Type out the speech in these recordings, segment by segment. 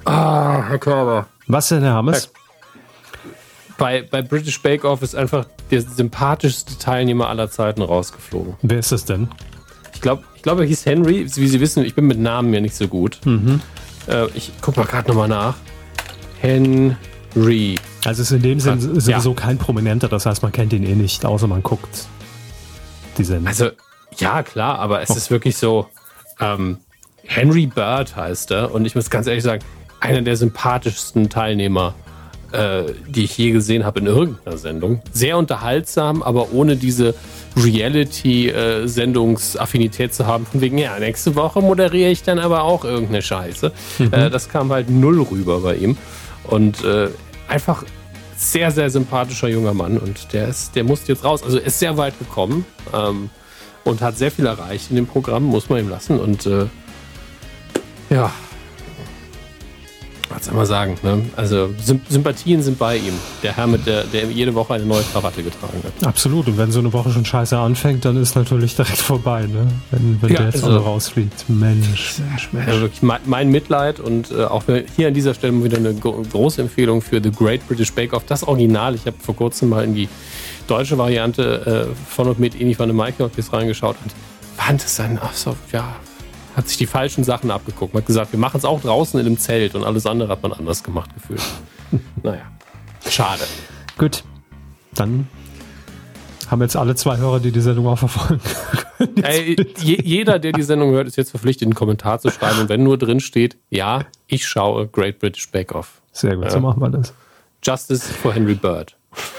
Herr Körber. Was denn, Herr Hammes? Bei British Bake Off ist einfach der sympathischste Teilnehmer aller Zeiten rausgeflogen. Wer ist das denn? Ich glaube, er hieß Henry. Wie Sie wissen, ich bin mit Namen ja nicht so gut. Ich guck mal gerade nochmal nach. Henry. Also ist in dem Sinn sowieso kein Prominenter, das heißt, man kennt ihn eh nicht, außer man guckt die Sendung. Also, ja, klar, aber es ist wirklich so, Henry Bird heißt er, und ich muss ganz ehrlich sagen, einer der sympathischsten Teilnehmer, die ich je gesehen habe in irgendeiner Sendung. Sehr unterhaltsam, aber ohne diese Reality-Sendungsaffinität zu haben, von wegen, ja, nächste Woche moderiere ich dann aber auch irgendeine Scheiße. Das kam halt null rüber bei ihm. Und einfach sehr, sehr sympathischer junger Mann, und der musste jetzt raus. Also ist sehr weit gekommen und hat sehr viel erreicht in dem Programm, muss man ihm lassen. Und ja, was soll man sagen, ne? Also Sympathien sind bei ihm. Der Herr, der jede Woche eine neue Krawatte getragen hat. Absolut, und wenn so eine Woche schon scheiße anfängt, dann ist natürlich direkt vorbei, ne? Wenn der jetzt auch noch rausfliegt. Mensch. Also wirklich mein Mitleid, und auch hier an dieser Stelle wieder eine große Empfehlung für The Great British Bake Off. Das Original, ich habe vor kurzem mal in die deutsche Variante von und mit Eni van der Maike reingeschaut und fand es dann, hat sich die falschen Sachen abgeguckt. Man hat gesagt, wir machen es auch draußen in einem Zelt, und alles andere hat man anders gemacht gefühlt. Naja, schade. Gut, dann haben jetzt alle 2 Hörer, die Sendung auch verfolgen können. Jeder, der die Sendung hört, ist jetzt verpflichtet, einen Kommentar zu schreiben, und wenn nur drin steht, ja, ich schaue Great British Bake Off. Sehr gut, so machen wir das. Justice for Henry Bird.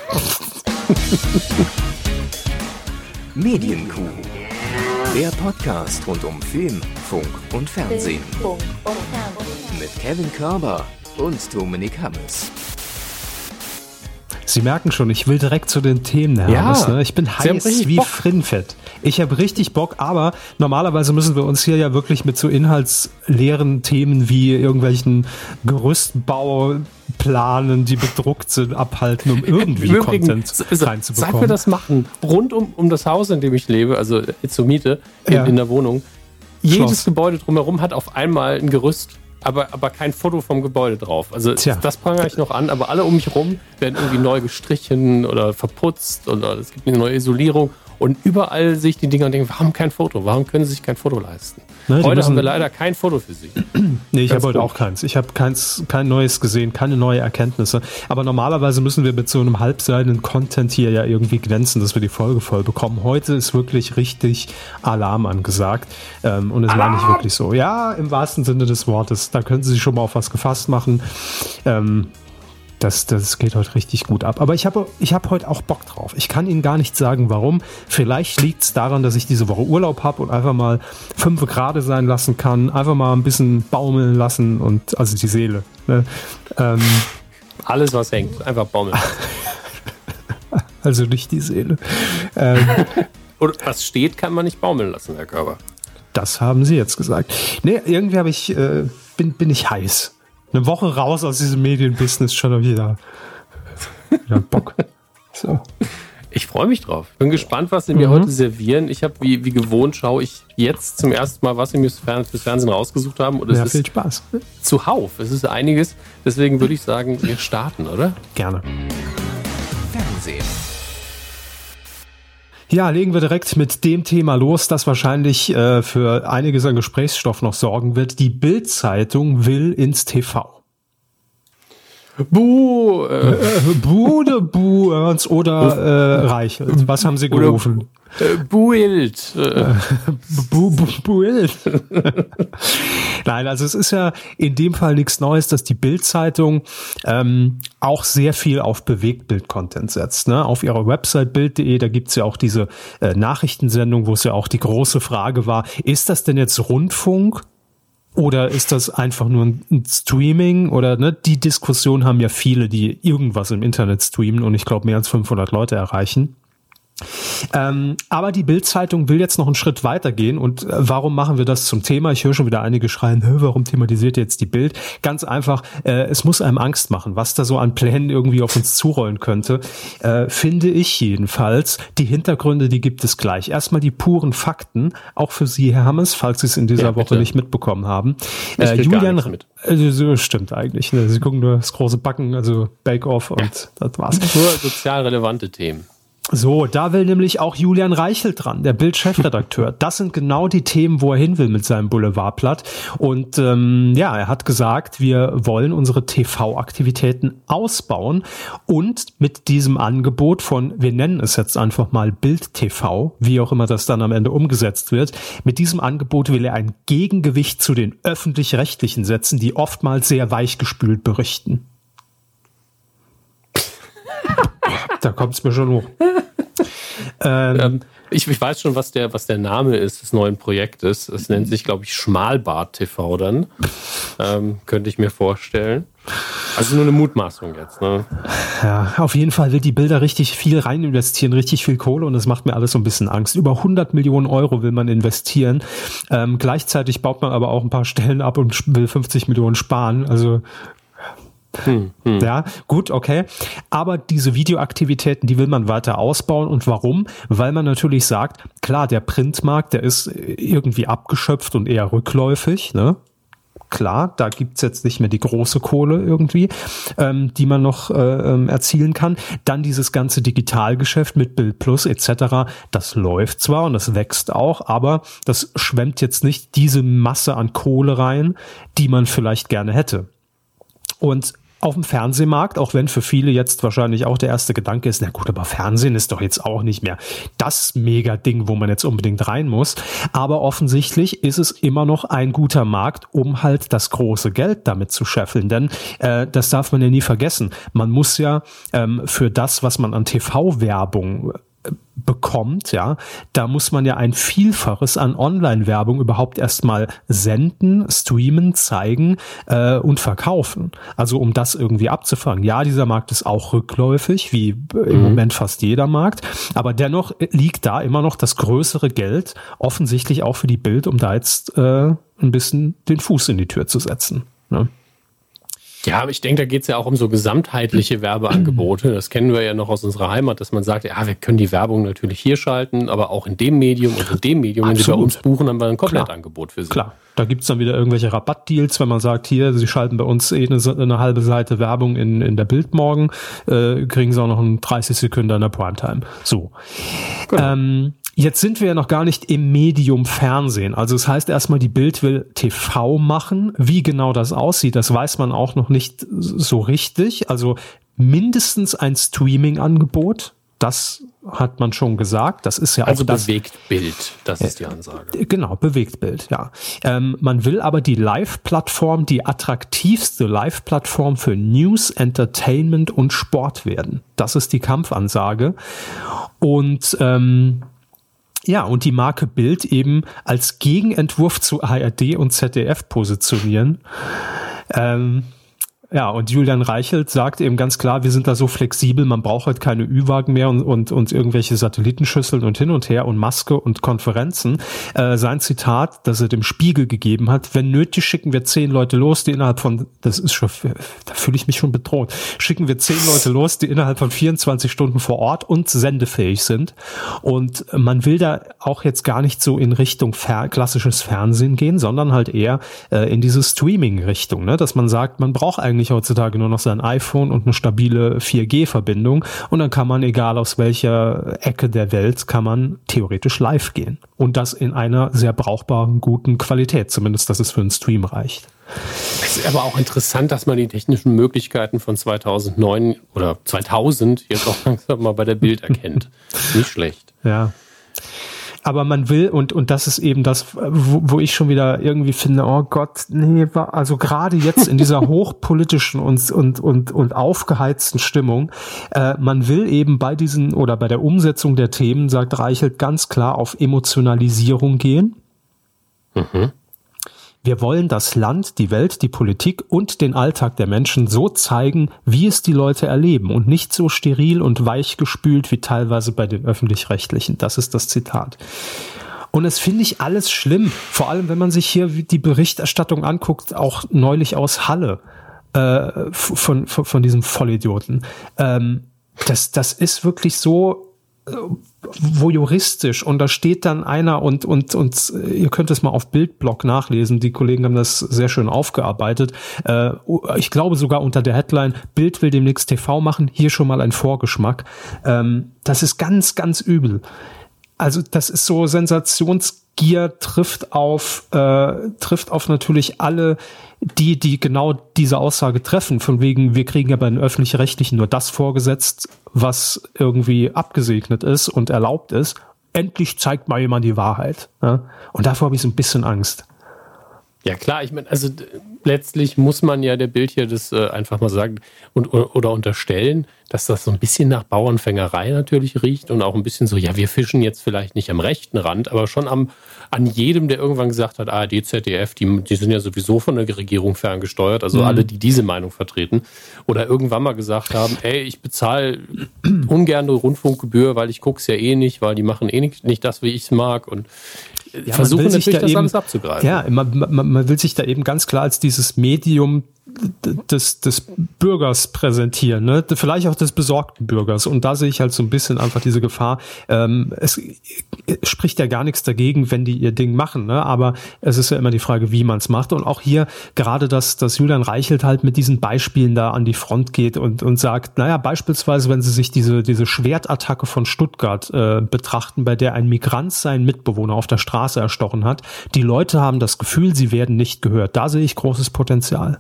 Medienkuh. Der Podcast rund um Film, Funk und Fernsehen. Mit Kevin Körber und Dominik Hammes. Sie merken schon, ich will direkt zu den Themen, Herr Hammes, ne? Ich bin heiß wie Frittenfett. Ich habe richtig Bock, aber normalerweise müssen wir uns hier ja wirklich mit so inhaltsleeren Themen wie irgendwelchen Gerüstbauplanen, die bedruckt sind, abhalten, um irgendwie Content reinzubekommen. Seit wir das machen, rund um das Haus, in dem ich lebe, also zur Miete, in der Wohnung, jedes Gebäude drumherum hat auf einmal ein Gerüst, aber kein Foto vom Gebäude drauf. Also das prangere ich noch an, aber alle um mich rum werden irgendwie neu gestrichen oder verputzt, oder es gibt eine neue Isolierung, und überall sehe ich die Dinger und denke, warum kein Foto? Warum können sie sich kein Foto leisten? Heute haben wir leider kein Foto für Sie. Nee, ich habe heute auch keins. Ich habe kein neues gesehen, keine neue Erkenntnisse. Aber normalerweise müssen wir mit so einem halbseitigen Content hier ja irgendwie glänzen, dass wir die Folge voll bekommen. Heute ist wirklich richtig Alarm angesagt. Und das meine ich wirklich so. Ja, im wahrsten Sinne des Wortes. Da können Sie sich schon mal auf was gefasst machen. Das geht heute richtig gut ab. Aber ich hab heute auch Bock drauf. Ich kann Ihnen gar nicht sagen, warum. Vielleicht liegt es daran, dass ich diese Woche Urlaub habe und einfach mal 5 Grad sein lassen kann. Einfach mal ein bisschen baumeln lassen, und also die Seele. Ne? Alles, was hängt. Einfach baumeln. Also nicht die Seele. Oder was steht, kann man nicht baumeln lassen, Herr Körber. Das haben Sie jetzt gesagt. Nee, irgendwie bin ich heiß. Eine Woche raus aus diesem Medienbusiness, schon wieder Bock. So. Ich freue mich drauf. Bin gespannt, was Sie mir heute servieren. Ich habe, wie gewohnt, schaue ich jetzt zum ersten Mal, was Sie mir fürs Fernsehen rausgesucht haben. Und es viel Spaß. Zuhauf. Es ist einiges. Deswegen würde ich sagen, wir starten, oder? Gerne. Fernsehen. Ja, legen wir direkt mit dem Thema los, das wahrscheinlich für einiges an Gesprächsstoff noch sorgen wird. Die Bild-Zeitung will ins TV. Buh! Buh, Ernst oder Reichelt. Was haben Sie gerufen? Build. Build. Nein, also es ist ja in dem Fall nichts Neues, dass die Bild-Zeitung auch sehr viel auf Bewegtbild-Content setzt. Ne? Auf ihrer Website bild.de, da gibt's ja auch diese Nachrichtensendung, wo es ja auch die große Frage war, ist das denn jetzt Rundfunk? Oder ist das einfach nur ein Streaming? Oder ne, die Diskussion haben ja viele, die irgendwas im Internet streamen, und ich glaube mehr als 500 Leute erreichen. Aber die Bild-Zeitung will jetzt noch einen Schritt weitergehen. Und warum machen wir das zum Thema? Ich höre schon wieder einige schreien, warum thematisiert ihr jetzt die Bild? Ganz einfach, es muss einem Angst machen, was da so an Plänen irgendwie auf uns zurollen könnte. Finde ich jedenfalls. Die Hintergründe, die gibt es gleich. Erstmal die puren Fakten, auch für Sie, Herr Hammes, falls Sie es in dieser Woche nicht mitbekommen haben. Julian, mit. So stimmt eigentlich. Ne? Sie gucken nur das große Backen, also Bake-Off und das war's. Nur sozial relevante Themen. So, da will nämlich auch Julian Reichelt dran, der Bild-Chefredakteur. Das sind genau die Themen, wo er hin will mit seinem Boulevardblatt. Und er hat gesagt, wir wollen unsere TV-Aktivitäten ausbauen und mit diesem Angebot von, wir nennen es jetzt einfach mal Bild TV, wie auch immer das dann am Ende umgesetzt wird, mit diesem Angebot will er ein Gegengewicht zu den Öffentlich-Rechtlichen setzen, die oftmals sehr weichgespült berichten. Da kommt es mir schon hoch. Ich weiß schon, was der Name ist des neuen Projektes. Es nennt sich, glaube ich, Schmalbart TV dann. Könnte ich mir vorstellen. Also nur eine Mutmaßung jetzt. Ne? Ja, auf jeden Fall will die Bilder richtig viel rein investieren, richtig viel Kohle und das macht mir alles so ein bisschen Angst. Über 100 Millionen Euro will man investieren. Gleichzeitig baut man aber auch ein paar Stellen ab und will 50 Millionen sparen. Also ja, gut, okay. Aber diese Videoaktivitäten, die will man weiter ausbauen. Und warum? Weil man natürlich sagt, klar, der Printmarkt, der ist irgendwie abgeschöpft und eher rückläufig, ne? Klar, da gibt's jetzt nicht mehr die große Kohle irgendwie, die man noch erzielen kann. Dann dieses ganze Digitalgeschäft mit Bild Plus etc., das läuft zwar und das wächst auch, aber das schwemmt jetzt nicht diese Masse an Kohle rein, die man vielleicht gerne hätte. Und auf dem Fernsehmarkt, auch wenn für viele jetzt wahrscheinlich auch der erste Gedanke ist, na gut, aber Fernsehen ist doch jetzt auch nicht mehr das Mega-Ding, wo man jetzt unbedingt rein muss. Aber offensichtlich ist es immer noch ein guter Markt, um halt das große Geld damit zu scheffeln. Denn das darf man ja nie vergessen. Man muss ja für das, was man an TV-Werbung bekommt, ja, da muss man ja ein Vielfaches an Online-Werbung überhaupt erstmal senden, streamen, zeigen und verkaufen. Also um das irgendwie abzufangen. Ja, dieser Markt ist auch rückläufig, wie im Moment fast jeder Markt, aber dennoch liegt da immer noch das größere Geld, offensichtlich auch für die Bild, um da jetzt ein bisschen den Fuß in die Tür zu setzen. Ne? Ja, aber ich denke, da geht es ja auch um so gesamtheitliche Werbeangebote. Das kennen wir ja noch aus unserer Heimat, dass man sagt, ja, wir können die Werbung natürlich hier schalten, aber auch in dem Medium und in dem Medium. Absolut. Wenn Sie bei uns buchen, haben wir ein Komplettangebot für Sie. Klar, da gibt's dann wieder irgendwelche Rabattdeals, wenn man sagt, hier, Sie schalten bei uns eine halbe Seite Werbung in der Bild morgen, kriegen Sie auch noch einen 30 Sekunden in der Primetime. So. Genau. Jetzt sind wir ja noch gar nicht im Medium Fernsehen. Also es heißt erstmal, die Bild will TV machen. Wie genau das aussieht, das weiß man auch noch nicht so richtig. Also mindestens ein Streaming-Angebot. Das hat man schon gesagt. Das ist ja also auch das. Bewegtbild, das ist die Ansage. Genau, Bewegtbild, ja. Man will aber die Live-Plattform, die attraktivste Live-Plattform für News, Entertainment und Sport werden. Das ist die Kampfansage. Und und die Marke Bild eben als Gegenentwurf zu ARD und ZDF positionieren. Und Julian Reichelt sagt eben ganz klar, wir sind da so flexibel, man braucht halt keine Ü-Wagen mehr und irgendwelche Satellitenschüsseln und hin und her und Maske und Konferenzen. Sein Zitat, das er dem Spiegel gegeben hat, wenn nötig schicken wir 10 Leute los, die innerhalb von, das ist schon, da fühle ich mich schon bedroht, schicken wir 10 Leute los, die innerhalb von 24 Stunden vor Ort und sendefähig sind. Und man will da auch jetzt gar nicht so in Richtung klassisches Fernsehen gehen, sondern halt eher in diese Streaming-Richtung, ne? Dass man sagt, man braucht eigentlich heutzutage nur noch sein iPhone und eine stabile 4G-Verbindung und dann kann man, egal aus welcher Ecke der Welt, kann man theoretisch live gehen. Und das in einer sehr brauchbaren, guten Qualität, zumindest, dass es für einen Stream reicht. Es ist aber auch interessant, dass man die technischen Möglichkeiten von 2009 oder 2000 jetzt auch langsam mal bei der Bild erkennt. Nicht schlecht. Ja. Aber man will, und das ist eben das, wo ich schon wieder irgendwie finde, oh Gott, nee, also gerade jetzt in dieser hochpolitischen und aufgeheizten Stimmung, man will eben bei diesen oder bei der Umsetzung der Themen, sagt Reichelt, ganz klar auf Emotionalisierung gehen. Wir wollen das Land, die Welt, die Politik und den Alltag der Menschen so zeigen, wie es die Leute erleben und nicht so steril und weichgespült wie teilweise bei den Öffentlich-Rechtlichen. Das ist das Zitat. Und das finde ich alles schlimm, vor allem wenn man sich hier die Berichterstattung anguckt, auch neulich aus Halle von diesem Vollidioten. Das ist wirklich so voyeuristisch und da steht dann einer und ihr könnt es mal auf Bildblog nachlesen, die Kollegen haben das sehr schön aufgearbeitet, ich glaube sogar unter der Headline, Bild will demnächst TV machen, hier schon mal ein Vorgeschmack. Das ist ganz, ganz übel. Also das ist so Sensationsgier, trifft auf natürlich alle, die genau diese Aussage treffen, von wegen, wir kriegen ja bei den Öffentlich-Rechtlichen nur das vorgesetzt, was irgendwie abgesegnet ist und erlaubt ist. Endlich zeigt mal jemand die Wahrheit. Ja? Und davor habe ich so ein bisschen Angst. Ja klar, ich meine, also letztlich muss man ja der Bild hier das einfach mal sagen oder unterstellen, dass das so ein bisschen nach Bauernfängerei natürlich riecht und auch ein bisschen so, ja, wir fischen jetzt vielleicht nicht am rechten Rand, aber schon an jedem, der irgendwann gesagt hat, ARD, ZDF, die sind ja sowieso von der Regierung ferngesteuert, also alle, die diese Meinung vertreten oder irgendwann mal gesagt haben, ey, ich bezahle ungern eine Rundfunkgebühr, weil ich gucke es ja eh nicht, weil die machen eh nicht das, wie ich es mag und versuchen natürlich das alles abzugreifen. Ja, man will sich da eben ganz klar als dieses Medium des Bürgers präsentieren, ne? Vielleicht auch des besorgten Bürgers. Und da sehe ich halt so ein bisschen einfach diese Gefahr. Es spricht ja gar nichts dagegen, wenn die ihr Ding machen, ne? Aber es ist ja immer die Frage, wie man es macht. Und auch hier gerade, dass Julian Reichelt halt mit diesen Beispielen da an die Front geht und sagt, naja, beispielsweise, wenn Sie sich diese Schwertattacke von Stuttgart betrachten, bei der ein Migrant seinen Mitbewohner auf der Straße erstochen hat, die Leute haben das Gefühl, sie werden nicht gehört. Da sehe ich großes Potenzial.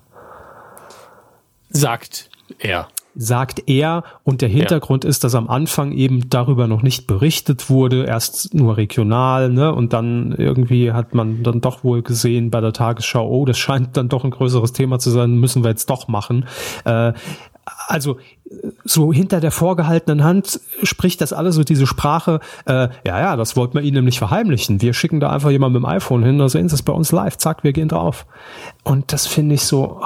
Sagt er und der Hintergrund ist, dass am Anfang eben darüber noch nicht berichtet wurde, erst nur regional, ne, und dann irgendwie hat man dann doch wohl gesehen bei der Tagesschau, oh, das scheint dann doch ein größeres Thema zu sein, müssen wir jetzt doch machen. Also so hinter der vorgehaltenen Hand spricht das alles so diese Sprache, ja, das wollten wir Ihnen nämlich verheimlichen. Wir schicken da einfach jemanden mit dem iPhone hin, da sehen Sie es bei uns live, zack, wir gehen drauf. Und das finde ich so...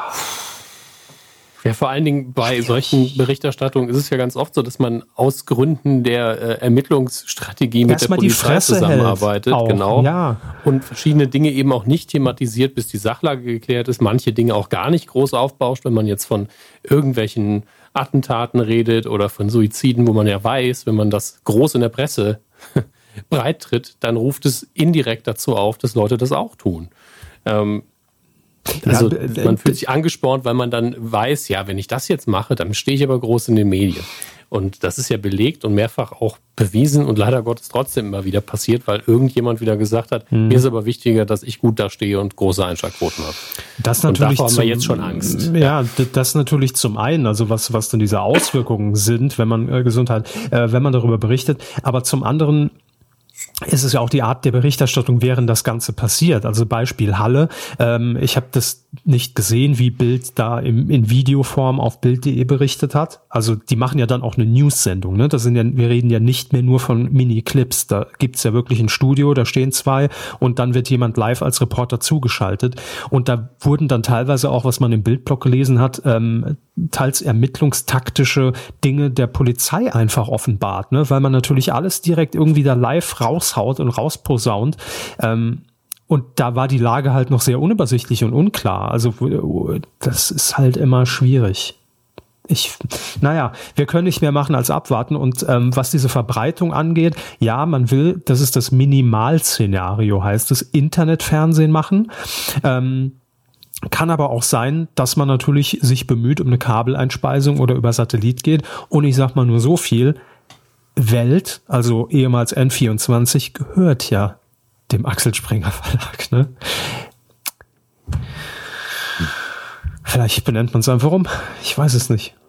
Ja, vor allen Dingen bei solchen Berichterstattungen ist es ja ganz oft so, dass man aus Gründen der Ermittlungsstrategie mit der Polizei zusammenarbeitet, genau, ja. Und verschiedene Dinge eben auch nicht thematisiert, bis die Sachlage geklärt ist, manche Dinge auch gar nicht groß aufbauscht, wenn man jetzt von irgendwelchen Attentaten redet oder von Suiziden, wo man ja weiß, wenn man das groß in der Presse breit tritt, dann ruft es indirekt dazu auf, dass Leute das auch tun. Also man fühlt sich angespornt, weil man dann weiß, ja, wenn ich das jetzt mache, dann stehe ich aber groß in den Medien. Und das ist ja belegt und mehrfach auch bewiesen und leider Gottes trotzdem immer wieder passiert, weil irgendjemand wieder gesagt hat, mir ist aber wichtiger, dass ich gut da stehe und große Einschlagquoten habe. Das natürlich und davor haben wir jetzt schon Angst. Ja, das natürlich zum einen, also was dann diese Auswirkungen sind, wenn man wenn man darüber berichtet, aber zum anderen ist es ja auch die Art der Berichterstattung, während das Ganze passiert. Also Beispiel Halle. Ich habe das nicht gesehen, wie Bild da in Videoform auf Bild.de berichtet hat. Also die machen ja dann auch eine News-Sendung. Ne? Wir reden ja nicht mehr nur von Mini-Clips. Da gibt's ja wirklich ein Studio, da stehen zwei und dann wird jemand live als Reporter zugeschaltet. Und da wurden dann teilweise auch, was man im Bildblog gelesen hat, teils ermittlungstaktische Dinge der Polizei einfach offenbart, ne? Weil man natürlich alles direkt irgendwie da live raushaut und rausposaunt. Und da war die Lage halt noch sehr unübersichtlich und unklar. Also das ist halt immer schwierig. Wir können nicht mehr machen als abwarten. Und was diese Verbreitung angeht, ja, man will, das ist das Minimalszenario, heißt es, Internetfernsehen machen. Kann aber auch sein, dass man natürlich sich bemüht um eine Kabeleinspeisung oder über Satellit geht. Und ich sag mal nur so viel, Welt, also ehemals N24, gehört ja dem Axel Springer Verlag, ne? Vielleicht benennt man es einfach um. Ich weiß es nicht.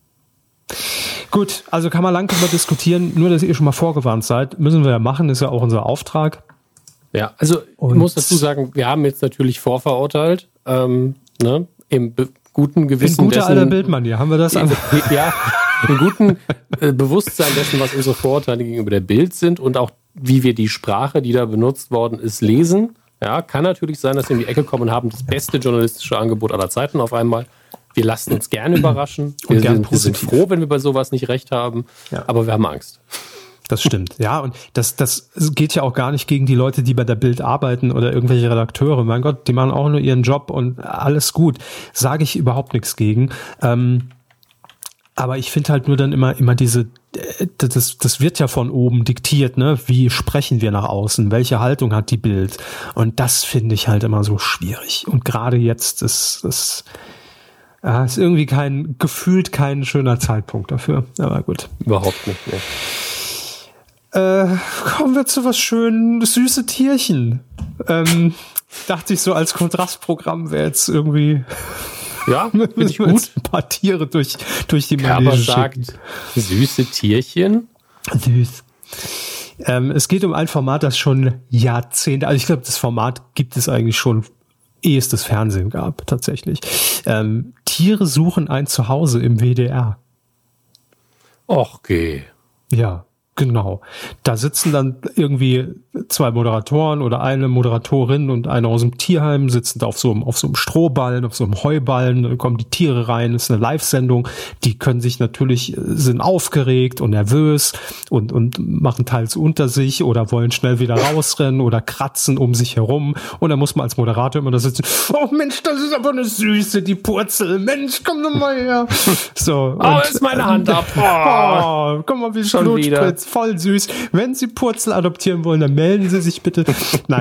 Gut, also kann man lang darüber diskutieren. Nur, dass ihr schon mal vorgewarnt seid, müssen wir ja machen, ist ja auch unser Auftrag. Ja, also ich muss dazu sagen, wir haben jetzt natürlich vorverurteilt, im guten Gewissen. In guter alter Bildmanier, haben wir das einfach? Ja, im guten Bewusstsein dessen, was unsere Vorurteile gegenüber der Bild sind und auch wie wir die Sprache, die da benutzt worden ist, lesen. Ja, kann natürlich sein, dass wir in die Ecke kommen und haben das beste journalistische Angebot aller Zeiten auf einmal. Wir lassen uns gerne überraschen. Wir sind froh, wenn wir bei sowas nicht recht haben. Ja. Aber wir haben Angst. Das stimmt, ja, und das geht ja auch gar nicht gegen die Leute, die bei der Bild arbeiten oder irgendwelche Redakteure. Mein Gott, die machen auch nur ihren Job und alles gut. Sage ich überhaupt nichts gegen. Aber ich finde halt nur dann immer diese, das wird ja von oben diktiert, ne? Wie sprechen wir nach außen? Welche Haltung hat die Bild? Und das finde ich halt immer so schwierig. Und gerade jetzt ist irgendwie gefühlt kein schöner Zeitpunkt dafür. Aber gut. Überhaupt nicht, ne. Kommen wir zu was schön süße Tierchen. Dachte ich so als Kontrastprogramm wäre jetzt irgendwie finde ich gut. Ein paar Tiere durch die Manege sagt süße Tierchen. Süß. Es geht um ein Format, das schon Jahrzehnte, also ich glaube, das Format gibt es eigentlich schon, ehe es das Fernsehen gab, tatsächlich. Tiere suchen ein Zuhause im WDR. Och, geh. Ja. Genau. Da sitzen dann irgendwie 2 Moderatoren oder eine Moderatorin und eine aus dem Tierheim sitzen da auf so einem Strohballen, auf so einem Heuballen, dann kommen die Tiere rein, das ist eine Live-Sendung, die sind aufgeregt und nervös und machen teils unter sich oder wollen schnell wieder rausrennen oder kratzen um sich herum und dann muss man als Moderator immer da sitzen, oh Mensch, das ist aber eine Süße, die Purzel, Mensch, komm doch mal her. So. Oh, ist meine Hand ab. Oh, guck mal, wie schon wieder. Voll süß. Wenn Sie Purzel adoptieren wollen, dann melden Sie sich bitte. Nein,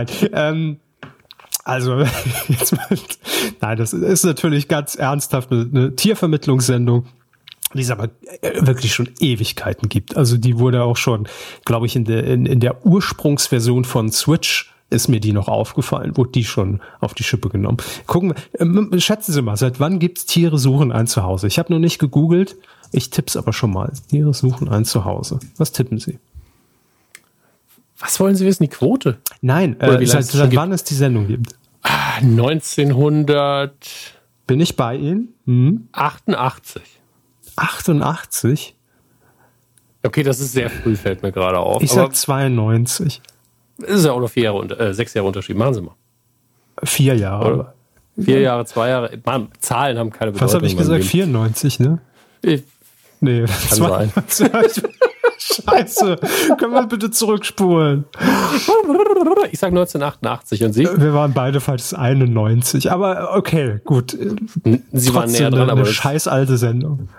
das ist natürlich ganz ernsthaft eine Tiervermittlungssendung, die es aber wirklich schon Ewigkeiten gibt. Also die wurde auch schon, glaube ich, in der Ursprungsversion von Switch ist mir die noch aufgefallen, wurde die schon auf die Schippe genommen. Gucken wir, schätzen Sie mal, seit wann gibt's Tiere suchen ein Zuhause? Ich habe noch nicht gegoogelt, ich tipp's aber schon mal. Tiere suchen ein Zuhause. Was tippen Sie? Was wollen Sie wissen, die Quote? Nein, seit wann es die Sendung gibt. 1900. Bin ich bei Ihnen? 88. 88? Okay, das ist sehr früh, fällt mir gerade auf. Ich sag 92. Das ist ja auch noch 6 Jahre Unterschied. Machen Sie mal. 4 Jahre. Oder? 4 Jahre, 2 Jahre. Mann, Zahlen haben keine Bedeutung. Was habe ich gesagt? 94, ne? Nee, kann sein. Scheiße. Können wir bitte zurückspulen? Ich sag 1988 und Sie? Wir waren beide falsch, 91. Aber okay, gut. Sie waren näher dran, aber eine scheiß alte Sendung.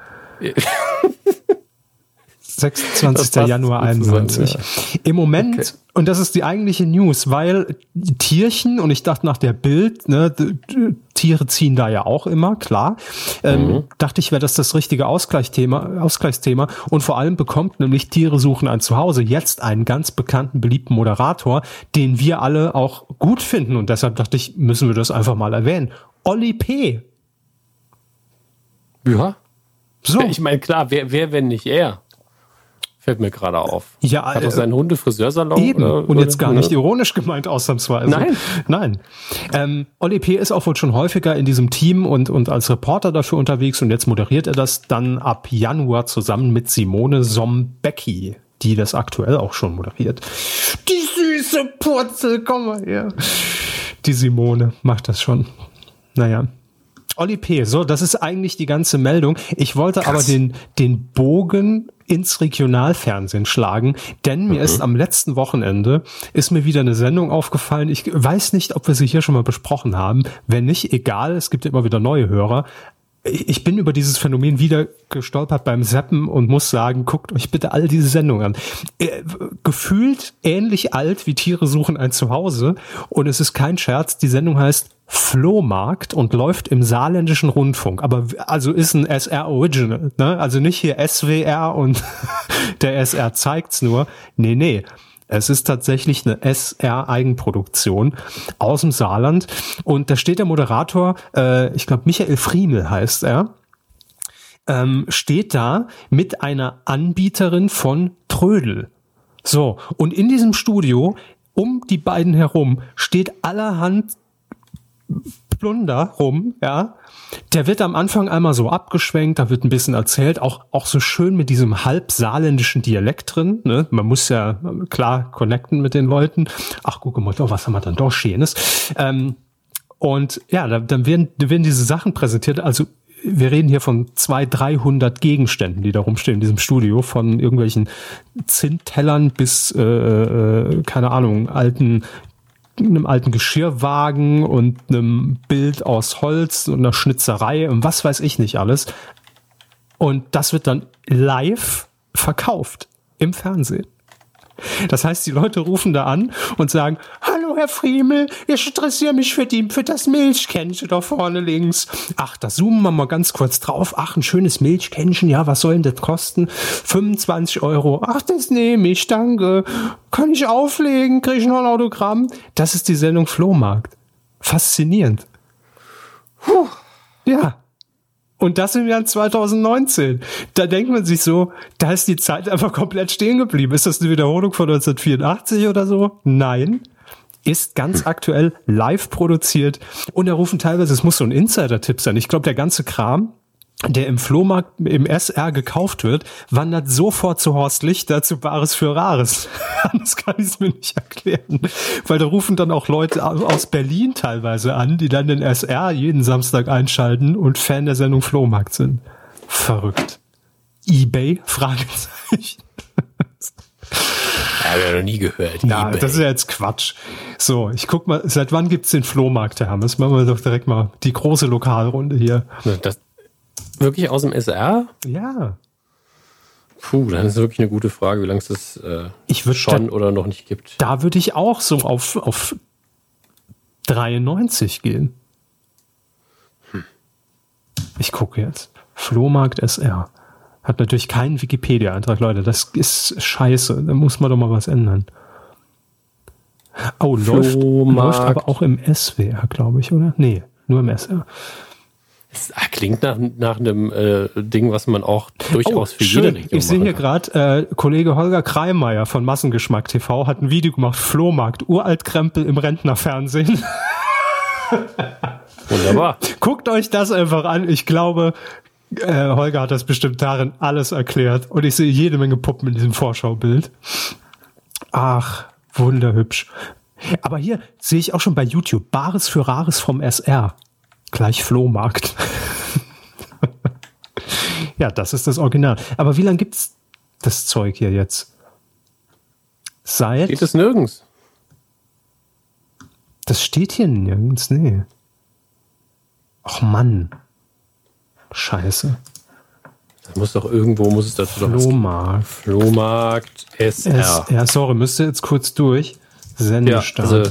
26. Januar 91. Ja. Im Moment, okay. Und das ist die eigentliche News, weil Tierchen, und ich dachte nach der Bild, ne, Tiere ziehen da ja auch immer, klar, dachte ich, wäre das richtige Ausgleichsthema und vor allem bekommt nämlich Tiere suchen ein Zuhause jetzt einen ganz bekannten, beliebten Moderator, den wir alle auch gut finden und deshalb dachte ich, müssen wir das einfach mal erwähnen. Olli P. Ja. So. Ich meine, klar, wer, wenn nicht er? Fällt mir gerade auf. Ja, hat doch seinen Hundefriseursalon. Eben. Und jetzt gar nicht ironisch gemeint, ausnahmsweise. Nein. Olli P. ist auch wohl schon häufiger in diesem Team und als Reporter dafür unterwegs und jetzt moderiert er das dann ab Januar zusammen mit Simone Sombecki, die das aktuell auch schon moderiert. Die süße Purzel, komm mal her. Die Simone macht das schon. Naja. Olli P., so, das ist eigentlich die ganze Meldung. Ich wollte aber den Bogen ins Regionalfernsehen schlagen, denn mir ist am letzten Wochenende ist mir wieder eine Sendung aufgefallen. Ich weiß nicht, ob wir sie hier schon mal besprochen haben. Wenn nicht, egal, es gibt ja immer wieder neue Hörer. Ich bin über dieses Phänomen wieder gestolpert beim Zappen und muss sagen, guckt euch bitte all diese Sendungen an. Gefühlt ähnlich alt wie Tiere suchen ein Zuhause und es ist kein Scherz, die Sendung heißt Flohmarkt und läuft im saarländischen Rundfunk, aber also ist ein SR Original, ne? Also nicht hier SWR und der SR zeigt's nur. Nee. Es ist tatsächlich eine SR-Eigenproduktion aus dem Saarland. Und da steht der Moderator, ich glaube Michael Friemel heißt er, steht da mit einer Anbieterin von Trödel. So, und in diesem Studio, um die beiden herum, steht allerhand Plunder rum, ja. Der wird am Anfang einmal so abgeschwenkt, da wird ein bisschen erzählt, auch so schön mit diesem halb saarländischen Dialekt drin, ne? Man muss ja klar connecten mit den Leuten. Ach, guck mal, was haben wir dann doch Schönes? Und ja, dann werden diese Sachen präsentiert, also wir reden hier von 200-300 Gegenständen, die da rumstehen in diesem Studio, von irgendwelchen Zinntellern bis, keine Ahnung, einem alten Geschirrwagen und einem Bild aus Holz und einer Schnitzerei und was weiß ich nicht alles. Und das wird dann live verkauft im Fernsehen. Das heißt, die Leute rufen da an und sagen, hallo Herr Friemel, ich interessiere mich für das Milchkännchen da vorne links. Ach, da zoomen wir mal ganz kurz drauf. Ach, ein schönes Milchkännchen, ja, was soll denn das kosten? 25 €. Ach, das nehme ich, danke. Kann ich auflegen? Kriege ich noch ein Autogramm? Das ist die Sendung Flohmarkt. Faszinierend. Puh. Ja. Und das im Jahr 2019. Da denkt man sich so, da ist die Zeit einfach komplett stehen geblieben. Ist das eine Wiederholung von 1984 oder so? Nein. Ist ganz aktuell live produziert. Und da rufen teilweise, es muss so ein Insider-Tipp sein. Ich glaube, der ganze Kram, der im Flohmarkt, im SR gekauft wird, wandert sofort zu Horst Lichter, zu Bares für Rares. Das kann ich es mir nicht erklären. Weil da rufen dann auch Leute aus Berlin teilweise an, die dann den SR jeden Samstag einschalten und Fan der Sendung Flohmarkt sind. Verrückt. eBay? Fragezeichen. Habe ich noch nie gehört. Ja, das ist ja jetzt Quatsch. So, ich guck mal, seit wann gibt's den Flohmarkt, Herr Hammes? Machen wir doch direkt mal die große Lokalrunde hier. Das wirklich aus dem SR? Ja. Puh, dann ist wirklich eine gute Frage, wie lange es das schon oder noch nicht gibt. Da würde ich auch so auf 93 gehen. Ich gucke jetzt. Flohmarkt SR. Hat natürlich keinen Wikipedia-Eintrag, Leute. Das ist scheiße. Da muss man doch mal was ändern. Oh, läuft aber auch im SWR, glaube ich, oder? Nee, nur im SR. Das klingt nach einem Ding, was man auch durchaus für jede Region macht. Ich sehe hier gerade, Kollege Holger Kreimeier von Massengeschmack TV hat ein Video gemacht, Flohmarkt, Uraltkrempel im Rentnerfernsehen. Wunderbar. Guckt euch das einfach an. Ich glaube, Holger hat das bestimmt darin alles erklärt. Und ich sehe jede Menge Puppen in diesem Vorschaubild. Ach, wunderhübsch. Aber hier sehe ich auch schon bei YouTube, Bares für Rares vom SR. Gleich Flohmarkt. Ja, das ist das Original. Aber wie lange gibt's das Zeug hier jetzt? Steht es nirgends? Das steht hier nirgends, nee. Ach Mann. Scheiße. Das muss doch irgendwo, muss es dazu doch Flohmarkt. Flohmarkt SR. Ja, sorry, müsste jetzt kurz durch. Sendestart. Ja, also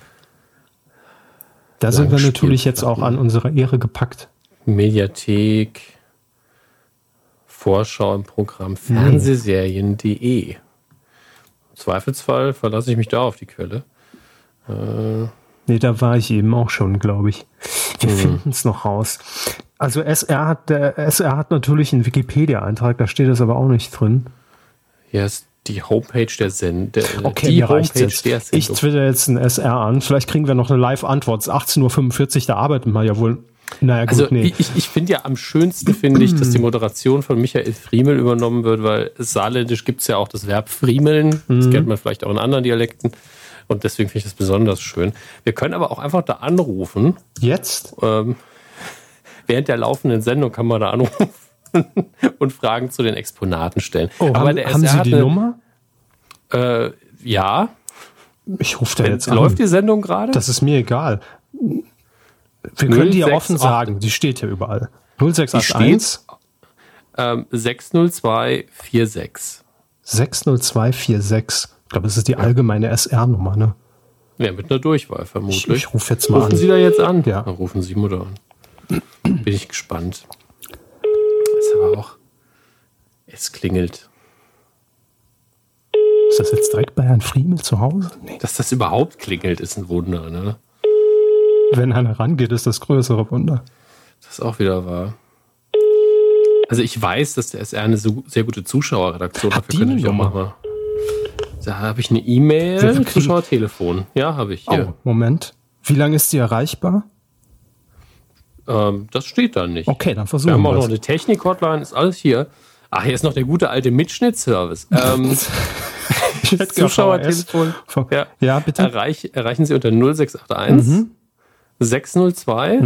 da sind wir natürlich jetzt auch an unsere Ehre gepackt. Mediathek, Vorschau im Programm, Fernsehserien.de. Im Zweifelsfall verlasse ich mich da auf die Quelle. Nee, da war ich eben auch schon, glaube ich. Wir finden es noch raus. Also der SR hat natürlich einen Wikipedia-Eintrag, da steht das aber auch nicht drin. Hier ist die Homepage der Sendung. Okay, die Homepage der Sendung. Ich twitter jetzt ein SR an. Vielleicht kriegen wir noch eine Live-Antwort. Es ist 18:45 Uhr, da arbeiten wir ja wohl. Naja, gut, also nee. Ich finde ja am schönsten, finde ich, dass die Moderation von Michael Friemel übernommen wird, weil saarländisch gibt es ja auch das Verb friemeln. Das kennt man vielleicht auch in anderen Dialekten. Und deswegen finde ich das besonders schön. Wir können aber auch einfach da anrufen. Jetzt? Während der laufenden Sendung kann man da anrufen und Fragen zu den Exponaten stellen. Oh, aber haben Sie die Nummer? Ja. Ich rufe da jetzt an. Läuft die Sendung gerade? Das ist mir egal. Wir können die ja offen sagen. Die steht ja überall. 0681 60246. 60246. Ich glaube, das ist die allgemeine SR-Nummer, ne? Ja, mit einer Durchwahl vermutlich. Ich rufe jetzt mal an. Rufen Sie da jetzt an? Ja. Dann rufen Sie Mutter an. Bin ich gespannt. Ist aber auch... Es klingelt. Ist das jetzt direkt bei Herrn Friemel zu Hause? Nee. Dass das überhaupt klingelt, ist ein Wunder, ne? Wenn einer rangeht, ist das größere Wunder. Das ist auch wieder wahr. Also ich weiß, dass der SR eine sehr gute Zuschauerredaktion hat. Wir können auch mal. Da habe ich eine E-Mail, Zuschauertelefon. Ja, habe ich hier. Oh, Moment. Wie lange ist die erreichbar? Das steht da nicht. Okay, dann versuchen wir es. Wir haben auch noch eine Technik-Hotline, ist alles hier. Ach, hier ist noch der gute alte Mitschnittservice. Zuschauertelefon. Ja, bitte. Erreichen Sie unter 0681 602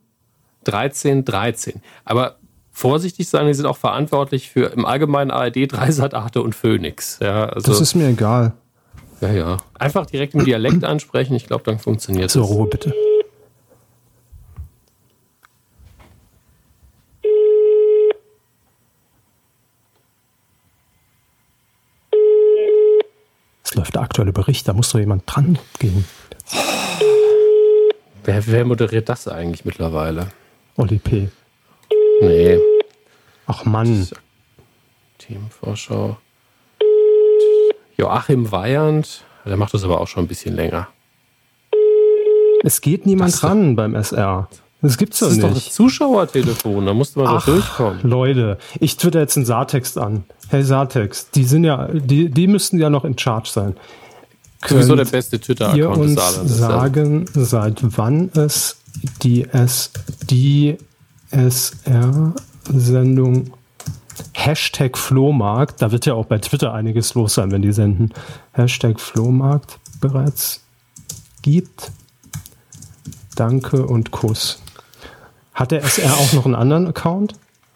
1313. Aber vorsichtig sein, die sind auch verantwortlich für im Allgemeinen ARD, Dreisat, Arte und Phoenix. Ja, also, das ist mir egal. Ja. Einfach direkt im Dialekt ansprechen, ich glaube, dann funktioniert es. So, Ruhe bitte. Es läuft der aktuelle Bericht, da muss doch jemand dran gehen. Wer moderiert das eigentlich mittlerweile? Oli P. Nee. Ach Mann. Themenvorschau. Joachim Weyand, der macht das aber auch schon ein bisschen länger. Es geht niemand ran beim SR. Das gibt's doch nicht. Das ist doch das Zuschauertelefon, da musste man doch durchkommen. Leute, ich twitter jetzt einen Saartext an. Hey Saartext, die müssten ja noch in Charge sein. Sowieso der beste Twitter-Account des Saarlandes. Sagen, seit wann es die SR-Sendung Hashtag Flohmarkt, da wird ja auch bei Twitter einiges los sein, wenn die senden, Hashtag Flohmarkt bereits gibt. Danke und Kuss. Hat der SR auch noch einen anderen Account?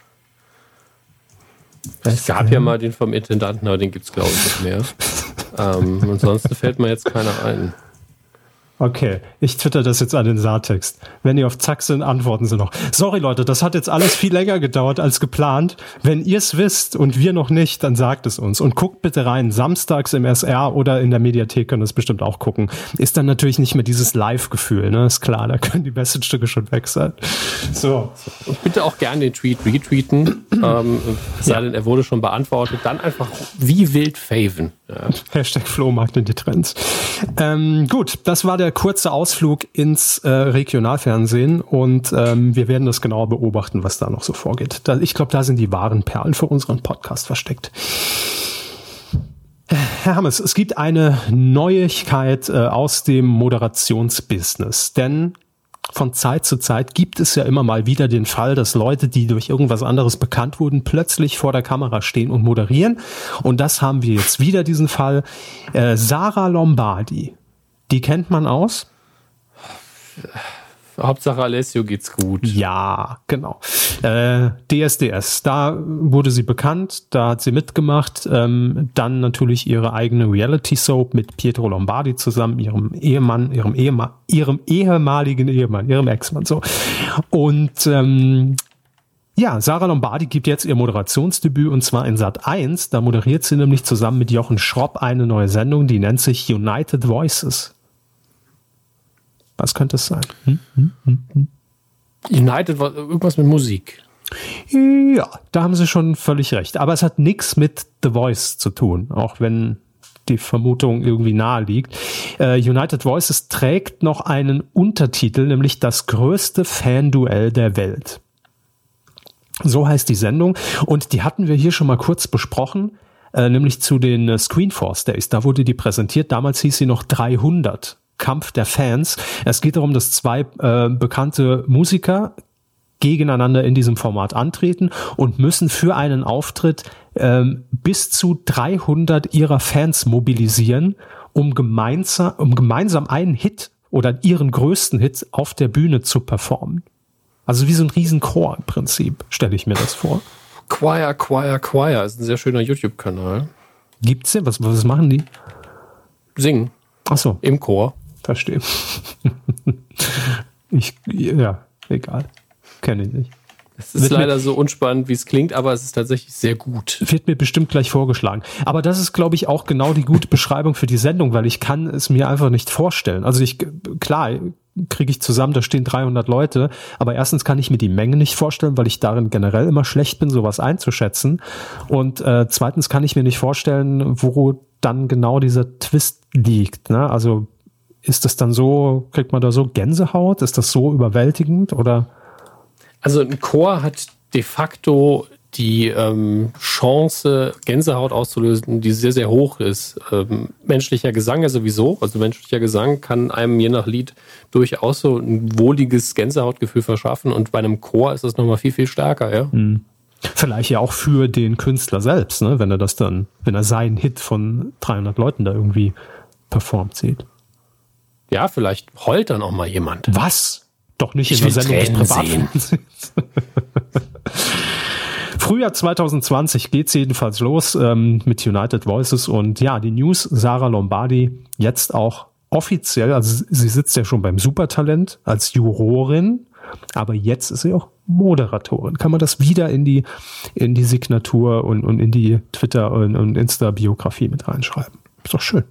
Es gab ja mal den vom Intendanten, aber den gibt es, glaube ich, nicht mehr. Ansonsten fällt mir jetzt keiner ein. Okay, ich twitter das jetzt an den Saartext. Wenn ihr auf Zack sind, antworten sie noch. Sorry Leute, das hat jetzt alles viel länger gedauert als geplant. Wenn ihr es wisst und wir noch nicht, dann sagt es uns. Und guckt bitte rein, samstags im SR oder in der Mediathek können das bestimmt auch gucken. Ist dann natürlich nicht mehr dieses Live-Gefühl, ne? Ist klar, da können die besten Stücke schon weg sein. So. Und bitte auch gerne den Tweet retweeten. Sei denn, er wurde schon beantwortet. Dann einfach wie wild faven. Ja. Hashtag Flohmarkt in die Trends. Gut, das war der kurze Ausflug ins Regionalfernsehen und wir werden das genauer beobachten, was da noch so vorgeht. Ich glaube, da sind die wahren Perlen für unseren Podcast versteckt. Herr Hammes, es gibt eine Neuigkeit aus dem Moderationsbusiness, denn von Zeit zu Zeit gibt es ja immer mal wieder den Fall, dass Leute, die durch irgendwas anderes bekannt wurden, plötzlich vor der Kamera stehen und moderieren. Und das haben wir jetzt wieder, diesen Fall. Sarah Lombardi, die kennt man aus? Hauptsache Alessio geht's gut. Ja, genau. DSDS, da wurde sie bekannt, da hat sie mitgemacht. Dann natürlich ihre eigene Reality-Soap mit Pietro Lombardi zusammen, ihrem ehemaligen Ehemann, ihrem Ex-Mann, so. Und ja, Sarah Lombardi gibt jetzt ihr Moderationsdebüt und zwar in Sat.1. Da moderiert sie nämlich zusammen mit Jochen Schropp eine neue Sendung, die nennt sich United Voices. Was könnte es sein? United war irgendwas mit Musik. Ja, da haben Sie schon völlig recht. Aber es hat nichts mit The Voice zu tun, auch wenn die Vermutung irgendwie nahe liegt. United Voices trägt noch einen Untertitel, nämlich das größte Fanduell der Welt. So heißt die Sendung. Und die hatten wir hier schon mal kurz besprochen, nämlich zu den Screenforce Days. Da wurde die präsentiert. Damals hieß sie noch 300. Kampf der Fans. Es geht darum, dass zwei bekannte Musiker gegeneinander in diesem Format antreten und müssen für einen Auftritt bis zu 300 ihrer Fans mobilisieren, um gemeinsam einen Hit oder ihren größten Hit auf der Bühne zu performen. Also wie so ein Riesenchor im Prinzip, stelle ich mir das vor. Choir ist ein sehr schöner YouTube-Kanal. Gibt's denn? Was machen die? Singen. Ach so. Im Chor. Verstehe. Ja, egal. Kenne ich nicht. Es ist leider so unspannend, wie es klingt, aber es ist tatsächlich sehr gut. Wird mir bestimmt gleich vorgeschlagen. Aber das ist, glaube ich, auch genau die gute Beschreibung für die Sendung, weil ich kann es mir einfach nicht vorstellen. Also klar, kriege ich zusammen, da stehen 300 Leute, aber erstens kann ich mir die Menge nicht vorstellen, weil ich darin generell immer schlecht bin, sowas einzuschätzen. Und zweitens kann ich mir nicht vorstellen, wo dann genau dieser Twist liegt. Ne? Also ist das dann so, kriegt man da so Gänsehaut? Ist das so überwältigend oder? Also ein Chor hat de facto die Chance, Gänsehaut auszulösen, die sehr, sehr hoch ist. Menschlicher Gesang ja sowieso. Also menschlicher Gesang kann einem je nach Lied durchaus so ein wohliges Gänsehautgefühl verschaffen. Und bei einem Chor ist das nochmal viel, viel stärker, ja. Vielleicht ja auch für den Künstler selbst, ne? Wenn er seinen Hit von 300 Leuten da irgendwie performt sieht. Ja, vielleicht heult dann auch mal jemand. Was? Doch nicht in der Sendung des Privatfernsehens. Frühjahr 2020 geht's jedenfalls los mit United Voices und ja, die News, Sarah Lombardi jetzt auch offiziell, also sie sitzt ja schon beim Supertalent als Jurorin, aber jetzt ist sie auch Moderatorin. Kann man das wieder in die Signatur und in die Twitter- und Insta-Biografie mit reinschreiben. Ist doch schön.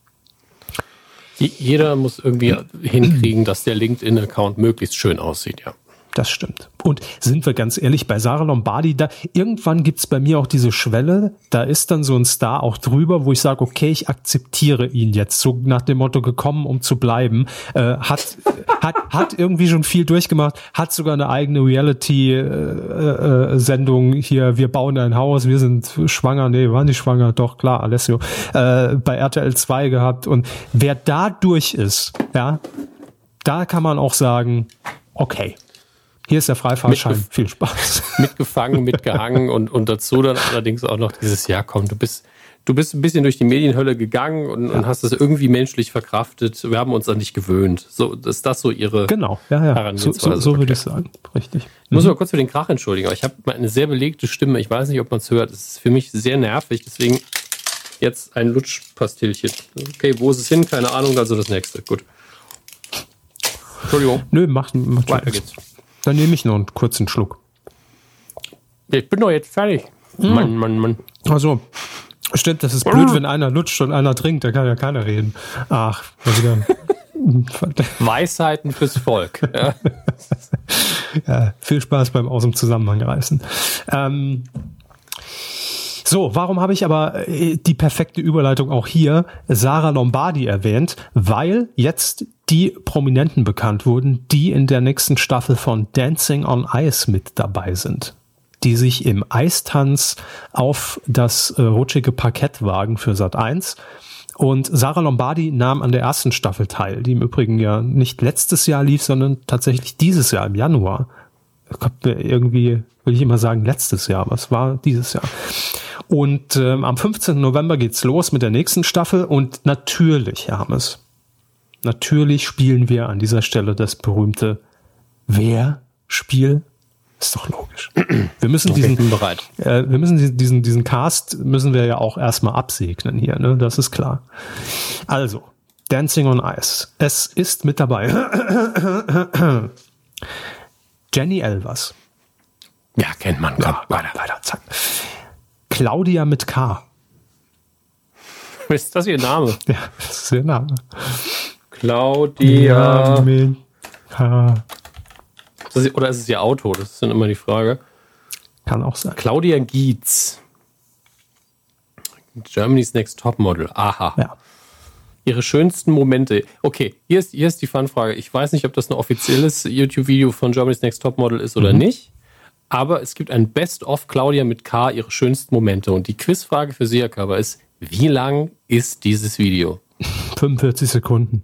Jeder muss irgendwie hinkriegen, dass der LinkedIn-Account möglichst schön aussieht, ja. Das stimmt. Und sind wir ganz ehrlich, bei Sarah Lombardi, irgendwann gibt's bei mir auch diese Schwelle, da ist dann so ein Star auch drüber, wo ich sage, okay, ich akzeptiere ihn jetzt, so nach dem Motto gekommen, um zu bleiben, hat irgendwie schon viel durchgemacht, hat sogar eine eigene Reality-Sendung hier, wir bauen ein Haus, wir sind schwanger, nee, waren nicht schwanger, doch, klar, Alessio, bei RTL 2 gehabt und wer da durch ist, ja, da kann man auch sagen, okay, hier ist der Freifahrtschein, viel Spaß. Mitgefangen, mitgehangen und dazu dann allerdings auch noch dieses Jahr kommt. Du bist ein bisschen durch die Medienhölle gegangen und hast das irgendwie menschlich verkraftet. Wir haben uns an dich gewöhnt. So, ist das so ihre Herangehensweise? So würde ich sagen, richtig. Ich muss mal kurz für den Krach entschuldigen, aber ich habe eine sehr belegte Stimme. Ich weiß nicht, ob man es hört. Es ist für mich sehr nervig, deswegen jetzt ein Lutschpastillchen. Okay, wo ist es hin? Keine Ahnung, also das nächste. Gut. Entschuldigung. Nö, macht weiter geht's. Dann nehme ich noch einen kurzen Schluck. Ich bin doch jetzt fertig. Mann. Also, stimmt, das ist blöd, wenn einer lutscht und einer trinkt, da kann ja keiner reden. Ach, mal wieder. Weisheiten fürs Volk. Ja. Ja, viel Spaß beim aus dem Zusammenhang reißen. So, warum habe ich aber die perfekte Überleitung auch hier Sarah Lombardi erwähnt? Weil jetzt die Prominenten bekannt wurden, die in der nächsten Staffel von Dancing on Ice mit dabei sind. Die sich im Eistanz auf das rutschige Parkett wagen für Sat.1. Und Sarah Lombardi nahm an der ersten Staffel teil, die im Übrigen ja nicht letztes Jahr lief, sondern tatsächlich dieses Jahr im Januar. Irgendwie will ich immer sagen letztes Jahr, aber es war dieses Jahr. Und am 15. November geht's los mit der nächsten Staffel und natürlich, Hermes, natürlich spielen wir an dieser Stelle das berühmte Wer-Spiel. Ist doch logisch. Wir müssen diesen Cast müssen wir ja auch erstmal absegnen hier, ne? Das ist klar. Also, Dancing on Ice. Es ist mit dabei Jenny Elvers. Ja, kennt man. Komm, weiter, zack. Claudia mit K. Ist das ihr Name? Ja, das ist ihr Name. Claudia mit K. Oder ist es ihr Auto? Das ist dann immer die Frage. Kann auch sein. Claudia Gietz. Germany's Next Topmodel. Aha. Ja. Ihre schönsten Momente. Okay, hier ist die Fun-Frage. Ich weiß nicht, ob das ein offizielles YouTube-Video von Germany's Next Topmodel ist oder nicht. Aber es gibt ein Best-of Claudia mit K, ihre schönsten Momente. Und die Quizfrage für Sie, Herr Körber, ist, wie lang ist dieses Video? 45 Sekunden.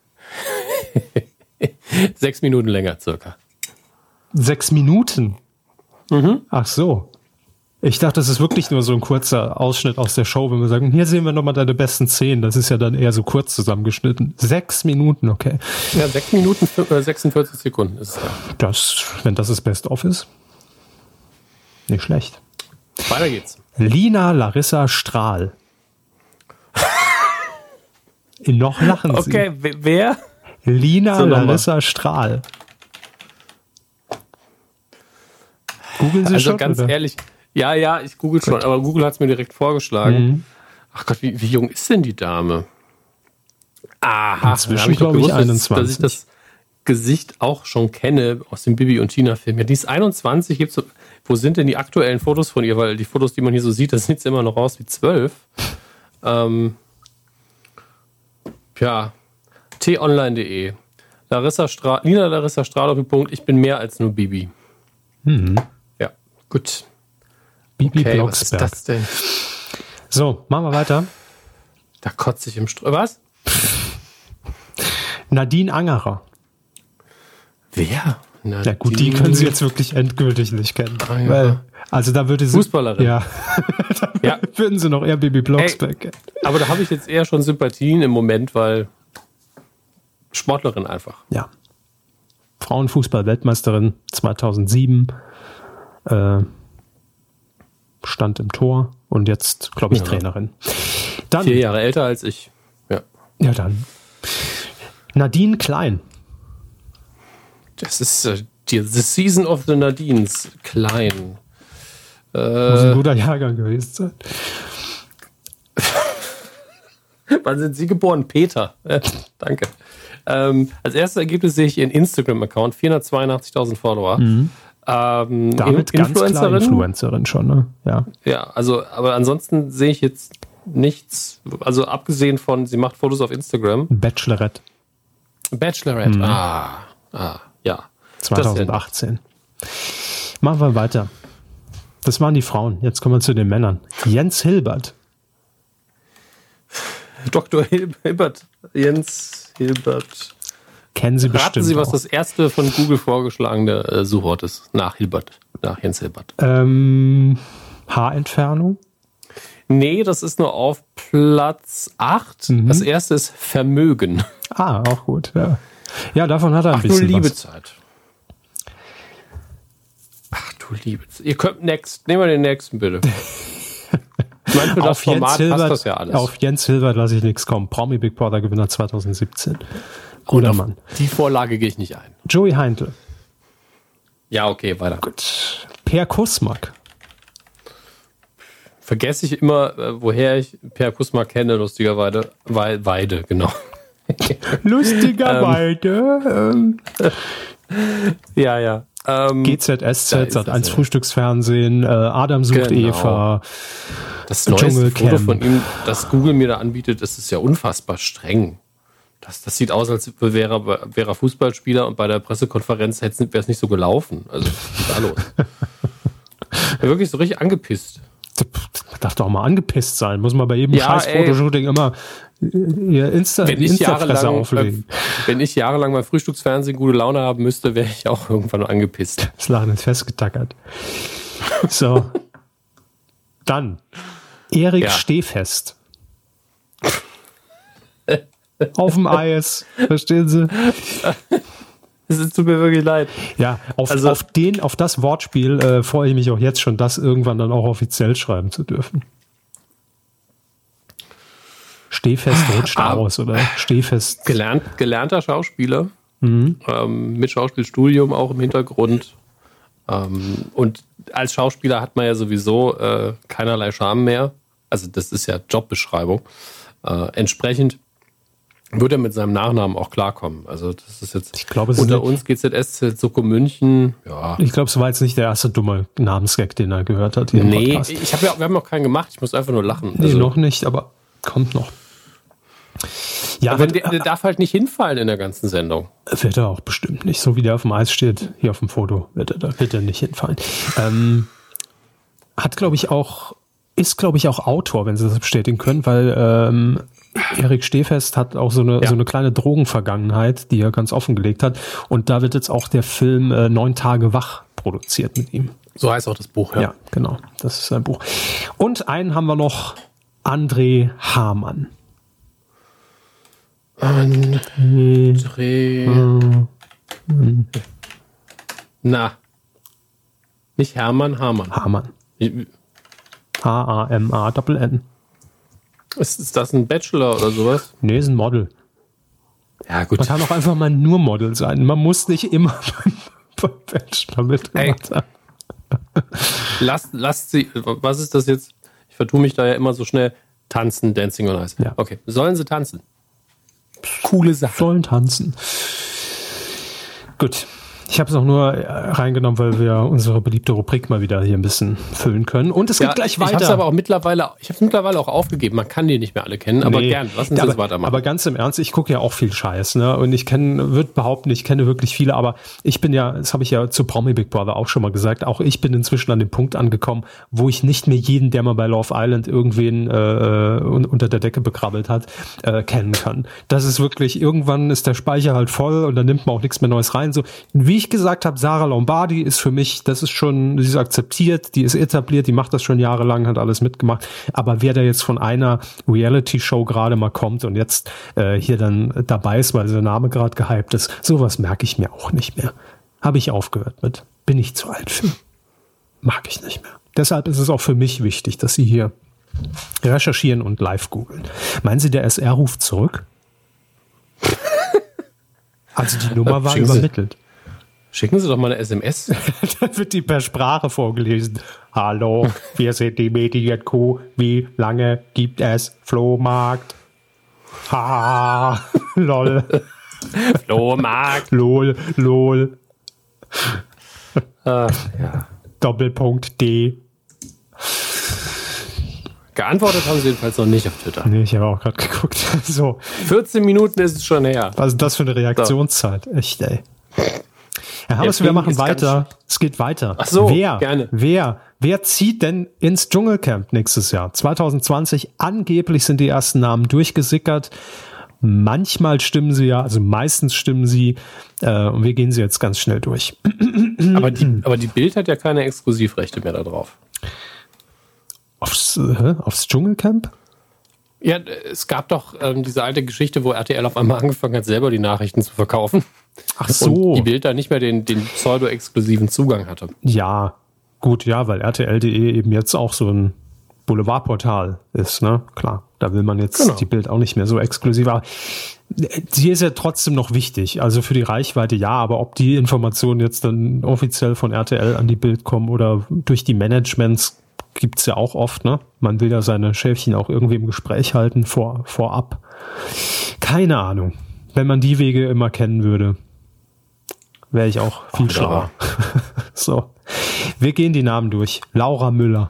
6 Minuten länger circa. 6 Minuten? Ach so. Ich dachte, das ist wirklich nur so ein kurzer Ausschnitt aus der Show, wenn wir sagen, hier sehen wir nochmal deine besten Szenen. Das ist ja dann eher so kurz zusammengeschnitten. 6 Minuten, okay. Ja, 6 Minuten 46 Sekunden ist es ja. Wenn das Best-of ist. Nicht schlecht. Weiter geht's. Lina Larissa Strahl. Noch lachen Sie. Okay, wer? Lina Larissa Strahl. Googeln Sie also schon? Ganz oder? ehrlich, ja, ich google schon, aber Google hat es mir direkt vorgeschlagen. Ach Gott, wie jung ist denn die Dame? Aha, inzwischen glaube ich 21. Dass ich das Gesicht auch schon kenne aus dem Bibi und Tina Film. Ja, die ist 21. Wo sind denn die aktuellen Fotos von ihr? Weil die Fotos, die man hier so sieht, das sieht immer noch aus wie 12. Ja, t-online.de. Lina Larissa Strahl auf den Punkt. Ich bin mehr als nur Bibi. Ja, gut. Bibi Blocksberg. Was ist das denn? So, machen wir weiter. Da kotze ich im Was? Nadine Angerer. Wer? Ja gut, die können Sie jetzt wirklich endgültig nicht kennen. Ja. Weil, also da würde sie... Fußballerin. Ja. Da würden Sie noch eher Bibi Blocksberg kennen. Aber da habe ich jetzt eher schon Sympathien im Moment, weil Sportlerin einfach. Ja. Frauenfußball-Weltmeisterin 2007. Stand im Tor und jetzt, glaube ich, Trainerin. Dann, 4 Jahre älter als ich. Ja, dann. Nadine Klein. Das ist The Season of the Nadines. Klein. Muss ein guter Jahrgang gewesen sein. Wann sind Sie geboren? Peter. Danke. Als erstes Ergebnis sehe ich Ihren Instagram-Account. 482.000 Follower. Damit ganz klar Influencerin schon, ne? Ja. Ja, also, aber ansonsten sehe ich jetzt nichts, also abgesehen von, sie macht Fotos auf Instagram. Bachelorette. Ja. 2018. Machen wir weiter. Das waren die Frauen. Jetzt kommen wir zu den Männern. Jens Hilbert. Dr. Hilbert. Jens Hilbert. Kennen Sie bestimmt. Raten Sie, was auch. das erste von Google vorgeschlagene Suchwort ist. Nach Hilbert. Nach Jens Hilbert. Haarentfernung? Nee, das ist nur auf Platz 8. Das erste ist Vermögen. Auch gut, ja. Ja, davon hat er ein Ach bisschen du liebe was. Zeit. Ach du liebe Zeit. Ihr könnt next. Nehmen wir den nächsten, bitte. Ich meine, für das Format passt das ja alles. Auf Jens Hilbert lasse ich nichts kommen. Promi Big Brother Gewinner 2017. Guter Mann. Die Vorlage gehe ich nicht ein. Joey Heintl. Ja, okay, weiter. Gut. Per Kusmak. Vergesse ich immer, woher ich Per Kusmak kenne, lustigerweise. Weide, genau. Lustigerweise. Ja. GZSZ, Sat.1 Frühstücksfernsehen, Adam sucht Eva. Das neueste Foto von ihm, das Google mir da anbietet, das ist ja unfassbar streng. Das sieht aus, als wäre er Fußballspieler und bei der Pressekonferenz wäre es nicht so gelaufen. Also, was ist da los? Wirklich so richtig angepisst. Man darf doch auch mal angepisst sein. Muss man bei jedem scheiß Fotoshooting immer ihr Insta-Fresse auflegen. Wenn ich jahrelang beim Frühstücksfernsehen gute Laune haben müsste, wäre ich auch irgendwann angepisst. Das Lachen ist festgetackert. So. Dann Erik Stehfest. Auf dem Eis. Verstehen Sie? Es tut mir wirklich leid. Ja, auf das Wortspiel freue ich mich auch jetzt schon, das irgendwann dann auch offiziell schreiben zu dürfen. Stehfest rutscht aus, oder? Stehfest. Gelernter Schauspieler. Mit Schauspielstudium auch im Hintergrund. Und als Schauspieler hat man ja sowieso keinerlei Scham mehr. Also das ist ja Jobbeschreibung. Entsprechend wird er mit seinem Nachnamen auch klarkommen. Also das ist jetzt ich glaube, unter uns GZSZ Soko München. Ja. Ich glaube, es war jetzt nicht der erste dumme Namensgag, den er gehört hat. Hier wir haben noch keinen gemacht. Ich muss einfach nur lachen. Nee, also, noch nicht, aber kommt noch. Ja, aber der darf halt nicht hinfallen in der ganzen Sendung. Wird er auch bestimmt nicht. So wie der auf dem Eis steht, hier auf dem Foto, wird er nicht hinfallen. Ist, glaube ich, auch Autor, wenn Sie das bestätigen können, weil Erik Stehfest hat auch so eine kleine Drogenvergangenheit, die er ganz offengelegt hat. Und da wird jetzt auch der Film 9 Tage wach produziert mit ihm. So heißt auch das Buch, ja. Ja, genau. Das ist sein Buch. Und einen haben wir noch, André Hamann. Na. Nicht Hermann, Hamann. Hamann. H-A-M-A-N-N. Ist das ein Bachelor oder sowas? Nee, ist ein Model. Ja, gut. Man kann auch einfach mal nur Model sein. Man muss nicht immer beim Bachelor mitgemacht haben. Lasst sie, was ist das jetzt? Ich vertue mich da ja immer so schnell. Tanzen, Dancing on Ice. Ja. Okay, sollen sie tanzen? Coole Sache. Sollen tanzen. Gut. Ich habe es auch nur reingenommen, weil wir unsere beliebte Rubrik mal wieder hier ein bisschen füllen können. Und es geht gleich weiter. Ich habe es aber auch mittlerweile auch aufgegeben. Man kann die nicht mehr alle kennen, aber gern. Lassen Sie uns weitermachen. Aber ganz im Ernst, ich gucke ja auch viel Scheiß, ne? Und ich kenne wirklich viele, aber ich bin ja, das habe ich ja zu Promi Big Brother auch schon mal gesagt, auch ich bin inzwischen an dem Punkt angekommen, wo ich nicht mehr jeden, der mal bei Love Island irgendwen unter der Decke bekrabbelt hat, kennen kann. Das ist wirklich, irgendwann ist der Speicher halt voll und dann nimmt man auch nichts mehr Neues rein. So, wie ich gesagt habe, Sarah Lombardi ist für mich, das ist schon, sie ist akzeptiert, die ist etabliert, die macht das schon jahrelang, hat alles mitgemacht. Aber wer da jetzt von einer Reality-Show gerade mal kommt und jetzt hier dann dabei ist, weil der Name gerade gehypt ist, sowas merke ich mir auch nicht mehr. Habe ich aufgehört mit. Bin ich zu alt für. Mag ich nicht mehr. Deshalb ist es auch für mich wichtig, dass Sie hier recherchieren und live googeln. Meinen Sie, der SR ruft zurück? Also die Nummer war übermittelt. Schicken Sie doch mal eine SMS. Dann wird die per Sprache vorgelesen. Hallo, wir sind die Medienkuh. Wie lange gibt es Flohmarkt? Ha, lol. Flohmarkt. Lol. Ja. Doppelpunkt D. Geantwortet haben Sie jedenfalls noch nicht auf Twitter. Nee, ich habe auch gerade geguckt. So. 14 Minuten ist es schon her. Was ist das für eine Reaktionszeit? Echt, ey. Herr Hammes, wir machen weiter. Es geht weiter. Ach so, gerne. Wer zieht denn ins Dschungelcamp nächstes Jahr? 2020, angeblich sind die ersten Namen durchgesickert. Manchmal stimmen sie ja, also meistens stimmen sie. Und wir gehen sie jetzt ganz schnell durch. Aber die Bild hat ja keine Exklusivrechte mehr da drauf. Aufs Dschungelcamp? Ja, es gab doch diese alte Geschichte, wo RTL auf einmal angefangen hat, selber die Nachrichten zu verkaufen. Ach so. Und die Bild da nicht mehr den pseudo-exklusiven Zugang hatte. Ja, gut, ja, weil RTL.de eben jetzt auch so ein Boulevardportal ist, ne? Klar, da will man jetzt die Bild auch nicht mehr so exklusiv. Aber sie ist ja trotzdem noch wichtig, also für die Reichweite ja, aber ob die Informationen jetzt dann offiziell von RTL an die Bild kommen oder durch die Managements, gibt's ja auch oft, ne? Man will ja seine Schäfchen auch irgendwie im Gespräch halten vorab. Keine Ahnung. Wenn man die Wege immer kennen würde, wäre ich auch viel schlauer. So. Wir gehen die Namen durch. Laura Müller.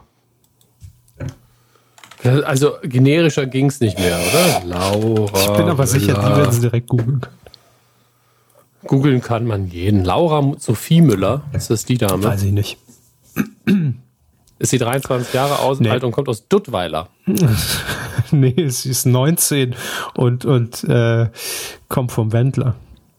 Also generischer ging's nicht mehr, oder? Laura. Ich bin aber sicher, die werden sie direkt googeln können. Googeln kann man jeden. Laura Sophie Müller, ist das die Dame? Weiß ich nicht. Ist sie 23 Jahre alt und kommt aus Duttweiler? Nee, sie ist 19 und kommt vom Wendler.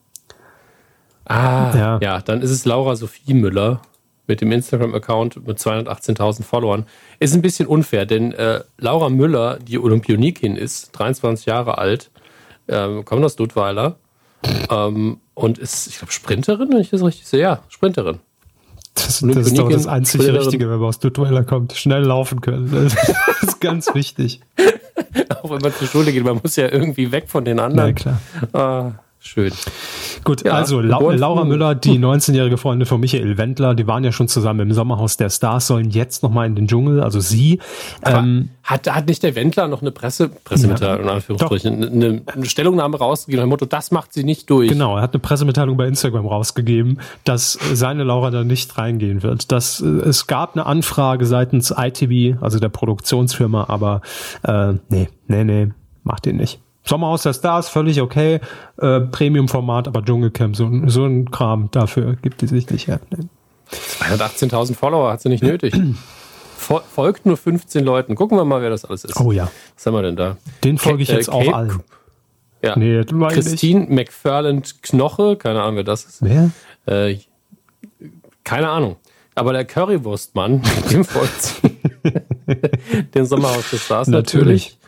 Ja, dann ist es Laura Sophie Müller mit dem Instagram-Account mit 218.000 Followern. Ist ein bisschen unfair, denn Laura Müller, die Olympionikin ist, 23 Jahre alt, kommt aus Duttweiler und ist, ich glaube, Sprinterin, wenn ich das richtig sehe. Ja, Sprinterin. Das ist doch das einzig Richtige, wenn man aus Duttweiler kommt. Schnell laufen können. Das ist ganz wichtig. Auch wenn man zur Schule geht, man muss ja irgendwie weg von den anderen. Ja, klar. Schön. Gut, ja, also Laura Müller, die 19-jährige Freundin von Michael Wendler, die waren ja schon zusammen im Sommerhaus der Stars, sollen jetzt nochmal in den Dschungel, also sie. Hat nicht der Wendler noch eine Pressemitteilung, in Anführungsstrichen, eine Stellungnahme rausgegeben, nach dem Motto, das macht sie nicht durch? Genau, er hat eine Pressemitteilung bei Instagram rausgegeben, dass seine Laura da nicht reingehen wird. Es gab eine Anfrage seitens ITV, also der Produktionsfirma, aber nee, macht ihn nicht. Sommerhaus der Stars, völlig okay, Premium-Format, aber Dschungelcamp, so ein Kram, dafür gibt die sich nicht her. Nee. 218.000 Follower hat sie nicht nötig. Folgt nur 15 Leuten. Gucken wir mal, wer das alles ist. Oh ja. Was haben wir denn da? Den folge ich jetzt auch allen. Ja. Nee, Christine McFarland Knoche, keine Ahnung, wer das ist. Wer? Keine Ahnung. Aber der Currywurstmann, dem folgt sie. Den Sommerhaus der Stars natürlich.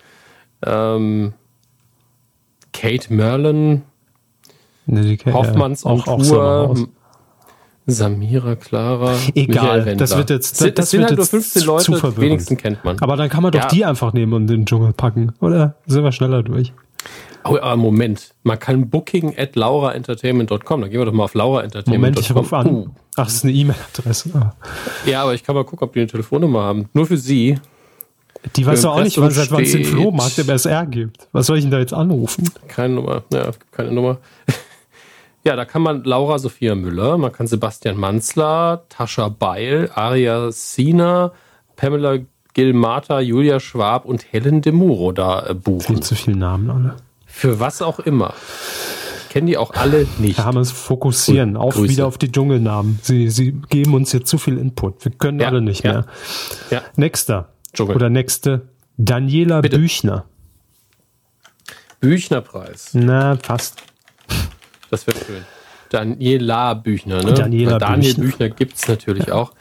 Kate Merlin, Hoffmanns und Tour, Samira Clara, egal, das wird jetzt das sind halt nur 15 Leute, die wenigsten kennt man. Aber dann kann man doch die einfach nehmen und in den Dschungel packen, oder? Sind wir schneller durch. Oh, aber Moment, man kann booking@lauraentertainment.com, dann gehen wir doch mal auf lauraentertainment.com. Moment, ich rufe an. Ach, das ist eine E-Mail-Adresse. Ja, aber ich kann mal gucken, ob die eine Telefonnummer haben. Nur für Sie. Die weiß doch auch nicht, seit wann es den Flohmarkt im SR gibt. Was soll ich denn da jetzt anrufen? Keine Nummer. Ja, es gibt keine Nummer. Ja, da kann man Laura Sophia Müller, man kann Sebastian Manzler, Tascha Beil, Aria Sina, Pamela Gilmata, Julia Schwab und Helen de Muro da buchen. Viel zu viele Namen alle. Für was auch immer. Ich kenne die auch alle nicht. Da haben wir es fokussieren, wieder auf die Dschungelnamen. Sie geben uns jetzt zu viel Input. Wir können alle nicht mehr. Ja. Nächste. Dschungel. Oder nächste. Daniela Bitte. Büchner. Büchnerpreis. Na, fast. Das wäre schön. Daniela Büchner, ne? Daniel Büchner gibt es natürlich auch.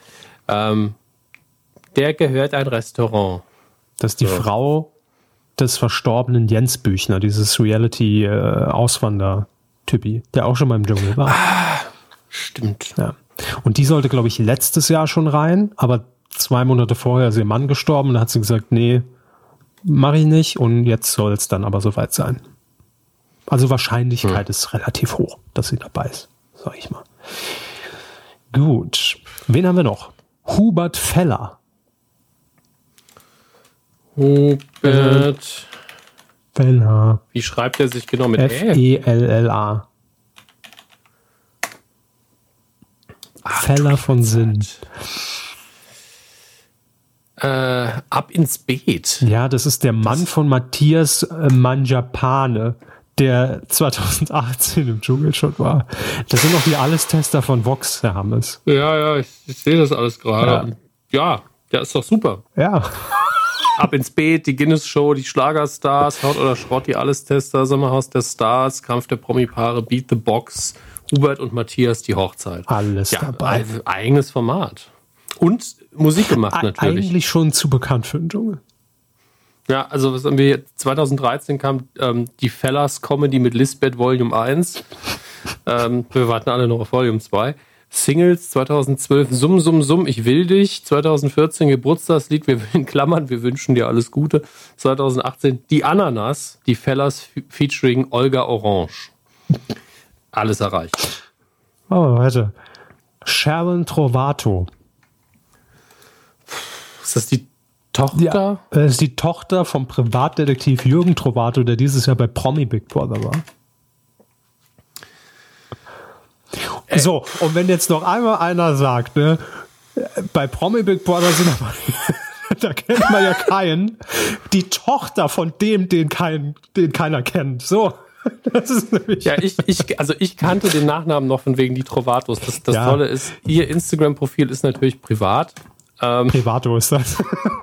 Der gehört ein Restaurant. Das ist die Frau des verstorbenen Jens Büchner, dieses Reality-Auswander-Typi, der auch schon mal im Dschungel war. Stimmt. Ja. Und die sollte, glaube ich, letztes Jahr schon rein, aber 2 Monate vorher ist ihr Mann gestorben und da hat sie gesagt, nee, mache ich nicht und jetzt soll es dann aber soweit sein. Also Wahrscheinlichkeit ist relativ hoch, dass sie dabei ist, sag ich mal. Gut. Wen haben wir noch? Hubert Feller. Hubert Feller. Wie schreibt er sich genau mit F-E-L-L-A. Feller von Sinn. Ab ins Beet. Ja, das ist der Mann von Matthias Manjapane, der 2018 im Dschungel schon war. Das sind noch die Alles-Tester von Vox, Herr Hammes. Ja, ich sehe das alles gerade. Ja, der ist doch super. Ja. Ab ins Beet, die Guinness-Show, die Schlagerstars, Haut oder Schrott, die Alles-Tester, Sommerhaus der Stars, Kampf der Promi-Paare, Beat the Box, Hubert und Matthias, die Hochzeit. Alles dabei. Eigenes Format. Und Musik gemacht natürlich. Eigentlich schon zu bekannt für den Dschungel. Ja, also was haben wir 2013 kam die Fellers Comedy mit Lisbeth Volume 1. Wir warten alle noch auf Volume 2. Singles 2012 Summ, Summ, Summ, ich will dich. 2014 Geburtstagslied, in Klammern, wir wünschen dir alles Gute. 2018 Die Ananas, die Fellers featuring Olga Orange. Alles erreicht. Oh, warte. Sharon Trovato. Ist das die Tochter? Ja, das ist die Tochter vom Privatdetektiv Jürgen Trovato, der dieses Jahr bei Promi Big Brother war. So, und wenn jetzt noch einmal einer sagt, ne, bei Promi Big Brother sind aber, da kennt man ja keinen, die Tochter von dem, den keiner kennt. So, das ist nämlich... Ja, ich kannte den Nachnamen noch von wegen die Trovatos. Das Tolle ist, ihr Instagram-Profil ist natürlich privat. Privato ist das.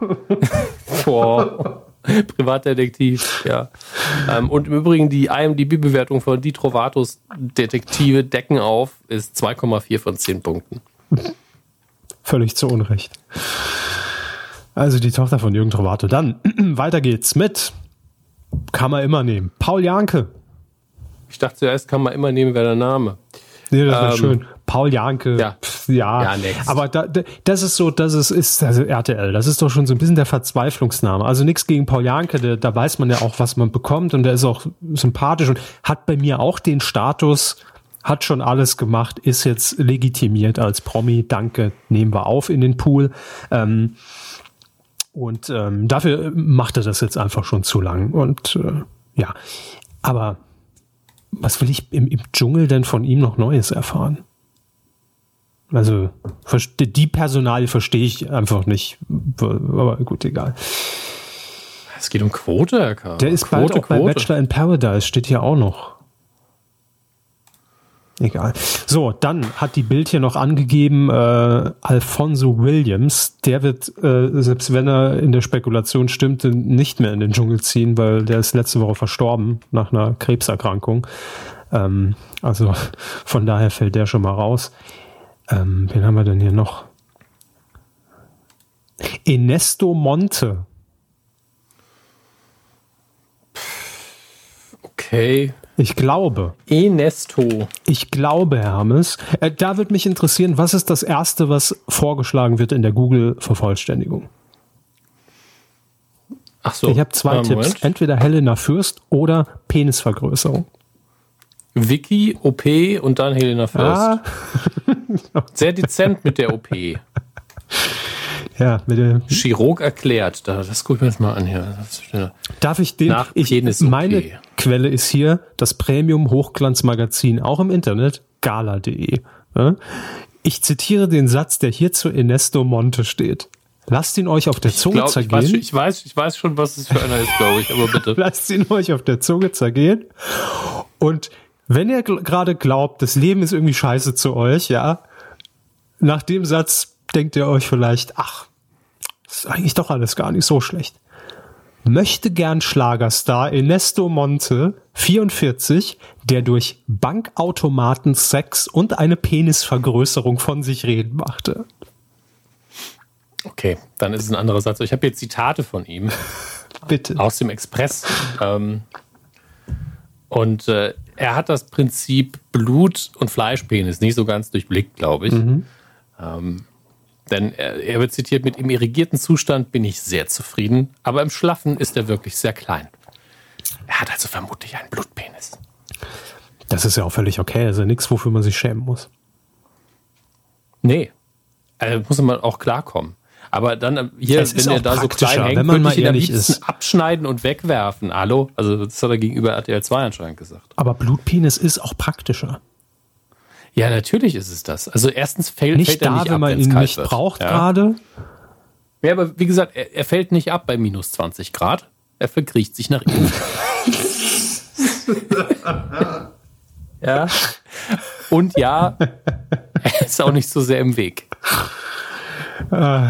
Privatdetektiv, ja. Und im Übrigen die IMDb-Bewertung von Die Trovatos Detektive decken auf ist 2,4 von 10 Punkten. Völlig zu Unrecht. Also die Tochter von Jürgen Trovato. Dann weiter geht's mit, kann man immer nehmen, Paul Janke. Ich dachte zuerst, kann man immer nehmen, wer der Name. Nee, das war schön. Paul Janke. Ja. Aber das ist so, ist also RTL. Das ist doch schon so ein bisschen der Verzweiflungsname. Also nichts gegen Paul Janke, da weiß man ja auch, was man bekommt und der ist auch sympathisch und hat bei mir auch den Status, hat schon alles gemacht, ist jetzt legitimiert als Promi. Danke, nehmen wir auf in den Pool. Und dafür macht er das jetzt einfach schon zu lang. Und ja, aber was will ich im Dschungel denn von ihm noch Neues erfahren? Also die Personalie verstehe ich einfach nicht. Aber gut, egal. Es geht um Quote, Herr K. Der ist bald auch bei Bachelor in Paradise, steht hier auch noch. Egal. So, dann hat die Bild hier noch angegeben, Alfonso Williams, der wird, selbst wenn er in der Spekulation stimmte, nicht mehr in den Dschungel ziehen, weil der ist letzte Woche verstorben nach einer Krebserkrankung. Also von daher fällt der schon mal raus. Wen haben wir denn hier noch? Ernesto Monte. Okay. Ich glaube. Ernesto. Ich glaube, Herr Hammes. Da würde mich interessieren, was ist das Erste, was vorgeschlagen wird in der Google-Vervollständigung? Ach so. Ich habe 2 Tipps. Moment. Entweder Helena Fürst oder Penisvergrößerung. Vicky, OP und dann Helena Fürst. Sehr dezent mit der OP. Ja, mit dem Chirurg erklärt. Das gucke ich mir jetzt mal an hier. Darf ich den? Meine Quelle ist hier das Premium-Hochglanzmagazin, auch im Internet, gala.de. Ich zitiere den Satz, der hier zu Ernesto Monte steht. Lasst ihn euch auf der Zunge zergehen. Ich weiß schon, was es für einer ist, glaube ich, aber bitte. Lasst ihn euch auf der Zunge zergehen. Und wenn ihr gerade glaubt, das Leben ist irgendwie scheiße zu euch, ja, nach dem Satz denkt ihr euch vielleicht, ach, ist eigentlich doch alles gar nicht so schlecht. Möchte gern Schlagerstar Ernesto Monte, 44, der durch Bankautomaten Sex und eine Penisvergrößerung von sich reden machte. Okay, dann ist es ein anderer Satz. Ich habe jetzt Zitate von ihm. Bitte. Aus dem Express. Und er hat das Prinzip Blut- und Fleischpenis nicht so ganz durchblickt, glaube ich. Denn er wird zitiert mit: Im irrigierten Zustand bin ich sehr zufrieden, aber im Schlaffen ist er wirklich sehr klein. Er hat also vermutlich einen Blutpenis. Das ist ja auch völlig okay. Also nichts, wofür man sich schämen muss. Nee. Also muss man auch klarkommen. Aber dann hier, wenn er da so klein hängt, wenn man würde ich ihn am liebsten ist. abschneiden und wegwerfen. Hallo? Also das hat er gegenüber RTL 2 anscheinend gesagt. Aber Blutpenis ist auch praktischer. Ja, natürlich ist es das. Also erstens fällt nicht er da, nicht ab, wenn man ihn nicht braucht gerade. Ja, aber wie gesagt, er fällt nicht ab bei minus 20 Grad. Er verkriecht sich nach innen. Ja. Und ja, er ist auch nicht so sehr im Weg. Leute.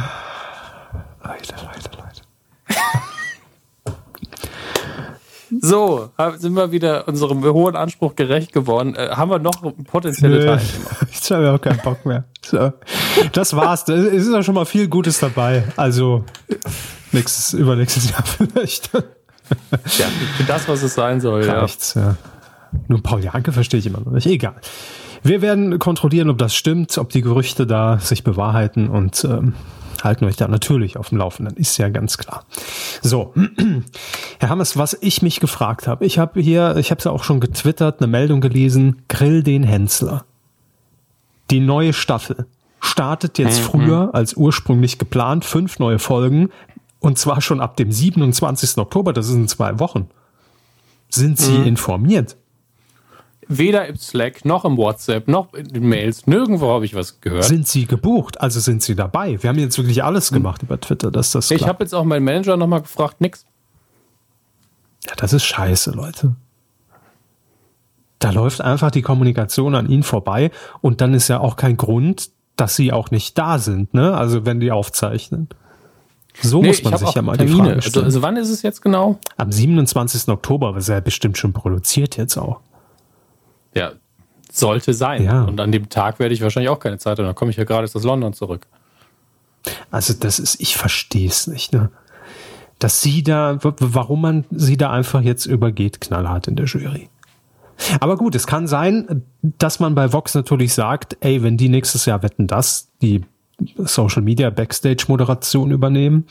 So, sind wir wieder unserem hohen Anspruch gerecht geworden. Haben wir noch potenzielle Teilnehmer? Ich habe ja auch keinen Bock mehr. So. Das war's. Es ist ja schon mal viel Gutes dabei. Also übernächstes Jahr vielleicht. Ja, für das, was es sein soll. Reicht's, ja. Nur Paul Janke verstehe ich immer noch nicht. Egal. Wir werden kontrollieren, ob das stimmt, ob die Gerüchte da sich bewahrheiten und halten euch da natürlich auf dem Laufenden. Ist ja ganz klar. So, Herr Hammes, was ich mich gefragt habe. Ich habe es ja auch schon getwittert, eine Meldung gelesen, Grill den Hensler. Die neue Staffel startet jetzt früher als ursprünglich geplant, 5 neue Folgen und zwar schon ab dem 27. Oktober, das ist in 2 Wochen. Sind Sie informiert? Weder im Slack, noch im WhatsApp, noch in den Mails. Nirgendwo habe ich was gehört. Sind Sie gebucht? Also sind Sie dabei? Wir haben jetzt wirklich alles gemacht über Twitter, dass das klappt. Ich habe jetzt auch meinen Manager nochmal gefragt, nix. Ja, das ist scheiße, Leute. Da läuft einfach die Kommunikation an Ihnen vorbei und dann ist ja auch kein Grund, dass Sie auch nicht da sind, ne? Also wenn die aufzeichnen. So muss man sich ja mal Termine. Die Frage stellen. Also wann ist es jetzt genau? Am 27. Oktober, was er bestimmt schon produziert jetzt auch. Ja, sollte sein. Ja. Und an dem Tag werde ich wahrscheinlich auch keine Zeit haben. Dann komme ich ja gerade aus London zurück. Also ich verstehe es nicht, ne? Dass warum man sie da einfach jetzt übergeht, knallhart in der Jury. Aber gut, es kann sein, dass man bei Vox natürlich sagt, ey, wenn die nächstes Jahr Wetten, dass die Social Media Backstage Moderation übernehmen,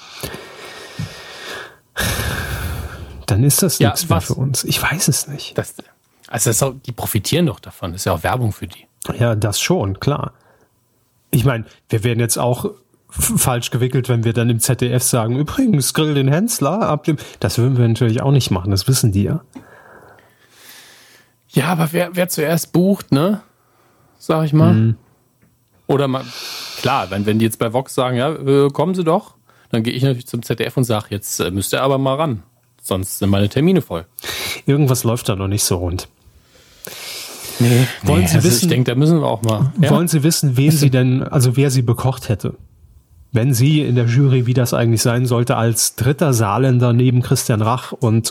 dann ist das nichts mehr für uns. Ich weiß es nicht. Die profitieren doch davon. Das ist ja auch Werbung für die. Ja, das schon, klar. Ich meine, wir werden jetzt auch falsch gewickelt, wenn wir dann im ZDF sagen, übrigens, Grill den Hensler das würden wir natürlich auch nicht machen, das wissen die ja. Ja, aber wer zuerst bucht, ne? Sag ich mal. Oder mal, klar, wenn die jetzt bei Vox sagen, ja, kommen Sie doch, dann gehe ich natürlich zum ZDF und sage, jetzt müsst ihr aber mal ran. Sonst sind meine Termine voll. Irgendwas läuft da noch nicht so rund. Nee, ich denke, da müssen wir auch mal. Ja? Wollen Sie wissen, wer sie bekocht hätte? Wenn Sie in der Jury, wie das eigentlich sein sollte, als dritter Saarländer neben Christian Rach und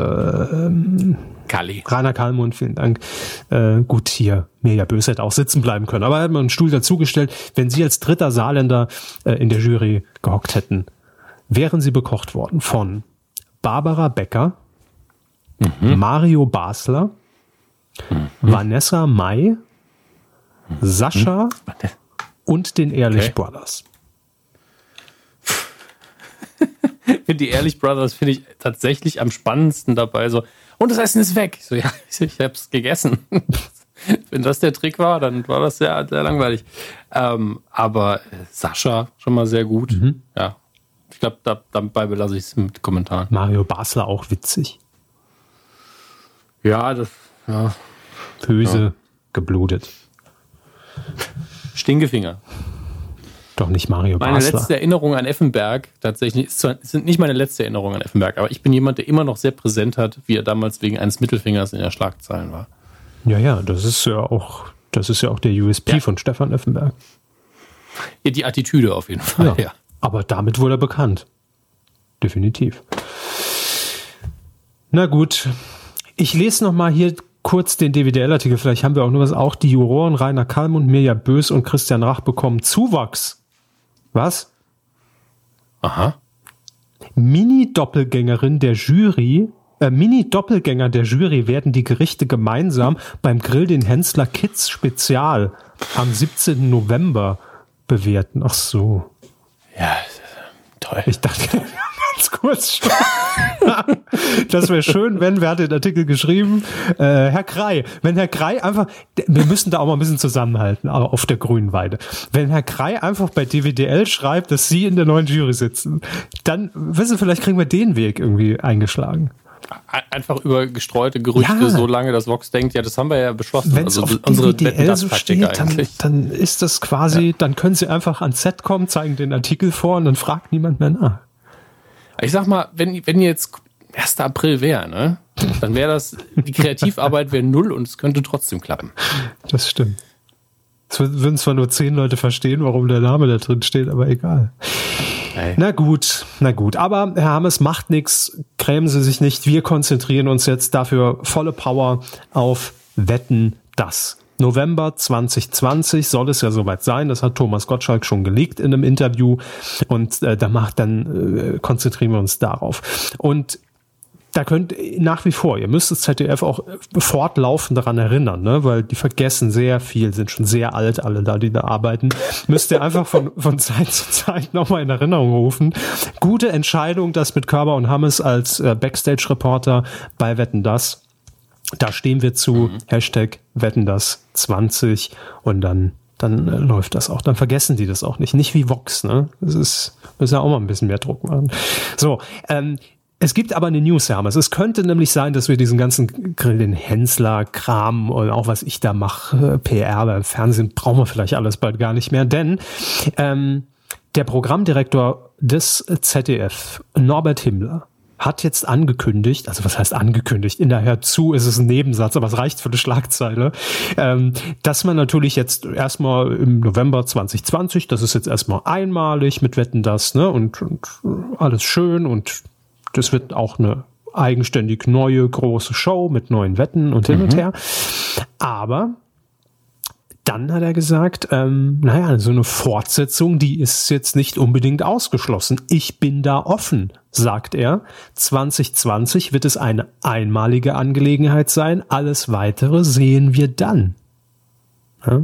Kalli. Rainer Kallmund, vielen Dank. Gut, hier, Mirja Bös hätte auch sitzen bleiben können, aber er hat mir einen Stuhl dazugestellt. Wenn Sie als dritter Saarländer in der Jury gehockt hätten, wären Sie bekocht worden von Barbara Becker, Mario Basler, Vanessa Mai, Sascha und den Ehrlich Brothers. Die Ehrlich Brothers finde ich tatsächlich am spannendsten dabei. So, und das Essen ist weg. So, ja, ich habe es gegessen. Wenn das der Trick war, dann war das sehr, sehr langweilig. Aber Sascha schon mal sehr gut. Ja, ich glaube, dabei belasse ich es mit Kommentaren. Mario Basler auch witzig. Ja, das, ja. Böse, geblutet. Stinkefinger. Doch nicht Mario Basler. Meine letzte Erinnerung an Effenberg, tatsächlich, sind nicht meine letzte Erinnerung an Effenberg, aber ich bin jemand, der immer noch sehr präsent hat, wie er damals wegen eines Mittelfingers in der Schlagzeilen war. Ja, das ist ja auch der USP von Stefan Effenberg. Ja, die Attitüde auf jeden Fall, ja. Aber damit wurde er bekannt. Definitiv. Na gut. Ich lese noch mal hier kurz den DWDL-Artikel. Vielleicht haben wir auch nur was. Auch die Juroren Rainer Kallmund, Mirja Bös und Christian Rach bekommen Zuwachs. Was? Aha. Mini-Doppelgänger der Jury werden die Gerichte gemeinsam beim Grill den Hensler Kids Spezial am 17. November bewerten. Ach so. Ja, toll. Ich dachte, ganz kurz. Das wäre schön, wer hat den Artikel geschrieben? Herr Krei. Wenn Herr Krei einfach, wir müssen da auch mal ein bisschen zusammenhalten, aber auf der grünen Weide. Wenn Herr Krei einfach bei DWDL schreibt, dass Sie in der neuen Jury sitzen, dann, vielleicht kriegen wir den Weg irgendwie eingeschlagen. Einfach über gestreute Gerüchte, solange das Vox denkt, ja, das haben wir ja beschlossen. Wenn es auf unsere DWDL so steht, dann ist das quasi, dann können Sie einfach ans Set kommen, zeigen den Artikel vor und dann fragt niemand mehr nach. Ich sag mal, wenn jetzt 1. April wäre, ne, dann wäre das, die Kreativarbeit wäre 0 und es könnte trotzdem klappen. Das stimmt. Es würden zwar nur 10 Leute verstehen, warum der Name da drin steht, aber egal. Hey. Na gut. Aber Herr Hammes, macht nichts, grämen Sie sich nicht. Wir konzentrieren uns jetzt dafür volle Power auf Wetten, das. November 2020 soll es ja soweit sein. Das hat Thomas Gottschalk schon geleakt in einem Interview. Und dann konzentrieren wir uns darauf. Und da könnt nach wie vor, ihr müsst das ZDF auch fortlaufend daran erinnern, ne? Weil die vergessen sehr viel, sind schon sehr alt, alle da, die da arbeiten. Müsst ihr einfach von Zeit zu Zeit nochmal in Erinnerung rufen. Gute Entscheidung, das mit Körber und Hammes als Backstage-Reporter bei Wetten, das. Da stehen wir zu, Hashtag Wetten, das 20 und dann läuft das auch. Dann vergessen die das auch nicht. Nicht wie Vox, ne? Müssen ja auch mal ein bisschen mehr Druck machen. So, es gibt aber eine News, Herr Hammes. Es könnte nämlich sein, dass wir diesen ganzen Grill, den Hensler-Kram und auch was ich da mache, PR beim Fernsehen, brauchen wir vielleicht alles bald gar nicht mehr. Denn der Programmdirektor des ZDF, Norbert Himmler, hat jetzt angekündigt, also was heißt angekündigt, in der Herzu ist es ein Nebensatz, aber es reicht für eine Schlagzeile, dass man natürlich jetzt erstmal im November 2020, das ist jetzt erstmal einmalig mit Wetten, das, ne, und alles schön und das wird auch eine eigenständig neue große Show mit neuen Wetten und hin und her. Aber dann hat er gesagt, so eine Fortsetzung, die ist jetzt nicht unbedingt ausgeschlossen. Ich bin da offen, sagt er. 2020 wird es eine einmalige Angelegenheit sein. Alles Weitere sehen wir dann. Ja?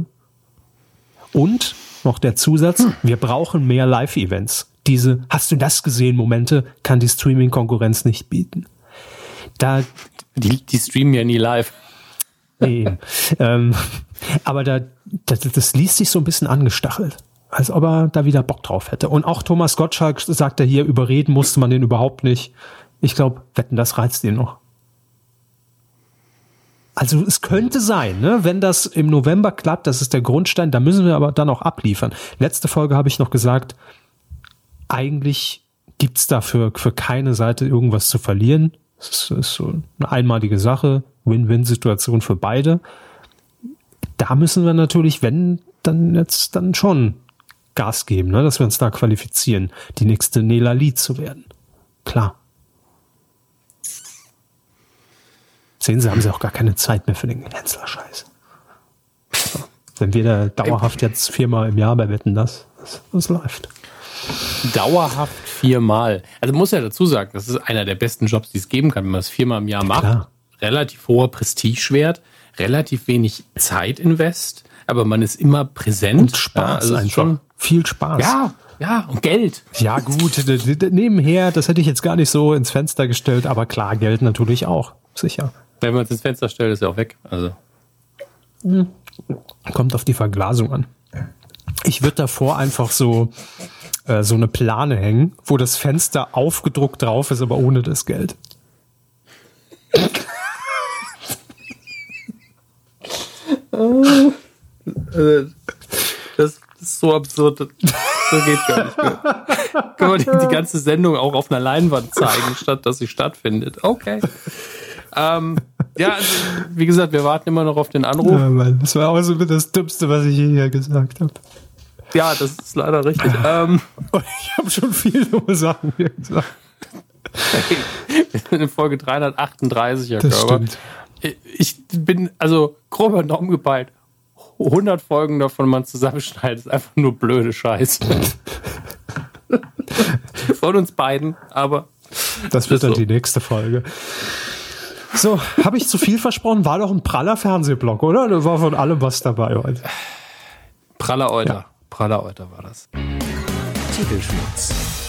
Und noch der Zusatz, wir brauchen mehr Live-Events. Diese, hast du das gesehen, Momente kann die Streaming-Konkurrenz nicht bieten. Die streamen ja nie live. Nee. Aber das liest sich so ein bisschen angestachelt, als ob er da wieder Bock drauf hätte. Und auch Thomas Gottschalk sagt er hier, überreden musste man den überhaupt nicht. Ich glaube, Wetten, das reizt ihn noch. Also es könnte sein, ne, wenn das im November klappt, das ist der Grundstein, da müssen wir aber dann auch abliefern. Letzte Folge habe ich noch gesagt, eigentlich gibt's da für keine Seite irgendwas zu verlieren. Es ist so eine einmalige Sache, Win-Win-Situation für beide. Da müssen wir natürlich, wenn, dann schon Gas geben, ne, dass wir uns da qualifizieren, die nächste Nela Lied zu werden. Klar. Sehen Sie, haben Sie auch gar keine Zeit mehr für den Hensler-Scheiß. Wenn wir da dauerhaft jetzt 4-mal im Jahr bei Wetten, das läuft. Dauerhaft 4-mal. Also muss ja dazu sagen, das ist einer der besten Jobs, die es geben kann, wenn man das 4-mal im Jahr macht. Klar. Relativ hoher Prestigewert, relativ wenig Zeitinvest, aber man ist immer präsent. Und Spaß, ja, also schon viel Spaß. Ja, und Geld. Ja gut, nebenher, das hätte ich jetzt gar nicht so ins Fenster gestellt, aber klar, Geld natürlich auch, sicher. Wenn man es ins Fenster stellt, ist ja auch weg. Also. Kommt auf die Verglasung an. Ich würde davor einfach so eine Plane hängen, wo das Fenster aufgedruckt drauf ist, aber ohne das Geld. Das ist so absurd. So geht gar nicht mehr. Kann man die ganze Sendung auch auf einer Leinwand zeigen, statt dass sie stattfindet. Okay. Also, wie gesagt, wir warten immer noch auf den Anruf. Ja, Mann, das war auch so das Dümmste, was ich hier gesagt habe. Ja, das ist leider richtig. Ich habe schon viele dumme Sachen hier gesagt. Wir sind in Folge 338, Herr Das Körber. stimmt. Ich bin, grob über den Daumen gepeilt, 100 Folgen davon man zusammenschneidet, ist einfach nur blöde Scheiße. Von uns beiden, aber das wird dann die nächste Folge. So, habe ich zu viel versprochen? War doch ein praller Fernsehblock, oder? Da war von allem was dabei heute. Praller Euter war das. Titelschmutz.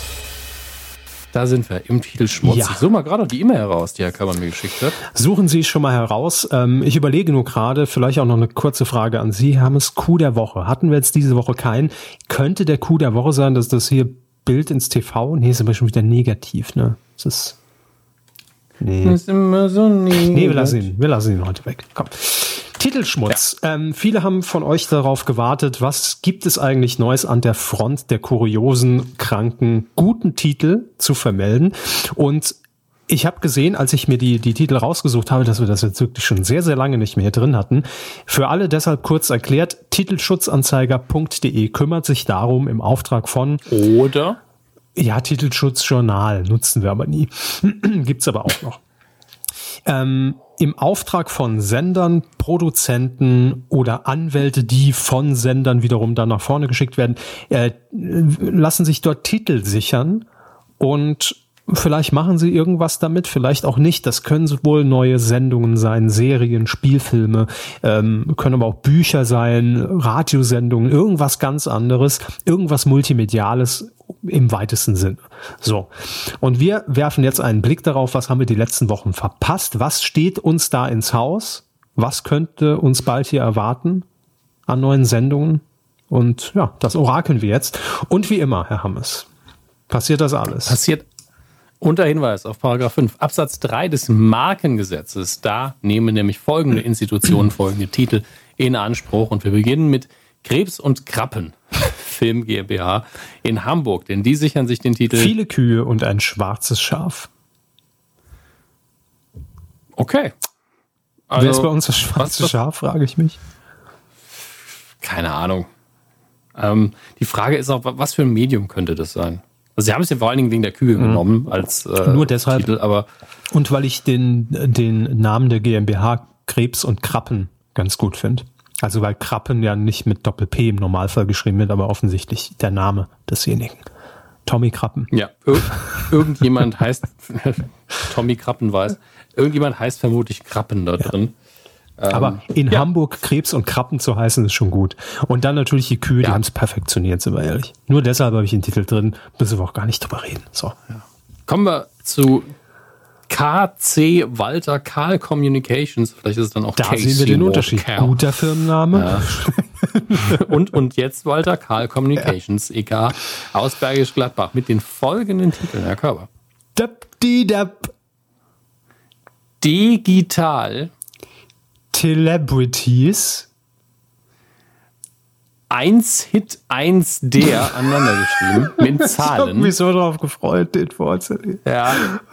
Da sind wir, im Titelschmutz. Ja. Ich suche mal gerade noch die E-Mail heraus, die Herr Körber mir geschickt hat. Suchen Sie es schon mal heraus. Ich überlege nur gerade, vielleicht auch noch eine kurze Frage an Sie. Hermes, Coup der Woche. Hatten wir jetzt diese Woche keinen? Könnte der Coup der Woche sein, dass das hier Bild ins TV? Nee, ist aber schon wieder negativ, ne? Das ist... Nee. Das ist immer so Nee, wir lassen ihn heute weg. Komm. Titelschmutz. Ja. Viele haben von euch darauf gewartet, was gibt es eigentlich Neues an der Front der kuriosen, kranken, guten Titel zu vermelden. Und ich habe gesehen, als ich mir die Titel rausgesucht habe, dass wir das jetzt wirklich schon sehr, sehr lange nicht mehr drin hatten. Für alle deshalb kurz erklärt, titelschutzanzeiger.de kümmert sich darum im Auftrag von... Oder? Ja, Titelschutzjournal nutzen wir aber nie. Gibt's aber auch noch. Im Auftrag von Sendern, Produzenten oder Anwälte, die von Sendern wiederum dann nach vorne geschickt werden, lassen sich dort Titel sichern und vielleicht machen sie irgendwas damit, vielleicht auch nicht. Das können sowohl neue Sendungen sein, Serien, Spielfilme, können aber auch Bücher sein, Radiosendungen, irgendwas ganz anderes, irgendwas Multimediales im weitesten Sinne. So. Und wir werfen jetzt einen Blick darauf, was haben wir die letzten Wochen verpasst? Was steht uns da ins Haus? Was könnte uns bald hier erwarten an neuen Sendungen? Und ja, das orakeln wir jetzt. Und wie immer, Herr Hammes, passiert das alles? Passiert unter Hinweis auf Paragraph 5 Absatz 3 des Markengesetzes. Da nehmen nämlich folgende Institutionen folgende Titel in Anspruch. Und wir beginnen mit Krebs und Krappen Film GmbH in Hamburg, denn die sichern sich den Titel Viele Kühe und ein schwarzes Schaf. Okay. Also, wer ist bei uns das schwarze Schaf, frage ich mich. Keine Ahnung. Die Frage ist auch, was für ein Medium könnte das sein? Also sie haben es ja vor allen Dingen wegen der Kühe genommen als nur deshalb, Titel, aber und weil ich den Namen der GmbH Krebs und Krappen ganz gut finde. Also weil Krappen ja nicht mit Doppel-P im Normalfall geschrieben wird, aber offensichtlich der Name desjenigen. Tommy Krappen. Ja, irgendjemand heißt Tommy Krappen weiß. Irgendjemand heißt vermutlich Krappen da drin. Aber in Hamburg Krebs und Krappen zu heißen, ist schon gut. Und dann natürlich die Kühe, die haben es perfektioniert, sind wir ehrlich. Nur deshalb habe ich den Titel drin, müssen wir auch gar nicht drüber reden. So. Ja. Kommen wir zu KC Walter Karl Communications. Vielleicht ist es dann auch da KC sehen wir den Unterschied. Karl. Guter Firmenname. Ja. und jetzt Walter Karl Communications, EK aus Bergisch Gladbach mit den folgenden Titeln, Herr Körber. Digital Celebrities 1 der aneinander geschrieben mit Zahlen. Ich habe mich so drauf gefreut, den vorzulesen. Ja.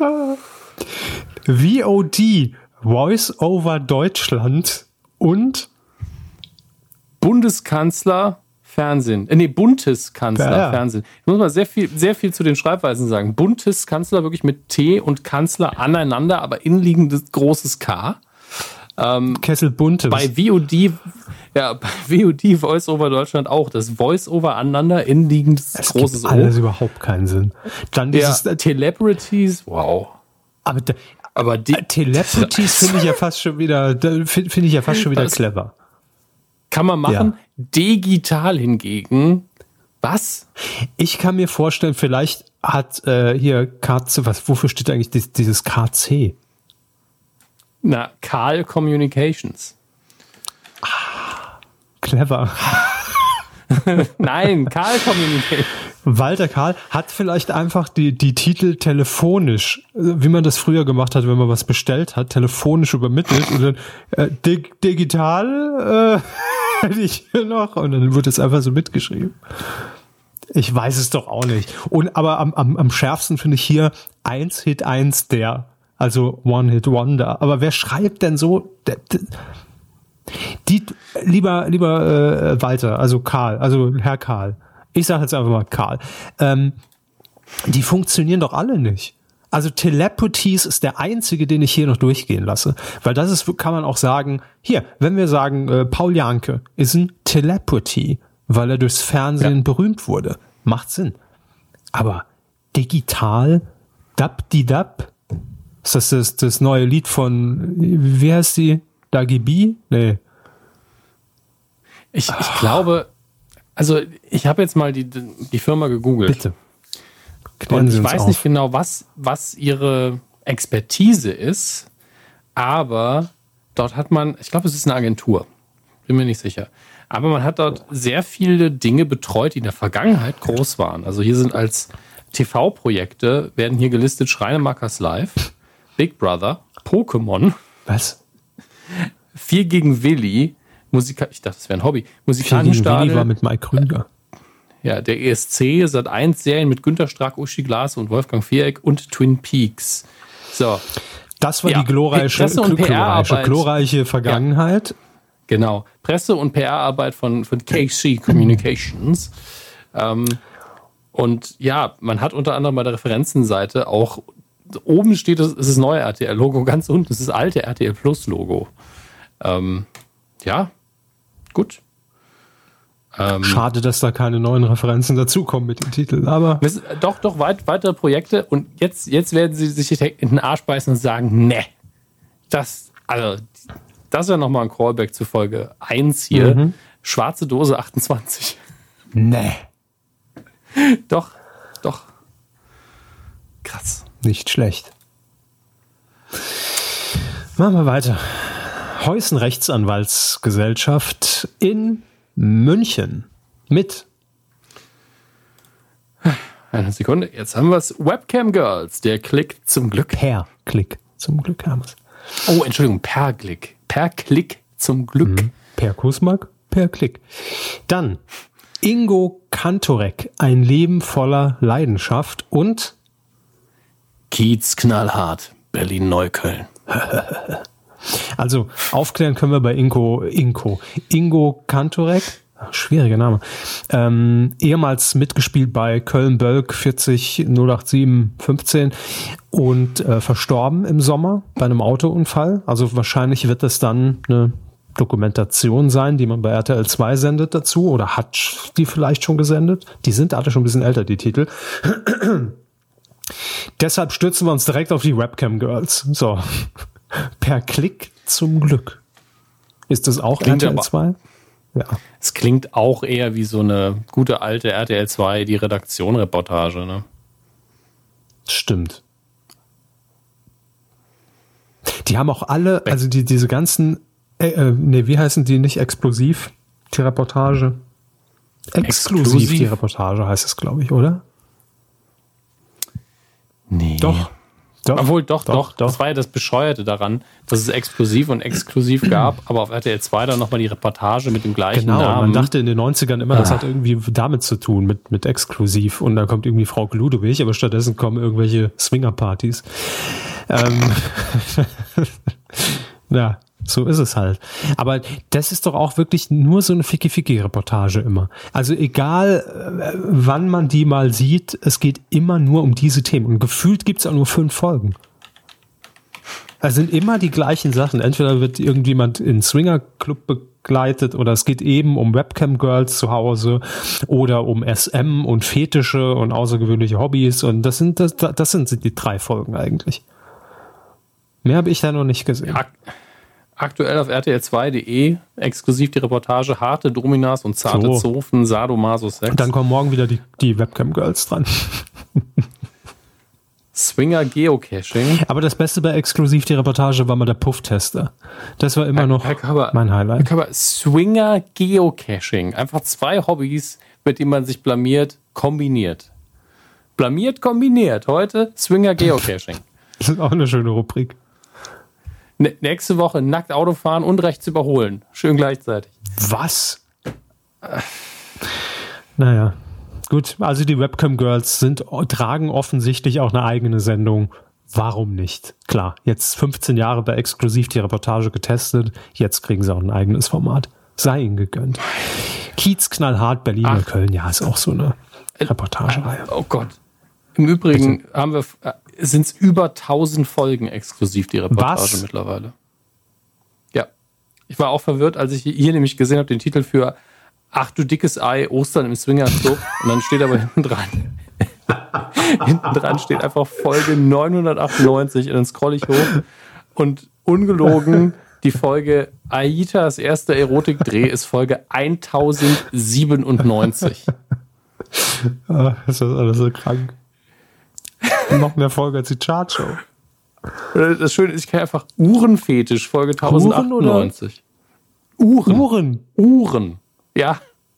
VOD, Voice over Deutschland und Bundeskanzler Fernsehen. Bundeskanzler Fernsehen. Ich muss mal sehr viel zu den Schreibweisen sagen. Bundeskanzler wirklich mit T und Kanzler aneinander, aber innenliegendes großes K. Kessel Buntes. Bei VOD Voice over Deutschland auch. Das Voice over aneinander innenliegendes großes O. Alles überhaupt keinen Sinn. Dann dieses Celebrities, wow. Aber die Celebrities finde ich ja fast schon wieder clever. Kann man machen. Ja. Digital hingegen, was? Ich kann mir vorstellen, vielleicht hat hier KC, wofür steht eigentlich dieses KC? Na, Karl Communications. Clever. Nein, Karl Communication. Walter Karl hat vielleicht einfach die Titel telefonisch, wie man das früher gemacht hat, wenn man was bestellt hat, telefonisch übermittelt und dann digital hätte ich hier noch und dann wird es einfach so mitgeschrieben. Ich weiß es doch auch nicht. Aber am schärfsten finde ich hier 1 Hit 1 der, also One Hit Wonder. Aber wer schreibt denn so? Lieber Walter, also Karl, also Herr Karl. Ich sage jetzt einfach mal Karl. Die funktionieren doch alle nicht. Also Telepathies ist der einzige, den ich hier noch durchgehen lasse. Weil das ist, kann man auch sagen, hier, wenn wir sagen, Paul Janke ist ein Telepathie, weil er durchs Fernsehen berühmt wurde. Macht Sinn. Aber digital, Dab-di-Dab, ist das neue Lied von, wie heißt die? Dagi B? Nee. Ich glaube, also ich habe jetzt mal die Firma gegoogelt. Bitte. Und ich weiß nicht genau, was ihre Expertise ist, aber dort hat man, ich glaube, es ist eine Agentur, bin mir nicht sicher, aber man hat dort sehr viele Dinge betreut, die in der Vergangenheit groß waren. Also hier sind als TV-Projekte, werden hier gelistet Schreinemakers Live, Big Brother, Pokémon. Was? 4 gegen Willi, ich dachte, das wäre ein Hobby. 4 gegen Willi war mit Mike Krüger. Ja, der ESC, Sat.1-Serien mit Günter Strack, Uschi Glas und Wolfgang Viereck und Twin Peaks. So. Das war die glorreiche Vergangenheit. Ja, genau. Presse- und PR-Arbeit von KC Communications. Und ja, man hat unter anderem bei der Referenzenseite auch, oben steht, es ist das neue RTL-Logo, ganz unten ist das alte RTL Plus-Logo. Ja, gut. Schade, dass da keine neuen Referenzen dazukommen mit dem Titel, aber... Doch, weitere Projekte und jetzt werden sie sich in den Arsch beißen und sagen, ne, das ist ja nochmal ein Callback zu Folge 1 hier. Mhm. Schwarze Dose 28. Ne. Doch. Krass. Nicht schlecht. Machen wir weiter. Heusen Rechtsanwaltsgesellschaft in München mit. Eine Sekunde, jetzt haben wir es. Webcam Girls, der Klick zum Glück. Per Klick zum Glück haben wir es. Oh, Entschuldigung, per Klick. Per Klick zum Glück. Per Kussmark, per Klick. Dann Ingo Kantorek, ein Leben voller Leidenschaft und Kiez knallhart, Berlin-Neukölln. Also aufklären können wir bei Ingo Kantorek, schwieriger Name, ehemals mitgespielt bei Köln-Bölk 40 087 15 und verstorben im Sommer bei einem Autounfall. Also wahrscheinlich wird das dann eine Dokumentation sein, die man bei RTL 2 sendet dazu oder hat die vielleicht schon gesendet. Die sind alle schon ein bisschen älter, die Titel. Deshalb stürzen wir uns direkt auf die Webcam Girls. So. Per Klick zum Glück. Ist das auch RTL 2? Ja. Es klingt auch eher wie so eine gute alte RTL 2, die Redaktion-Reportage, ne? Stimmt. Die haben auch alle, also diese ganzen, wie heißen die nicht? Explosiv, die Reportage? Exklusiv, die Reportage heißt es, glaube ich, oder? Nee. Doch. Obwohl, doch. Das war ja das Bescheuerte daran, dass es exklusiv und exklusiv gab, aber auf RTL 2 dann nochmal die Reportage mit dem gleichen Namen. Genau, man dachte in den 90ern immer, das hat irgendwie damit zu tun, mit exklusiv. Und da kommt irgendwie Frau Ludwig, aber stattdessen kommen irgendwelche Swingerpartys. Ja, so ist es halt. Aber das ist doch auch wirklich nur so eine Ficky-Ficky-Reportage immer. Also egal, wann man die mal sieht, es geht immer nur um diese Themen. Und gefühlt gibt's auch nur 5 Folgen. Es sind immer die gleichen Sachen. Entweder wird irgendjemand in Swingerclub begleitet oder es geht eben um Webcam-Girls zu Hause oder um SM und Fetische und außergewöhnliche Hobbys. Und das sind die 3 Folgen eigentlich. Mehr habe ich da noch nicht gesehen. Aktuell auf rtl2.de exklusiv die Reportage Harte Dominas und zarte Zofen, Sadomaso Sex. Dann kommen morgen wieder die Webcam Girls dran. Swinger Geocaching. Aber das Beste bei exklusiv die Reportage war mal der Puff-Tester. Das war immer noch mein Highlight. Swinger Geocaching. Einfach 2 Hobbys, mit denen man sich blamiert, kombiniert. Blamiert, kombiniert. Heute Swinger Geocaching. Das ist auch eine schöne Rubrik. Nächste Woche nackt Auto fahren und rechts überholen. Schön gleichzeitig. Was? Naja. Gut, also die Webcam-Girls tragen offensichtlich auch eine eigene Sendung. Warum nicht? Klar, jetzt 15 Jahre bei exklusiv die Reportage getestet. Jetzt kriegen sie auch ein eigenes Format. Sei ihnen gegönnt. Kiez, knallhart, Berlin und Köln. Ja, ist auch so eine Reportagereihe. Oh Gott. Im Übrigen sind es über 1000 Folgen exklusiv die Reportage mittlerweile. Ja. Ich war auch verwirrt, als ich hier nämlich gesehen habe, den Titel für Ach du dickes Ei, Ostern im Swingerclub. Und dann steht aber hinten dran steht einfach Folge 998 und dann scroll ich hoch und ungelogen die Folge Aitas erster Erotikdreh ist Folge 1097. Ist das alles so krank? Noch mehr Folge als die Chartshow. Das Schöne ist, ich kann einfach Uhrenfetisch Folge 1098. Uhren. Ja.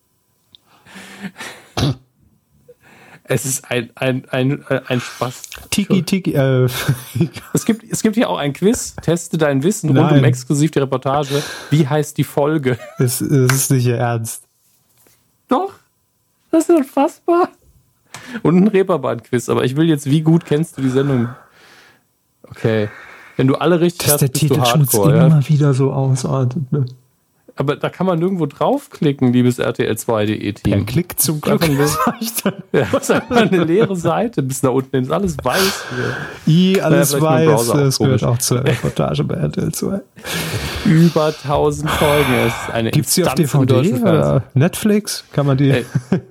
Es ist ein Spaß. Tiki. Es gibt hier auch ein Quiz. Teste dein Wissen rund um exklusiv die Reportage. Wie heißt die Folge? Es ist nicht Ihr Ernst. Doch. Das ist unfassbar. Und ein Reeperbahn-Quiz. Aber ich will jetzt, wie gut kennst du die Sendung? Okay. Wenn du alle richtig hast, bist du Hardcore. Der Titel immer wieder so ausartet, ne? Aber da kann man nirgendwo draufklicken, liebes RTL2.de-Team. Ein Klick zum Glück. Das ist einfach eine leere Seite bis da unten. Ist alles weiß hier. Alles weiß. Das gehört auch zur Reportage bei RTL2. Über 1000 Folgen. Gibt es die auf DVD oder Netflix? Kann man die...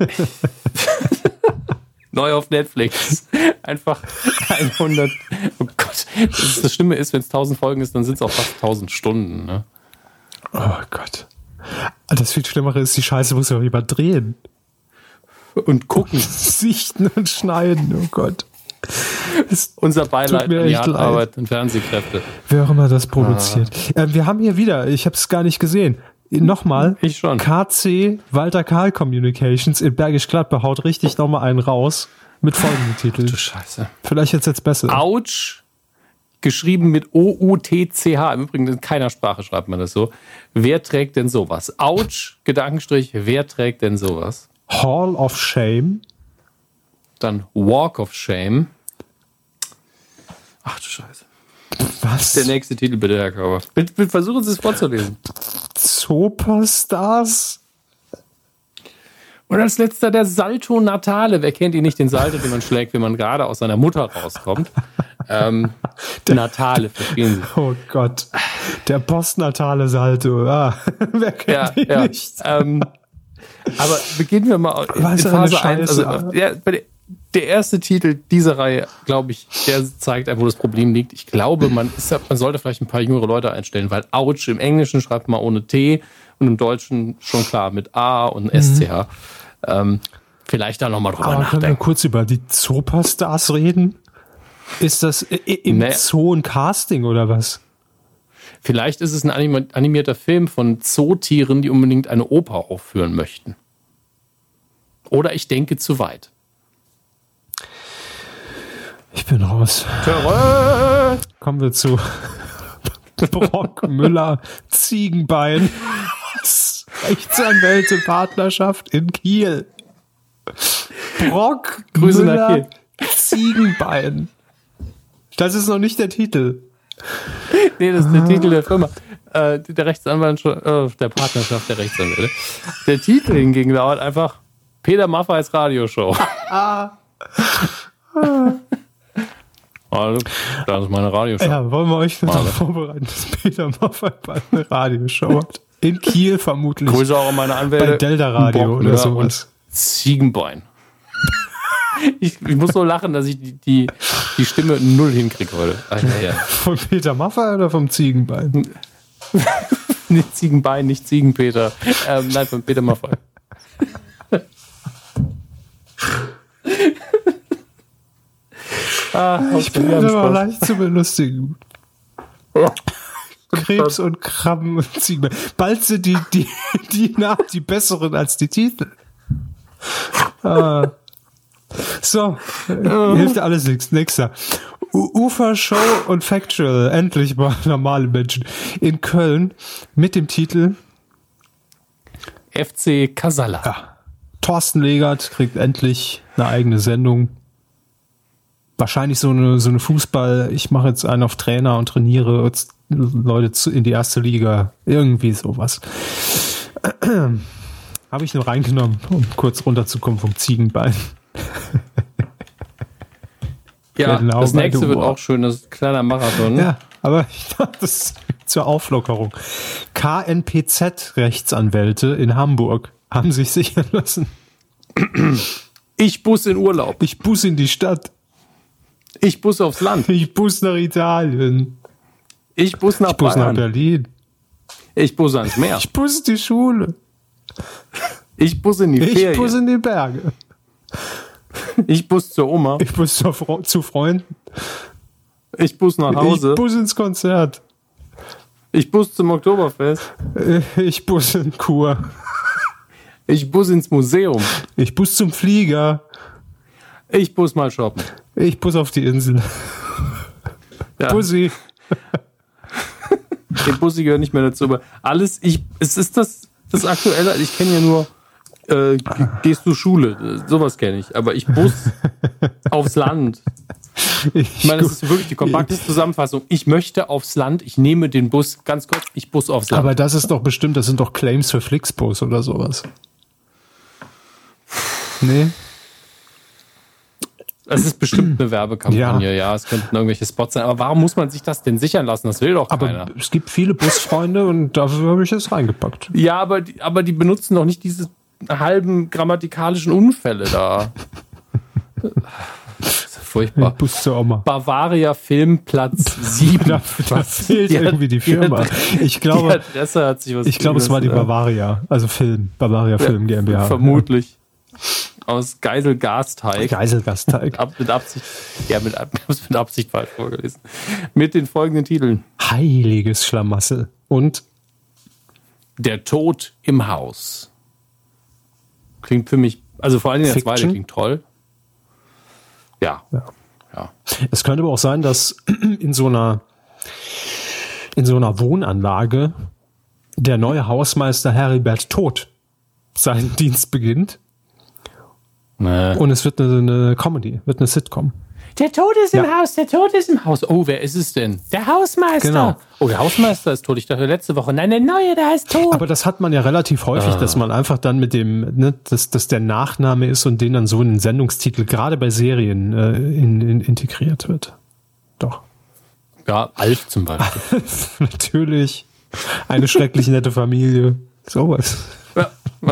Neu auf Netflix. Einfach 100... Oh Gott. Das Schlimme ist, wenn es 1000 Folgen ist, dann sind es auch fast 1000 Stunden, ne? Oh Gott. Das viel Schlimmere ist, die Scheiße muss ja auch jemand drehen. Und gucken. Sichten und schneiden, oh Gott. Unser Beileid an die harte Arbeit und Fernsehkräfte. Wer auch immer das produziert. Wir haben hier wieder, ich habe es gar nicht gesehen, nochmal, ich schon. KC Walter Karl Communications in Bergisch Gladbach haut richtig nochmal einen raus mit folgendem Titel. Du Scheiße. Vielleicht jetzt besser. Autsch. Geschrieben mit O-U-T-C-H. Im Übrigen in keiner Sprache schreibt man das so. Wer trägt denn sowas? Autsch, Gedankenstrich, wer trägt denn sowas? Hall of Shame. Dann Walk of Shame. Ach du Scheiße. Was? Der nächste Titel bitte, Herr Körber. Bitte versuchen Sie es vorzulesen. Superstars. Und als letzter der Salto Natale. Wer kennt ihn nicht, den Salto, den man schlägt, wenn man gerade aus seiner Mutter rauskommt? Natale, verstehen Sie. Oh Gott. Der postnatale Salto. Ah, wer kennt ihn nicht? Aber beginnen wir mal in Phase 1. Also, der erste Titel dieser Reihe, glaube ich, der zeigt einfach, wo das Problem liegt. Ich glaube, man sollte vielleicht ein paar jüngere Leute einstellen, weil Autsch im Englischen schreibt man ohne T und im Deutschen schon klar mit A und SCH. Vielleicht da nochmal drüber nachdenken. Können wir kurz über die Superstars reden? Ist das im Zoo ein Casting oder was? Vielleicht ist es ein animierter Film von Zootieren, die unbedingt eine Oper aufführen möchten. Oder ich denke zu weit. Ich bin raus. Kommen wir zu Brock Müller, Ziegenbein. Rechtsanwälte Partnerschaft in Kiel. Brock Grüße Müller, nach Kiel. Ziegenbein. Das ist noch nicht der Titel. Nee, das ist der Titel der Firma. Der Rechtsanwalt, der Partnerschaft der Rechtsanwälte. Der Titel hingegen lautet einfach Peter Maffeis Radioshow. Also, das ist meine Radioshow. Ja, wollen wir euch darauf vorbereiten, dass Peter Maffei bald eine Radioshow hat? In Kiel vermutlich. Grüße auch an meine Anwälte. Bei Delta Radio oder sowas. Ziegenbein. Ich muss so lachen, dass ich die Stimme null hinkriege heute. Von Peter Maffei oder vom Ziegenbein? Nicht Ziegenbein, nicht Ziegenpeter. Nein, von Peter Maffei. Ich bin aber leicht zu belustigen. Krebs und Krabben und Ziegen. Bald sind die Namen die besseren als die Titel. So, hilft alles nichts. Nächster. Ufer Show und Factual. Endlich mal normale Menschen. In Köln mit dem Titel FC Casala. Ja. Thorsten Legert kriegt endlich eine eigene Sendung. Wahrscheinlich so eine Fußball, ich mache jetzt einen auf Trainer und trainiere Leute in die erste Liga. Irgendwie sowas. Habe ich nur reingenommen, um kurz runterzukommen vom Ziegenbein. Ja, das nächste wird auch schön, das ist ein kleiner Marathon. Ja, aber ich dachte, das ist zur Auflockerung. KNPZ-Rechtsanwälte in Hamburg haben sich sichern lassen. Ich bus in Urlaub. Ich bus in die Stadt. Ich bus aufs Land. Ich bus nach Italien. Ich bus nach Berlin. Ich bus ans Meer. Ich bus die Schule. Ich bus in die Ferien. Ich bus in die Berge. Ich bus zur Oma. Ich bus zu Freunden. Ich bus nach Hause. Ich bus ins Konzert. Ich bus zum Oktoberfest. Ich bus in Kur. Ich bus ins Museum. Ich bus zum Flieger. Ich bus mal shoppen. Ich bus auf die Insel. Ja. Bussi. Der Bussi gehört nicht mehr dazu, aber alles, es ist das Aktuelle, ich kenne ja nur, gehst du Schule, sowas kenne ich, aber ich bus aufs Land. Ich meine, das ist wirklich die kompakteste Zusammenfassung. Ich möchte aufs Land, ich nehme den Bus, ganz kurz, ich bus aufs Land. Aber das ist doch bestimmt, das sind doch Claims für Flixbus oder sowas. Nee. Es ist bestimmt eine Werbekampagne, ja, es könnten irgendwelche Spots sein, aber warum muss man sich das denn sichern lassen? Das will doch keiner. Aber es gibt viele Busfreunde und dafür habe ich es reingepackt. Ja, aber die benutzen doch nicht diese halben grammatikalischen Unfälle da. Das ist furchtbar. Bus zur Oma. Bavaria Film Platz 7. Da fehlt irgendwie die Firma. Ich glaube, die Adresse hat sich was ich glaube, es war die Bavaria, also Bavaria Film GmbH. Vermutlich. Aus Geiselgasteig. Geiselgasteig. Mit Absicht. Ja, mit Absicht falsch vorgelesen. Mit den folgenden Titeln. Heiliges Schlamassel. Und Der Tod im Haus. Klingt für mich, also vor allem der zweite klingt toll. Ja. Es könnte aber auch sein, dass in so einer Wohnanlage der neue Hausmeister Heribert Tod seinen Dienst beginnt. Nee. Und es wird eine Comedy, wird eine Sitcom. Der Tod ist im Haus, der Tod ist im Haus. Oh, wer ist es denn? Der Hausmeister. Genau. Oh, der Hausmeister ist tot. Ich dachte letzte Woche, nein, der Neue, der heißt tot. Aber das hat man ja relativ häufig, dass man einfach dann mit dem, dass der Nachname ist und den dann so in den Sendungstitel, gerade bei Serien, integriert wird. Doch. Ja, Alf zum Beispiel. Natürlich. Eine schrecklich nette Familie. Sowas. Ja.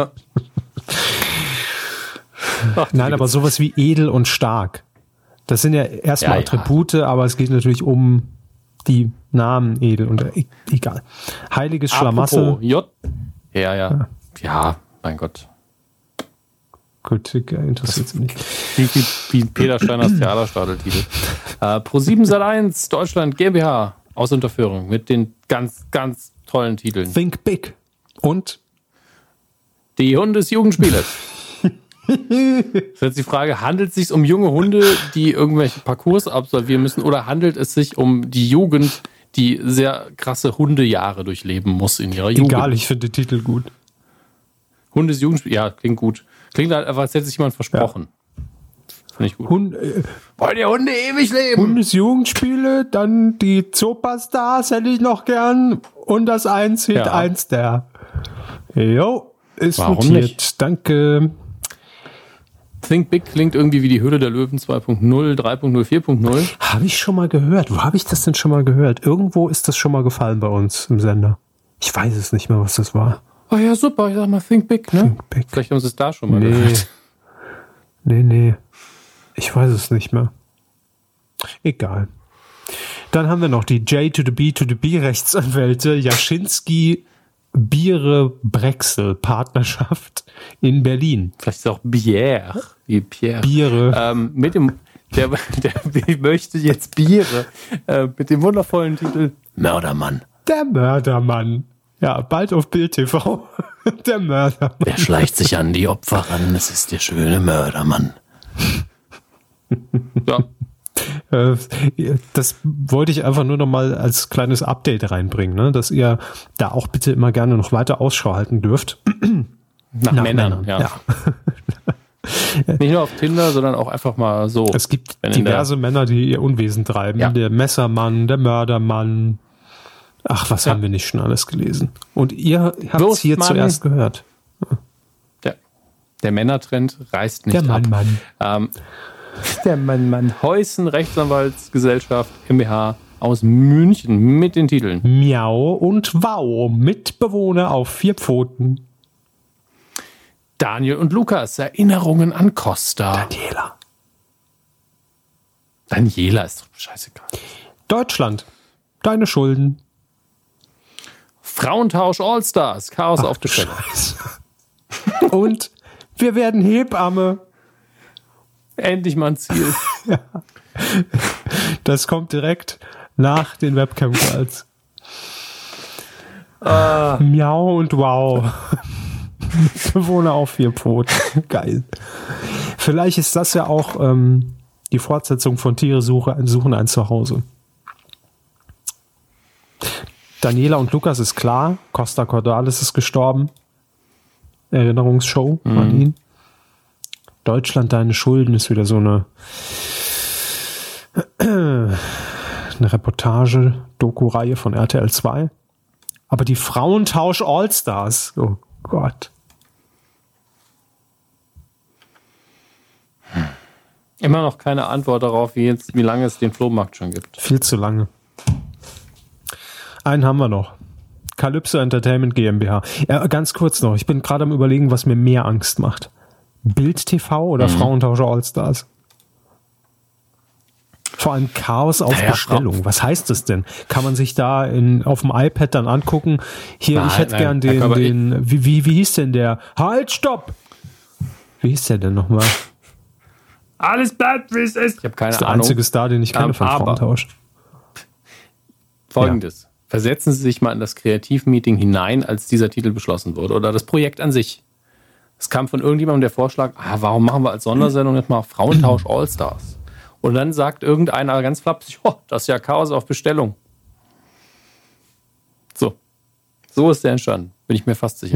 Ach, nein, aber sowas wie edel und stark. Das sind ja erstmal Attribute, aber es geht natürlich um die Namen edel und egal. Heiliges Schlamassel. J. Ja, mein Gott. Gut, interessiert mich nicht. Wie Peter Steiners Theaterstadeltitel. Pro7 Sat.1 Deutschland GmbH aus Unterführung mit den ganz, ganz tollen Titeln. Think Big. Und? Die Hundesjugendspiele. Das ist jetzt die Frage, handelt es sich um junge Hunde, die irgendwelche Parcours absolvieren müssen, oder handelt es sich um die Jugend, die sehr krasse Hundejahre durchleben muss in ihrer Jugend? Egal, ich finde den Titel gut. Hundesjugendspiele, ja, klingt gut. Klingt halt einfach, als hätte sich jemand versprochen. Ja. Finde ich gut. Wollen die Hunde ewig leben? Hundesjugendspiele, dann die Superstars hätte ich noch gern und das 1 Hit 1 der. Jo, ist warum notiert. Nicht? Danke. Think Big klingt irgendwie wie die Höhle der Löwen 2.0, 3.0, 4.0. Habe ich schon mal gehört. Wo habe ich das denn schon mal gehört? Irgendwo ist das schon mal gefallen bei uns im Sender. Ich weiß es nicht mehr, was das war. Oh ja, super. Ich sag mal Think Big, ne? Think Big. Vielleicht haben sie es da schon mal gehört. Nee. Ich weiß es nicht mehr. Egal. Dann haben wir noch die J to the B Rechtsanwälte Jaschinski Biere Brexel Partnerschaft in Berlin. Vielleicht ist es auch Bière. Wie Pierre. Biere. Mit dem Der möchte jetzt Biere mit dem wundervollen Titel Mördermann. Der Mördermann. Ja, bald auf Bild TV. Der Mördermann. Der schleicht sich an die Opfer ran. Es ist der schöne Mördermann. Ja. Das wollte ich einfach nur noch mal als kleines Update reinbringen, ne? Dass ihr da auch bitte immer gerne noch weiter Ausschau halten dürft. Nach Männern. Ja. Nicht nur auf Tinder, sondern auch einfach mal so. Es gibt diverse Männer, die ihr Unwesen treiben. Ja. Der Messermann, der Mördermann. Ach, was haben wir nicht schon alles gelesen? Und ihr habt es hier zuerst gehört. Der Männertrend reißt nicht ab. Der Mann. Heusen Rechtsanwaltsgesellschaft GmbH aus München mit den Titeln Miau und Wow, Mitbewohner auf 4 Pfoten. Daniel und Lukas, Erinnerungen an Costa. Daniela ist doch scheißegal. Deutschland, deine Schulden. Frauentausch Allstars, Chaos auf der Stelle. Und wir werden Hebamme. Endlich mal ein Ziel. Ja. Das kommt direkt nach den Webcam-Calls. Miau und Wow. Bewohner auf 4 Pfoten. Geil. Vielleicht ist das ja auch die Fortsetzung von Tiere suchen ein Zuhause. Daniela und Lukas ist klar. Costa Cordalis ist gestorben. Erinnerungsshow an ihn. Deutschland, deine Schulden ist wieder so eine Reportage-Doku-Reihe von RTL 2. Aber die Frauentausch Allstars. Oh Gott. Immer noch keine Antwort darauf, wie lange es den Flohmarkt schon gibt. Viel zu lange. Einen haben wir noch. Calypso Entertainment GmbH. Ja, ganz kurz noch. Ich bin gerade am Überlegen, was mir mehr Angst macht. Bild TV oder Frauentauscher Allstars? Vor allem Chaos auf Bestellung. Was heißt das denn? Kann man sich da auf dem iPad dann angucken? Hier, ich hätte gern wie hieß denn der? Halt, stopp! Wie hieß der denn nochmal? Alles bleibt, wie es ist. Ich habe keine Ahnung. Das ist der einzige Star, den ich kenne von Frauentausch. Folgendes. Ja. Versetzen Sie sich mal in das Kreativmeeting hinein, als dieser Titel beschlossen wurde. Oder das Projekt an sich. Es kam von irgendjemandem der Vorschlag, warum machen wir als Sondersendung jetzt mal Frauentausch Allstars? Und dann sagt irgendeiner ganz flapsig, das ist ja Chaos auf Bestellung. So ist der entstanden. Bin ich mir fast sicher.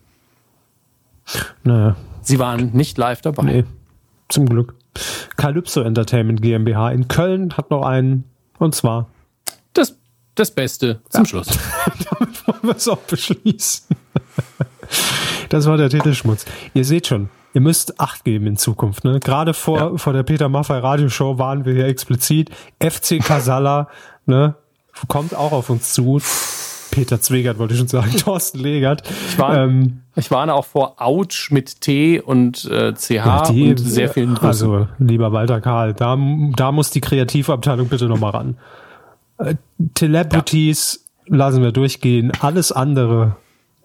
Naja. Sie waren nicht live dabei. Nee, zum Glück. Calypso Entertainment GmbH in Köln hat noch einen, und zwar das Beste zum Schluss. Damit wollen wir es auch beschließen. Das war der Titelschmutz. Ihr seht schon, ihr müsst Acht geben in Zukunft. Ne? Gerade vor der Peter Maffay Radioshow waren wir hier explizit. FC Casalla kommt auch auf uns zu. Peter Zwegert wollte ich schon sagen. Thorsten Legert. Ich warne auch vor Autsch mit T und CH und sehr vielen Grüßen. Also, lieber Walter Karl, da muss die Kreativabteilung bitte nochmal ran. Celebrities lassen wir durchgehen. Alles andere.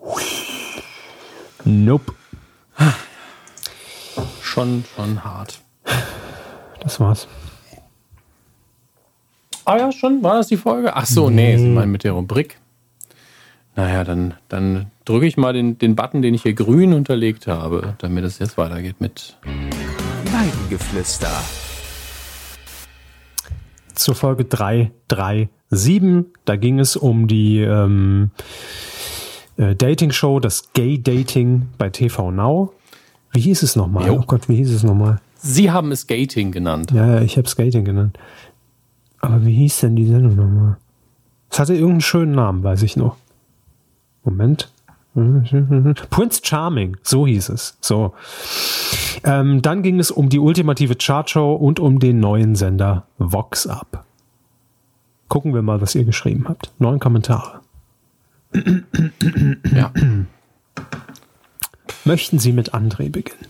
Nope. Schon hart. Das war's. Ah ja, schon? War das die Folge? Ach so, nee, Sie meinen mit der Rubrik. Naja, dann drücke ich mal den Button, den ich hier grün unterlegt habe, damit es jetzt weitergeht mit Weidengeflüster. Zur Folge 337. Da ging es um die Dating-Show, das Gay-Dating bei TV Now. Wie hieß es nochmal? Jo. Oh Gott, wie hieß es nochmal? Sie haben es Gating genannt. Ja, ich habe es Gating genannt. Aber wie hieß denn die Sendung nochmal? Es hatte irgendeinen schönen Namen, weiß ich noch. Moment. Prince Charming, so hieß es. So. Dann ging es um die ultimative Chartshow und um den neuen Sender Vox Up. Gucken wir mal, was ihr geschrieben habt. 9 Kommentare. Ja. Möchten Sie mit André beginnen?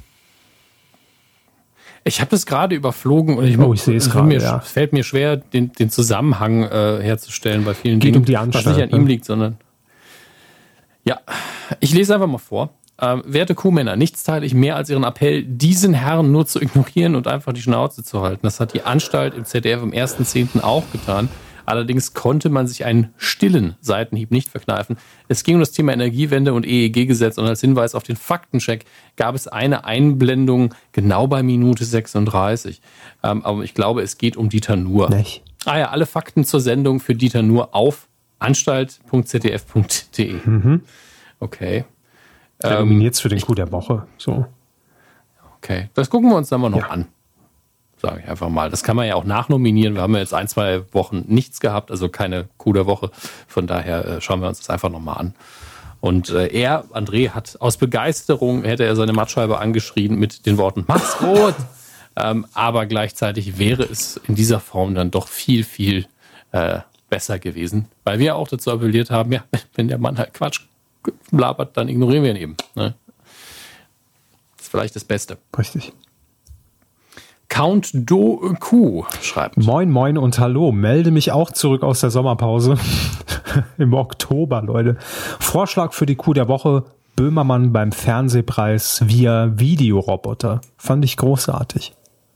Ich habe das gerade überflogen und ich sehe es gerade. Es fällt mir schwer, den Zusammenhang herzustellen bei vielen Geht Dingen, um die Anstalt, was nicht an ihm liegt, sondern ja, ich lese einfach mal vor. Werte Kuhmänner, nichts teile ich mehr als Ihren Appell, diesen Herrn nur zu ignorieren und einfach die Schnauze zu halten. Das hat die Anstalt im ZDF am 1.10. auch getan. Allerdings konnte man sich einen stillen Seitenhieb nicht verkneifen. Es ging um das Thema Energiewende und EEG-Gesetz und als Hinweis auf den Faktencheck gab es eine Einblendung genau bei Minute 36. Aber ich glaube, es geht um Dieter Nuhr. Nicht. Alle Fakten zur Sendung für Dieter Nuhr auf anstalt.zdf.de. Okay. Der nominiert für den Coup der Woche. So. Okay, das gucken wir uns dann mal noch an. Sage ich einfach mal. Das kann man ja auch nachnominieren. Wir haben ja jetzt 1-2 Wochen nichts gehabt, also keine Coup der Woche. Von daher schauen wir uns das einfach nochmal an. Und André, hat aus Begeisterung, hätte er seine Mattscheibe angeschrien mit den Worten, mach's rot! Aber gleichzeitig wäre es in dieser Form dann doch viel, viel besser gewesen. Weil wir auch dazu appelliert haben, ja, wenn der Mann halt Quatsch labert, dann ignorieren wir ihn eben. Ne? Das ist vielleicht das Beste. Richtig. Count Do Q schreibt. Moin, moin und hallo. Melde mich auch zurück aus der Sommerpause. Im Oktober, Leute. Vorschlag für die Coup der Woche. Böhmermann beim Fernsehpreis via Videoroboter. Fand ich großartig.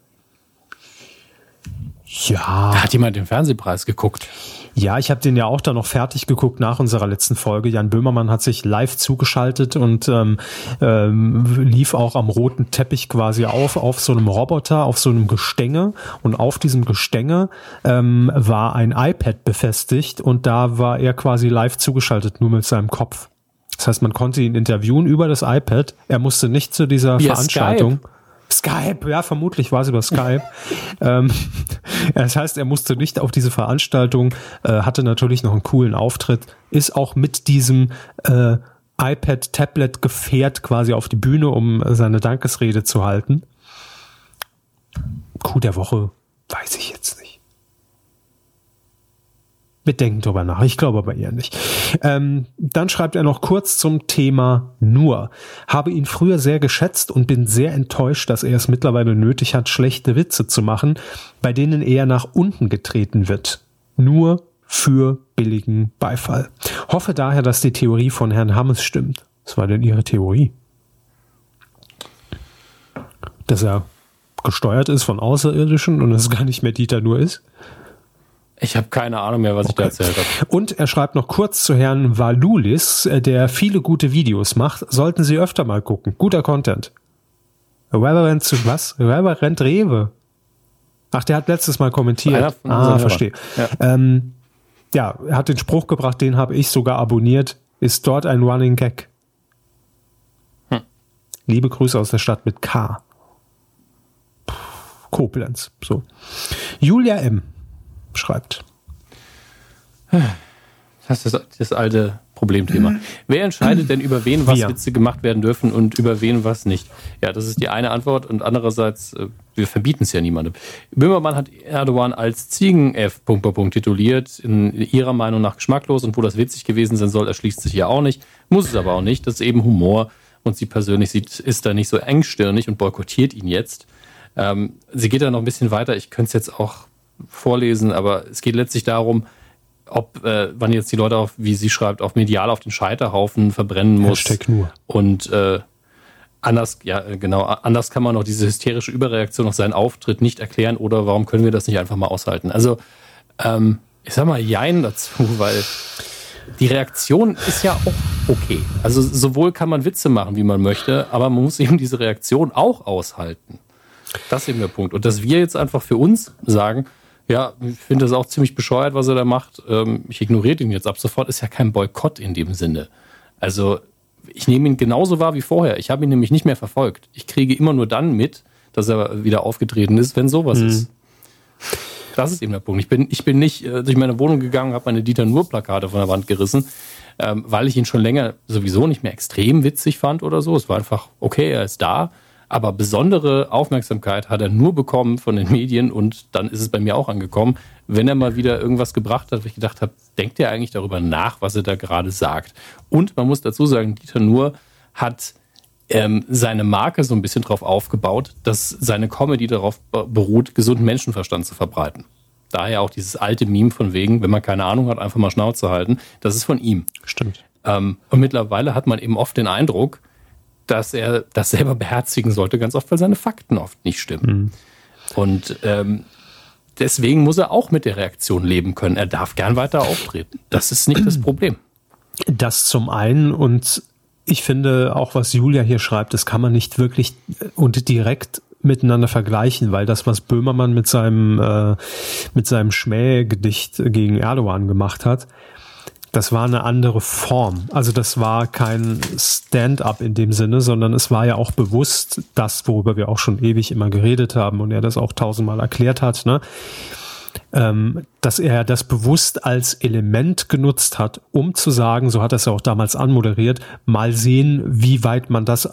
Ja. Hat jemand den Fernsehpreis geguckt? Ja, ich habe den ja auch da noch fertig geguckt nach unserer letzten Folge. Jan Böhmermann hat sich live zugeschaltet und lief auch am roten Teppich quasi auf so einem Roboter, auf so einem Gestänge. Und auf diesem Gestänge war ein iPad befestigt und da war er quasi live zugeschaltet, nur mit seinem Kopf. Das heißt, man konnte ihn interviewen über das iPad. Er musste nicht zu dieser Veranstaltung. Skype, ja, vermutlich war es über Skype. Das heißt, er musste nicht auf diese Veranstaltung, hatte natürlich noch einen coolen Auftritt, ist auch mit diesem iPad-Tablet-Gefährt quasi auf die Bühne, um seine Dankesrede zu halten. Coup der Woche, weiß ich jetzt nicht. Wir denken drüber nach. Ich glaube aber eher nicht. Dann schreibt er noch kurz zum Thema Nuhr. Habe ihn früher sehr geschätzt und bin sehr enttäuscht, dass er es mittlerweile nötig hat, schlechte Witze zu machen, bei denen er nach unten getreten wird. Nur für billigen Beifall. Hoffe daher, dass die Theorie von Herrn Hammes stimmt. Was war denn Ihre Theorie? Dass er gesteuert ist von Außerirdischen und es gar nicht mehr Dieter Nuhr ist? Ich habe keine Ahnung mehr, was ich da erzählt habe. Und er schreibt noch kurz zu Herrn Valulis, der viele gute Videos macht. Sollten Sie öfter mal gucken. Guter Content. Reverend zu was? Reverend Rewe. Ach, der hat letztes Mal kommentiert. Verstehe. Ja. Er hat den Spruch gebracht, den habe ich sogar abonniert. Ist dort ein Running Gag. Liebe Grüße aus der Stadt mit K. Koblenz. So. Julia M. schreibt. Das ist das alte Problemthema. Wer entscheidet denn, über wen was Witze gemacht werden dürfen und über wen was nicht? Ja, das ist die eine Antwort. Und andererseits, wir verbieten es ja niemandem. Böhmermann hat Erdogan als Ziegen-F... tituliert. In ihrer Meinung nach geschmacklos. Und wo das witzig gewesen sein soll, erschließt sich ja auch nicht. Muss es aber auch nicht. Das ist eben Humor. Und sie persönlich ist da nicht so engstirnig und boykottiert ihn jetzt. Sie geht da noch ein bisschen weiter. Ich könnte es jetzt auch vorlesen, aber es geht letztlich darum, ob man jetzt die Leute auf, wie sie schreibt, auf medial auf den Scheiterhaufen verbrennen muss. Hashtag nur. Und anders kann man auch diese hysterische Überreaktion auf seinen Auftritt nicht erklären oder warum können wir das nicht einfach mal aushalten? Also ich sag mal Jein dazu, weil die Reaktion ist ja auch okay. Also sowohl kann man Witze machen, wie man möchte, aber man muss eben diese Reaktion auch aushalten. Das ist eben der Punkt. Und dass wir jetzt einfach für uns sagen, ja, ich finde das auch ziemlich bescheuert, was er da macht. Ich ignoriere ihn jetzt ab sofort, ist ja kein Boykott in dem Sinne. Also ich nehme ihn genauso wahr wie vorher. Ich habe ihn nämlich nicht mehr verfolgt. Ich kriege immer nur dann mit, dass er wieder aufgetreten ist, wenn sowas ist. Das ist eben der Punkt. Ich bin nicht durch meine Wohnung gegangen, habe meine Dieter Nuhr-Plakate von der Wand gerissen, weil ich ihn schon länger sowieso nicht mehr extrem witzig fand oder so. Es war einfach, okay, er ist da. Aber besondere Aufmerksamkeit hat er nur bekommen von den Medien und dann ist es bei mir auch angekommen, wenn er mal wieder irgendwas gebracht hat, wo ich gedacht habe, denkt er eigentlich darüber nach, was er da gerade sagt? Und man muss dazu sagen, Dieter Nuhr hat seine Marke so ein bisschen drauf aufgebaut, dass seine Comedy darauf beruht, gesunden Menschenverstand zu verbreiten. Daher auch dieses alte Meme von wegen, wenn man keine Ahnung hat, einfach mal Schnauze halten. Das ist von ihm. Stimmt. Und mittlerweile hat man eben oft den Eindruck, dass er das selber beherzigen sollte, ganz oft, weil seine Fakten oft nicht stimmen. Und deswegen muss er auch mit der Reaktion leben können. Er darf gern weiter auftreten. Das ist nicht das Problem. Das zum einen, und ich finde auch, was Julia hier schreibt, das kann man nicht wirklich und direkt miteinander vergleichen, weil das, was Böhmermann mit seinem Schmähgedicht gegen Erdogan gemacht hat, das war eine andere Form. Also das war kein Stand-up in dem Sinne, sondern es war ja auch bewusst das, worüber wir auch schon ewig immer geredet haben und er das auch 1000-mal erklärt hat, ne? Dass er das bewusst als Element genutzt hat, um zu sagen, so hat er es ja auch damals anmoderiert, mal sehen, wie weit man das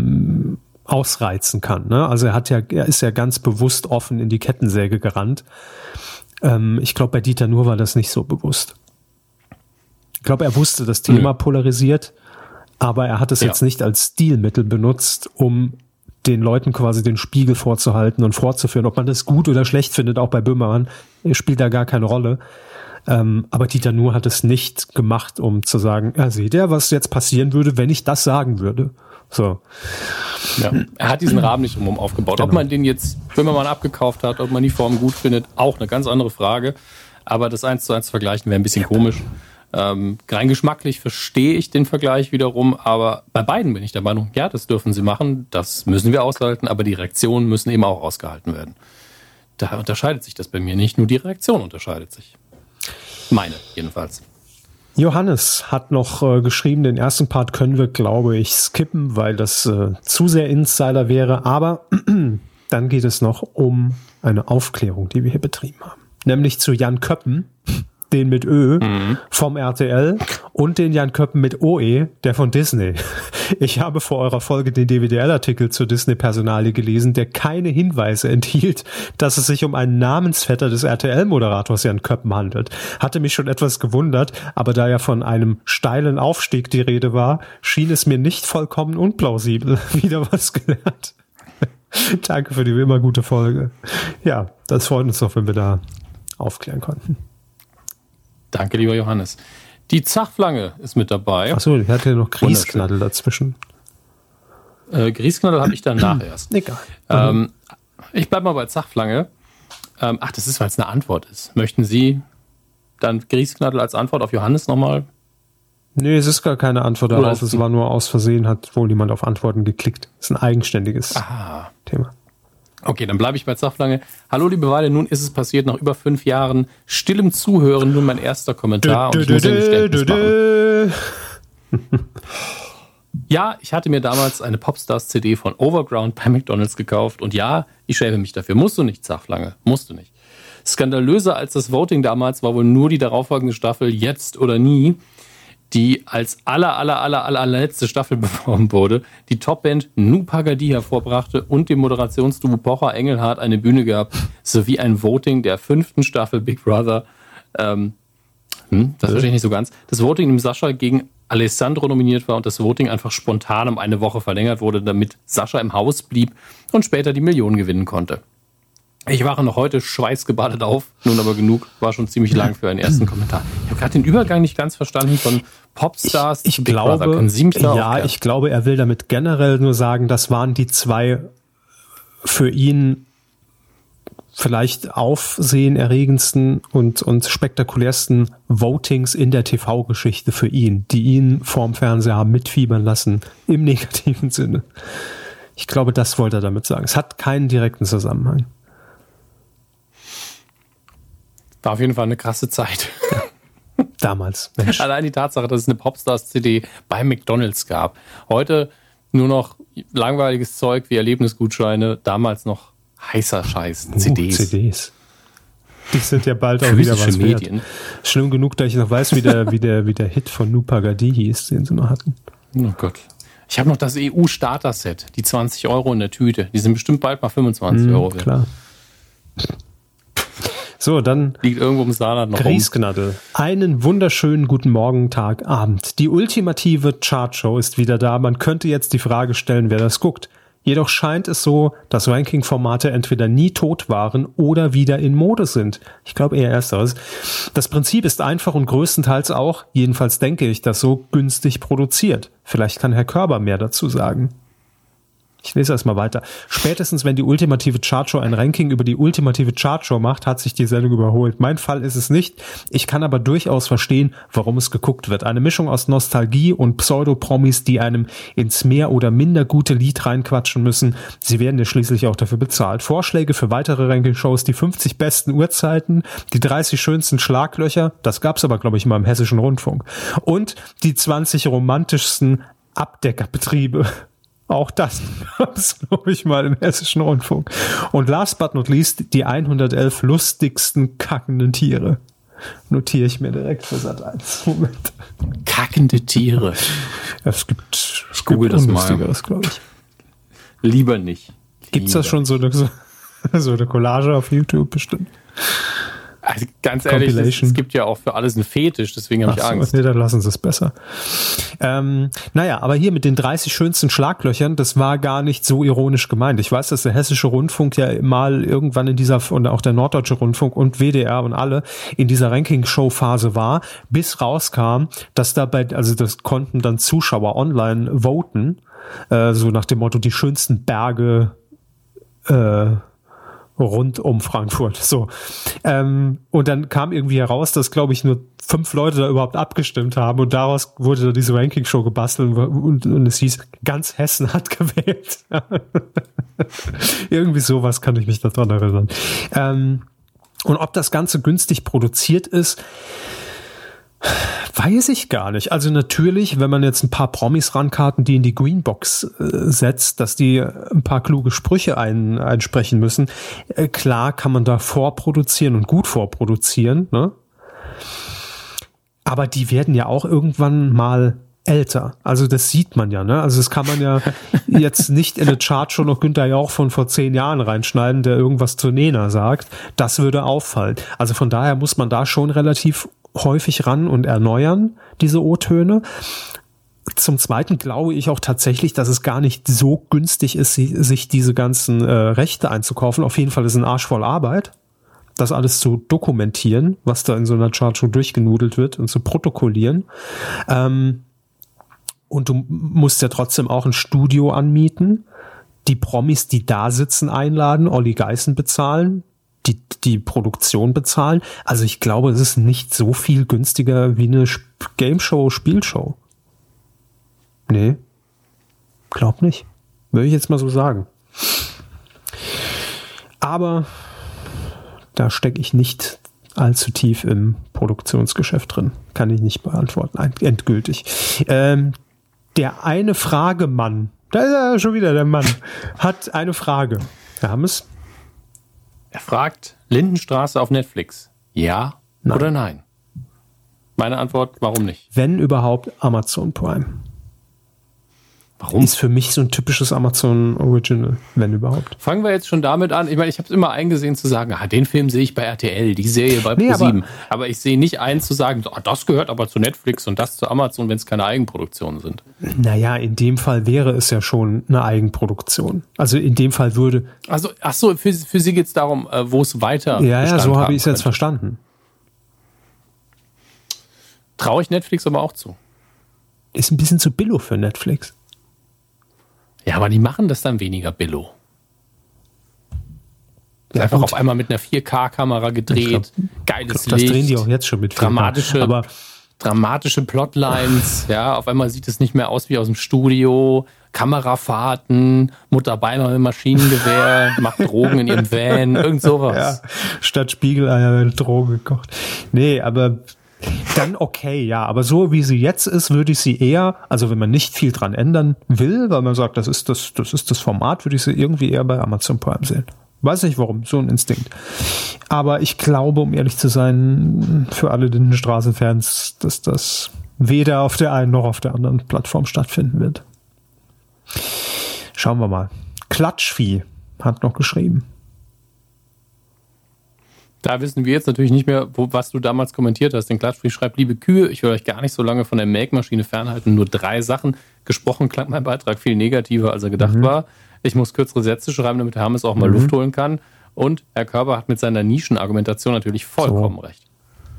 ausreizen kann, ne? Also er ist ja ganz bewusst offen in die Kettensäge gerannt. Ich glaube, bei Dieter Nuhr war das nicht so bewusst. Ich glaube, er wusste, das Thema polarisiert, aber er hat es jetzt nicht als Stilmittel benutzt, um den Leuten quasi den Spiegel vorzuhalten und fortzuführen. Ob man das gut oder schlecht findet, auch bei Böhmermann, spielt da gar keine Rolle. Aber Dieter Nuhr hat es nicht gemacht, um zu sagen, seht ihr, was jetzt passieren würde, wenn ich das sagen würde. So. Ja, er hat diesen Rahmen nicht drumherum aufgebaut. Genau. Ob man den jetzt Böhmermann abgekauft hat, ob man die Form gut findet, auch eine ganz andere Frage. Aber das 1:1 zu vergleichen wäre ein bisschen komisch. Rein geschmacklich verstehe ich den Vergleich wiederum, aber bei beiden bin ich der Meinung, ja, das dürfen sie machen, das müssen wir aushalten, aber die Reaktionen müssen eben auch ausgehalten werden. Da unterscheidet sich das bei mir nicht, nur die Reaktion unterscheidet sich. Meine jedenfalls. Johannes hat noch geschrieben, den ersten Part können wir, glaube ich, skippen, weil das zu sehr Insider wäre, aber dann geht es noch um eine Aufklärung, die wir hier betrieben haben. Nämlich zu Jan Köppen, den mit Ö vom RTL und den Jan Köppen mit OE, der von Disney. Ich habe vor eurer Folge den DWDL-Artikel zur Disney-Personalie gelesen, der keine Hinweise enthielt, dass es sich um einen Namensvetter des RTL-Moderators Jan Köppen handelt. Hatte mich schon etwas gewundert, aber da ja von einem steilen Aufstieg die Rede war, schien es mir nicht vollkommen unplausibel. Wieder was gelernt. Danke für die immer gute Folge. Ja, das freut uns doch, wenn wir da aufklären konnten. Danke, lieber Johannes. Die Zachflange ist mit dabei. Achso, ich hatte ja noch Grießknaddel dazwischen. Grießknaddel habe ich danach erst. Egal. Ich bleibe mal bei Zachflange. Das ist, weil es eine Antwort ist. Möchten Sie dann Grießknaddel als Antwort auf Johannes nochmal? Nee, es ist gar keine Antwort darauf. Es war nur aus Versehen, hat wohl jemand auf Antworten geklickt. Das ist ein eigenständiges Thema. Okay, dann bleibe ich bei Zachflange. Hallo, liebe Weile, nun ist es passiert, nach über 5 Jahren stillem Zuhören, nun mein erster Kommentar. Und ich muss ein Geständnis machen. Ja, ich hatte mir damals eine Popstars-CD von Overground bei McDonald's gekauft. Und ja, ich schäme mich dafür. Musst du nicht, Zachflange. Musst du nicht. Skandalöser als das Voting damals war wohl nur die darauffolgende Staffel Jetzt oder Nie, die als allerletzte Staffel beworben wurde, die Topband Nu Pagadi hervorbrachte und dem Moderationsduo Pocher Engelhardt eine Bühne gab, sowie ein Voting der 5. Staffel Big Brother. Das verstehe ich nicht so ganz. Das Voting, in dem Sascha gegen Alessandro nominiert war und das Voting einfach spontan um eine Woche verlängert wurde, damit Sascha im Haus blieb und später die Millionen gewinnen konnte. Ich wache noch heute schweißgebadet auf, nun aber genug, war schon ziemlich lang für einen ersten Kommentar. Ich habe gerade den Übergang nicht ganz verstanden von Popstars zu Big Brother. Können Sie mich da aufklären? Ich glaube, er will damit generell nur sagen, das waren die 2 für ihn vielleicht aufsehenerregendsten und spektakulärsten Votings in der TV-Geschichte für ihn, die ihn vorm Fernseher haben mitfiebern lassen, im negativen Sinne. Ich glaube, das wollte er damit sagen. Es hat keinen direkten Zusammenhang. War auf jeden Fall eine krasse Zeit. Ja, damals. Mensch. Allein die Tatsache, dass es eine Popstars-CD bei McDonald's gab. Heute nur noch langweiliges Zeug wie Erlebnisgutscheine. Damals noch heißer Scheiß. CDs. Die sind ja bald auch wieder was Medien wert. Schlimm genug, dass ich noch weiß, wie der Hit von Nu Pagadi hieß, den sie noch hatten. Oh Gott. Ich habe noch das EU-Starter-Set. Die 20 € in der Tüte. Die sind bestimmt bald mal 25 € wert. Klar. So, dann liegt irgendwo im Saarland noch Grießknaddel. Einen wunderschönen guten Morgen, Tag, Abend. Die ultimative Chartshow ist wieder da. Man könnte jetzt die Frage stellen, wer das guckt. Jedoch scheint es so, dass Ranking-Formate entweder nie tot waren oder wieder in Mode sind. Ich glaube eher ersteres. Das Prinzip ist einfach und größtenteils auch, jedenfalls denke ich, das so günstig produziert. Vielleicht kann Herr Körber mehr dazu sagen. Ich lese erstmal weiter. Spätestens, wenn die ultimative Chartshow ein Ranking über die ultimative Chartshow macht, hat sich die Sendung überholt. Mein Fall ist es nicht. Ich kann aber durchaus verstehen, warum es geguckt wird. Eine Mischung aus Nostalgie und Pseudo-Promis, die einem ins mehr oder minder gute Lied reinquatschen müssen. Sie werden ja schließlich auch dafür bezahlt. Vorschläge für weitere Ranking-Shows, die 50 besten Uhrzeiten, die 30 schönsten Schlaglöcher, das gab's aber, glaube ich, mal im Hessischen Rundfunk. Und die 20 romantischsten Abdeckerbetriebe. Auch das gab es, glaube ich, mal im Hessischen Rundfunk. Und last but not least, die 111 lustigsten kackenden Tiere. Notiere ich mir direkt für Sat.1. Moment. Kackende Tiere. Es gibt, ich google das mal. Glaube ich. Lieber nicht. Gibt's das schon so eine Collage auf YouTube bestimmt? Also ganz ehrlich, es gibt ja auch für alles einen Fetisch, deswegen habe ich Angst. Nee, dann lassen sie es besser. Naja, aber hier mit den 30 schönsten Schlaglöchern, das war gar nicht so ironisch gemeint. Ich weiß, dass der Hessische Rundfunk ja mal irgendwann in dieser, und auch der Norddeutsche Rundfunk und WDR und alle in dieser Ranking-Show-Phase war, bis rauskam, dass dabei, also das konnten dann Zuschauer online voten, so nach dem Motto, die schönsten Berge rund um Frankfurt. So. Und dann kam irgendwie heraus, dass, glaube ich, nur 5 Leute da überhaupt abgestimmt haben und daraus wurde da diese Ranking-Show gebastelt und es hieß, ganz Hessen hat gewählt. Irgendwie sowas kann ich mich daran erinnern. Und ob das Ganze günstig produziert ist, weiß ich gar nicht. Also natürlich, wenn man jetzt ein paar Promis rankarten, die in die Greenbox setzt, dass die ein paar kluge Sprüche einsprechen müssen, klar kann man da vorproduzieren und gut vorproduzieren, ne? Aber die werden ja auch irgendwann mal älter. Also das sieht man ja, ne? Also das kann man ja jetzt nicht in eine Chartshow noch Günther Jauch von vor 10 Jahren reinschneiden, der irgendwas zu Nena sagt. Das würde auffallen. Also von daher muss man da schon relativ häufig ran und erneuern, diese O-Töne. Zum Zweiten glaube ich auch tatsächlich, dass es gar nicht so günstig ist, sich diese ganzen Rechte einzukaufen. Auf jeden Fall ist ein Arsch voll Arbeit, das alles zu dokumentieren, was da in so einer Chartshow durchgenudelt wird und zu protokollieren. Und du musst ja trotzdem auch ein Studio anmieten, die Promis, die da sitzen, einladen, Olli Geißen bezahlen, die Produktion bezahlen. Also ich glaube, es ist nicht so viel günstiger wie eine Game-Show, Spielshow. Nee, glaub nicht. Würde ich jetzt mal so sagen. Aber da stecke ich nicht allzu tief im Produktionsgeschäft drin. Kann ich nicht beantworten, endgültig. Der eine Fragemann, da ist er schon wieder, der Mann, hat eine Frage. Herr Hammes? Er fragt, Lindenstraße auf Netflix, ja oder nein? Meine Antwort, warum nicht? Wenn überhaupt, Amazon Prime. Warum? Ist für mich so ein typisches Amazon Original, wenn überhaupt. Fangen wir jetzt schon damit an. Ich meine, ich habe es immer eingesehen zu sagen, den Film sehe ich bei RTL, die Serie bei ProSieben. Aber ich sehe nicht ein zu sagen, das gehört aber zu Netflix und das zu Amazon, wenn es keine Eigenproduktionen sind. Naja, in dem Fall wäre es ja schon eine Eigenproduktion. Also in dem Fall würde... Also, ach so, für Sie geht es darum, wo es weiter Ja, so habe ich es jetzt verstanden. Traue ich Netflix aber auch zu. Ist ein bisschen zu billo für Netflix. Ja, aber die machen das dann weniger billo. Ja, einfach auf einmal mit einer 4K-Kamera gedreht, geiles Licht. Das drehen die auch jetzt schon mit 4K. Dramatische Plotlines, ja, auf einmal sieht es nicht mehr aus wie aus dem Studio. Kamerafahrten, Mutter beinahe im Maschinengewehr, macht Drogen in ihrem Van, irgend sowas. Ja, statt Spiegeleier werden Drogen gekocht. Nee, aber... Dann okay, ja, aber so wie sie jetzt ist, würde ich sie eher, also wenn man nicht viel dran ändern will, weil man sagt, das ist das Format, würde ich sie irgendwie eher bei Amazon Prime sehen. Weiß nicht warum, so ein Instinkt. Aber ich glaube, um ehrlich zu sein, für alle Lindenstraßen-Fans, dass das weder auf der einen noch auf der anderen Plattform stattfinden wird. Schauen wir mal. Klatschvieh hat noch geschrieben. Da wissen wir jetzt natürlich nicht mehr, was du damals kommentiert hast. Den Klatschvieh schreibt, liebe Kühe, ich will euch gar nicht so lange von der Melkmaschine fernhalten. Nur 3 Sachen. Gesprochen klang mein Beitrag viel negativer, als er gedacht war. Ich muss kürzere Sätze schreiben, damit der Hammes auch mal Luft holen kann. Und Herr Körber hat mit seiner Nischenargumentation natürlich vollkommen recht.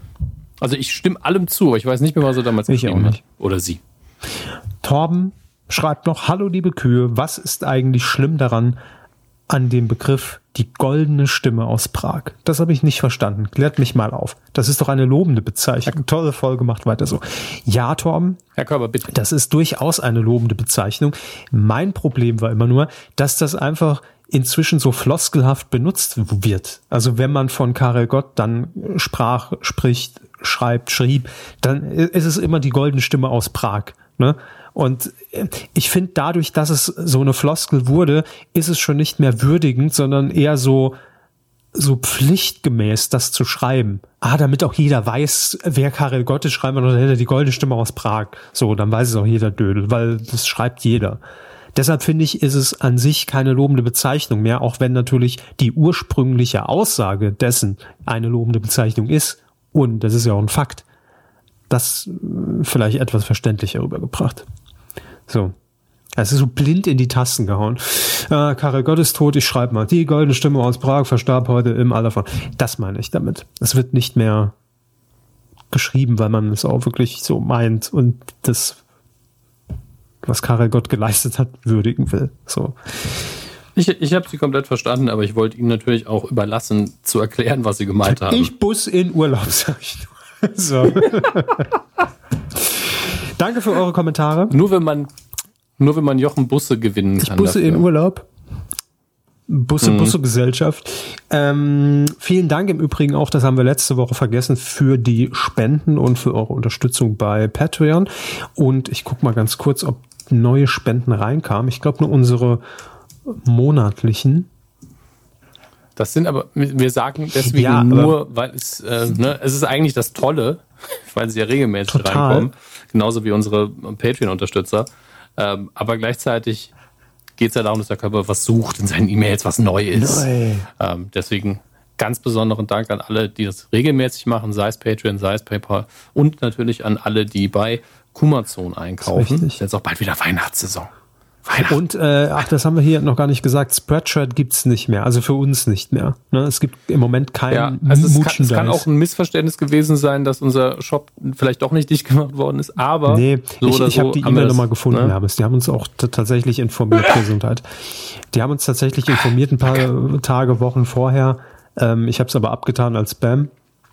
Also ich stimme allem zu, aber ich weiß nicht mehr, was er damals geschrieben hat. Oder sie. Torben schreibt noch, hallo liebe Kühe, was ist eigentlich schlimm daran, an dem Begriff die goldene Stimme aus Prag? Das habe ich nicht verstanden. Klärt mich mal auf. Das ist doch eine lobende Bezeichnung. Tolle Folge, macht weiter so. Ja, Torben. Herr Körber, bitte. Das ist durchaus eine lobende Bezeichnung. Mein Problem war immer nur, dass das einfach inzwischen so floskelhaft benutzt wird. Also wenn man von Karel Gott dann schrieb, dann ist es immer die goldene Stimme aus Prag, ne? Und ich finde, dadurch, dass es so eine Floskel wurde, ist es schon nicht mehr würdigend, sondern eher so pflichtgemäß, das zu schreiben. Damit auch jeder weiß, wer Karel Gott ist, schreibt man oder hätte die goldene Stimme aus Prag. So, dann weiß es auch jeder Dödel, weil das schreibt jeder. Deshalb finde ich, ist es an sich keine lobende Bezeichnung mehr, auch wenn natürlich die ursprüngliche Aussage dessen eine lobende Bezeichnung ist. Und das ist ja auch ein Fakt. Das vielleicht etwas verständlicher rübergebracht. So. Es ist so blind in die Tasten gehauen. Karel Gott ist tot, ich schreibe mal. Die goldene Stimme aus Prag verstarb heute im Alter von. Das meine ich damit. Es wird nicht mehr geschrieben, weil man es auch wirklich so meint und das, was Karel Gott geleistet hat, würdigen will. So. Ich habe Sie komplett verstanden, aber ich wollte Ihnen natürlich auch überlassen, zu erklären, was Sie gemeint haben. Ich Bus in Urlaub, sag ich nur. So. Danke für eure Kommentare. Nur wenn man Jochen Busse gewinnen kann. Ich Busse dafür. In Urlaub. Busse-Gesellschaft. Vielen Dank im Übrigen auch, das haben wir letzte Woche vergessen, für die Spenden und für eure Unterstützung bei Patreon. Und ich gucke mal ganz kurz, ob neue Spenden reinkamen. Ich glaube nur unsere monatlichen. Das sind aber, wir sagen deswegen ja, nur, weil es ist eigentlich das Tolle, weil sie ja regelmäßig reinkommen, genauso wie unsere Patreon-Unterstützer. Aber gleichzeitig geht es ja darum, dass der Körper was sucht in seinen E-Mails, was neu ist. Deswegen ganz besonderen Dank an alle, die das regelmäßig machen, sei es Patreon, sei es PayPal und natürlich an alle, die bei Kumazon einkaufen. Das ist jetzt auch bald wieder Weihnachtssaison. Und das haben wir hier noch gar nicht gesagt, Spreadshirt gibt's nicht mehr, also für uns nicht mehr. Ne? Es gibt im Moment kein Merchandise. Es kann auch ein Missverständnis gewesen sein, dass unser Shop vielleicht doch nicht dicht gemacht worden ist, aber ich habe die E-Mail nochmal gefunden, ne? Die haben uns auch tatsächlich informiert, Gesundheit. Die haben uns tatsächlich informiert ein paar Tage, Wochen vorher. Ich habe es aber abgetan als Spam,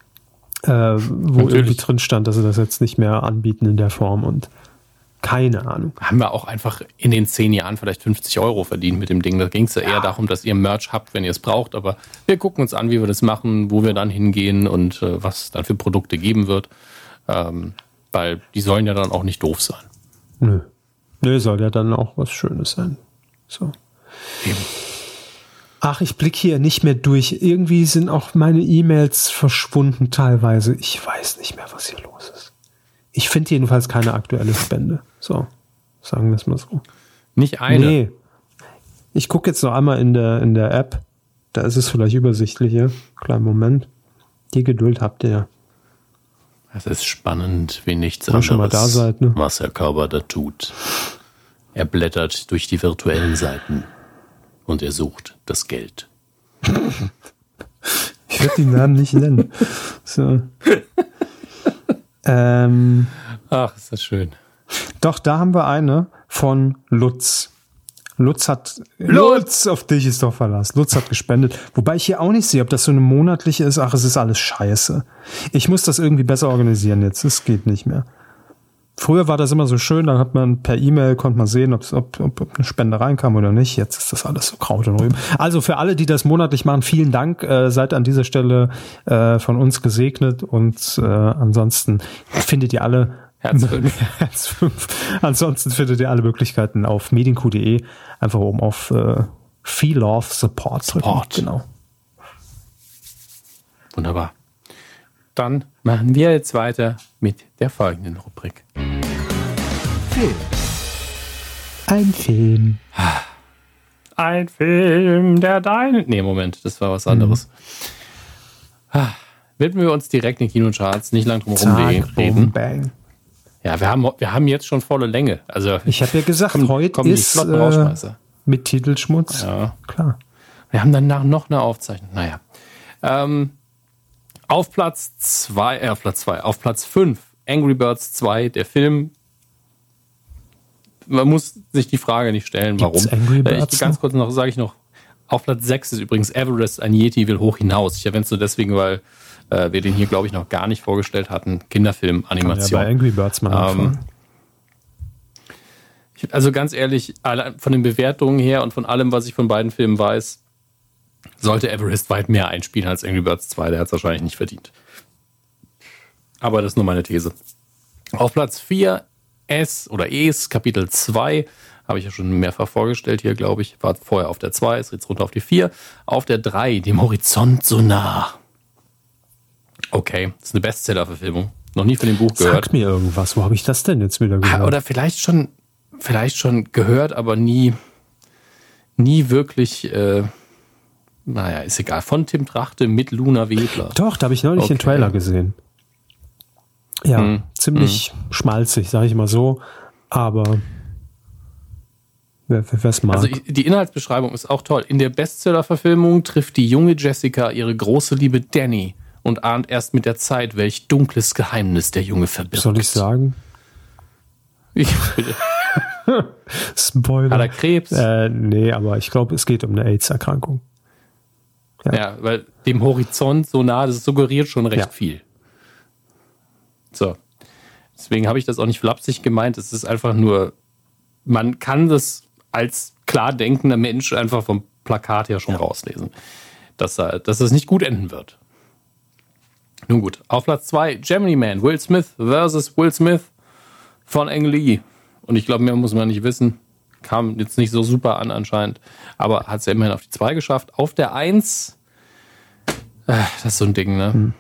wo irgendwie drin stand, dass sie das jetzt nicht mehr anbieten in der Form und keine Ahnung. Haben wir auch einfach in den 10 Jahren vielleicht 50 € verdient mit dem Ding. Da ging es ja eher darum, dass ihr Merch habt, wenn ihr es braucht. Aber wir gucken uns an, wie wir das machen, wo wir dann hingehen und was es dann für Produkte geben wird. Weil die sollen ja dann auch nicht doof sein. Nö, soll ja dann auch was Schönes sein. So. Eben. Ach, ich blicke hier nicht mehr durch. Irgendwie sind auch meine E-Mails verschwunden teilweise. Ich weiß nicht mehr, was hier los ist. Ich finde jedenfalls keine aktuelle Spende. So, sagen wir es mal so. Nicht eine? Nee. Ich gucke jetzt noch einmal in der App. Da ist es vielleicht übersichtlicher. Kleinen Moment. Die Geduld habt ihr. Es ist spannend, wie nichts anderes, schon mal da seid, ne? Was Herr Körber da tut. Er blättert durch die virtuellen Seiten und er sucht das Geld. Ich werde den Namen nicht nennen. So. Ach, ist das schön. Doch, da haben wir eine von Lutz. Lutz, auf dich ist doch Verlass. Lutz hat gespendet. Wobei ich hier auch nicht sehe, ob das so eine monatliche ist. Ach, es ist alles scheiße. Ich muss das irgendwie besser organisieren jetzt. Es geht nicht mehr. Früher war das immer so schön, dann hat man per E-Mail, konnte man sehen, ob eine Spende reinkam oder nicht. Jetzt ist das alles so Kraut und Rüben. Also für alle, die das monatlich machen, vielen Dank. Seid an dieser Stelle von uns gesegnet und ansonsten findet ihr alle Herz 5. Ansonsten findet ihr alle Möglichkeiten auf medienq.de. Einfach oben auf Feel Love Support drücken. Genau. Wunderbar. Dann machen wir jetzt weiter mit der folgenden Rubrik. Film. Ein Film. Ein Film, der dein... Nee, Moment, das war was anderes. Widmen wir uns direkt in Kinocharts, nicht lang drum herum reden. Bang. Ja, wir haben jetzt schon volle Länge. Also ich habe ja gesagt, heute ist mit Titelschmutz. Ja, klar. Wir haben danach noch eine Aufzeichnung. Naja. Auf Platz 5, Angry Birds 2, der Film, man muss sich die Frage nicht stellen, warum. Angry Birds ganz kurz noch, sage ich noch, auf Platz 6 ist übrigens Everest, ein Yeti will hoch hinaus. Ich erwähne es nur deswegen, weil wir den hier, glaube ich, noch gar nicht vorgestellt hatten. Kinderfilm, Animation. Ja, bei Angry Birds mal also ganz ehrlich, von den Bewertungen her und von allem, was ich von beiden Filmen weiß, sollte Everest weit mehr einspielen als Angry Birds 2. Der hat es wahrscheinlich nicht verdient. Aber das ist nur meine These. Auf Platz 4 Es Kapitel 2. Habe ich ja schon mehrfach vorgestellt hier, glaube ich. War vorher auf der 2, ist jetzt runter auf die 4. Auf der 3, dem Horizont so nah. Okay, das ist eine Bestseller-Verfilmung. Noch nie von dem Buch gehört. Sag mir irgendwas, wo habe ich das denn jetzt wieder gehört? Oder vielleicht schon gehört, aber nie wirklich, naja, ist egal. Von Tim Trachte mit Luna Wedler. Doch, da habe ich neulich den Trailer gesehen. Ja, ziemlich schmalzig, sage ich mal so. Aber wer's mag. Also die Inhaltsbeschreibung ist auch toll. In der Bestseller-Verfilmung trifft die junge Jessica ihre große Liebe Danny und ahnt erst mit der Zeit, welch dunkles Geheimnis der Junge verbirgt. Soll ich sagen? Bitte. Spoiler. Hat er Krebs? Nee, aber ich glaube, es geht um eine AIDS-Erkrankung. Ja, weil dem Horizont so nah, das suggeriert schon recht viel. So. Deswegen habe ich das auch nicht flapsig gemeint. Es ist einfach nur, man kann das als klar denkender Mensch einfach vom Plakat her schon rauslesen, dass das nicht gut enden wird. Nun gut, auf Platz 2, Gemini Man, Will Smith versus Will Smith von Ang Lee. Und ich glaube, mehr muss man nicht wissen. Kam jetzt nicht so super an anscheinend, aber hat es ja immerhin auf die 2 geschafft. Auf der 1, das ist so ein Ding, ne?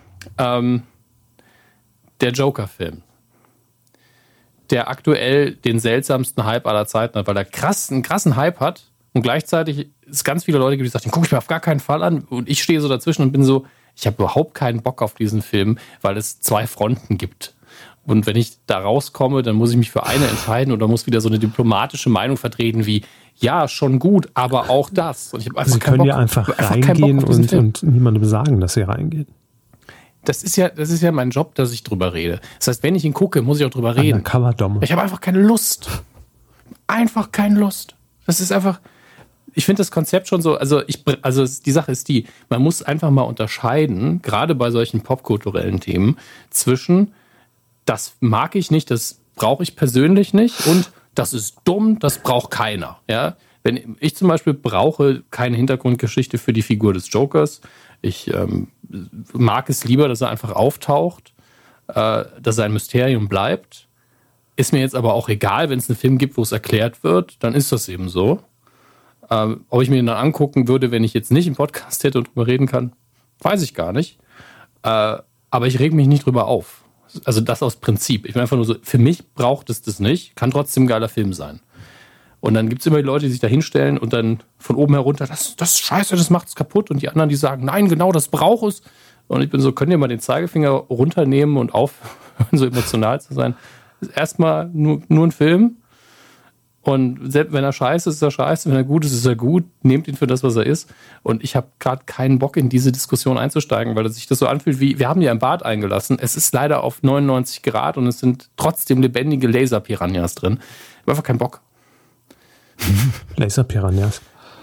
Der Joker-Film, der aktuell den seltsamsten Hype aller Zeiten hat, weil er einen krassen Hype hat und gleichzeitig es ganz viele Leute gibt, die sagen, den gucke ich mir auf gar keinen Fall an und ich stehe so dazwischen und bin so, ich habe überhaupt keinen Bock auf diesen Film, weil es 2 Fronten gibt. Und wenn ich da rauskomme, dann muss ich mich für eine entscheiden oder muss wieder so eine diplomatische Meinung vertreten wie, ja, schon gut, aber auch das. Und ich habe einfach Sie können ja einfach reingehen und niemandem sagen, dass Sie reingehen. Das ist ja mein Job, dass ich drüber rede. Das heißt, wenn ich ihn gucke, muss ich auch drüber reden. Ich habe einfach keine Lust. Einfach keine Lust. Das ist einfach, ich finde das Konzept schon so, also die Sache ist die, man muss einfach mal unterscheiden, gerade bei solchen popkulturellen Themen, zwischen das mag ich nicht, das brauche ich persönlich nicht und das ist dumm, das braucht keiner. Ja? Wenn ich zum Beispiel brauche keine Hintergrundgeschichte für die Figur des Jokers, ich mag es lieber, dass er einfach auftaucht, dass er ein Mysterium bleibt. Ist mir jetzt aber auch egal, wenn es einen Film gibt, wo es erklärt wird, dann ist das eben so. Ob ich mir den dann angucken würde, wenn ich jetzt nicht im Podcast hätte und drüber reden kann, weiß ich gar nicht. Aber ich reg mich nicht drüber auf. Also das aus Prinzip. Ich bin einfach nur so, für mich braucht es das nicht, kann trotzdem ein geiler Film sein. Und dann gibt es immer die Leute, die sich da hinstellen und dann von oben herunter, das ist scheiße, das macht's kaputt. Und die anderen, die sagen, nein, genau, das braucht es. Und ich bin so, könnt ihr mal den Zeigefinger runternehmen und aufhören, so emotional zu sein? Das ist erstmal nur ein Film. Und selbst wenn er scheiße ist, ist er scheiße. Wenn er gut ist, ist er gut. Nehmt ihn für das, was er ist. Und ich habe gerade keinen Bock, in diese Diskussion einzusteigen, weil sich das so anfühlt wie, wir haben ja ein Bad eingelassen. Es ist leider auf 99 Grad und es sind trotzdem lebendige Laser-Piranhas drin. Ich habe einfach keinen Bock. Laser-Piranhas.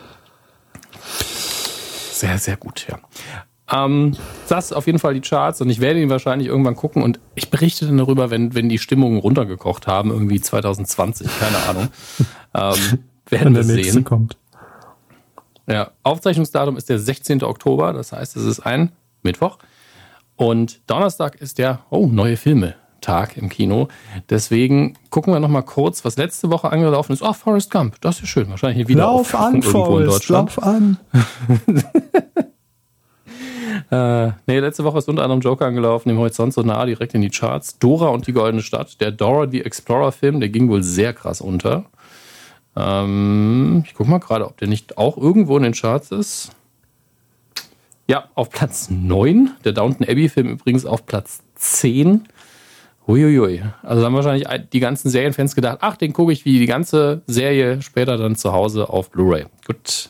Sehr, sehr gut, ja. Das ist auf jeden Fall die Charts und ich werde ihn wahrscheinlich irgendwann gucken und ich berichte dann darüber, wenn die Stimmungen runtergekocht haben, irgendwie 2020, keine Ahnung. Werden wir sehen. Kommt. Ja, Aufzeichnungsdatum ist der 16. Oktober, das heißt, es ist ein Mittwoch und Donnerstag ist der neue Filme-Tag im Kino. Deswegen gucken wir noch mal kurz, was letzte Woche angelaufen ist. Forrest Gump, das ist schön. Wahrscheinlich wieder Lauf an, Forrest, lauf an. Letzte Woche ist unter anderem Joker angelaufen, dem Horizont so nah, direkt in die Charts. Dora und die Goldene Stadt, der Dora the Explorer-Film, der ging wohl sehr krass unter. Ich gucke mal gerade, ob der nicht auch irgendwo in den Charts ist. Ja, auf Platz 9. Der Downton Abbey-Film übrigens auf Platz 10. Huiuiui. Also haben wahrscheinlich die ganzen Serienfans gedacht, den gucke ich wie die ganze Serie später dann zu Hause auf Blu-ray. Gut.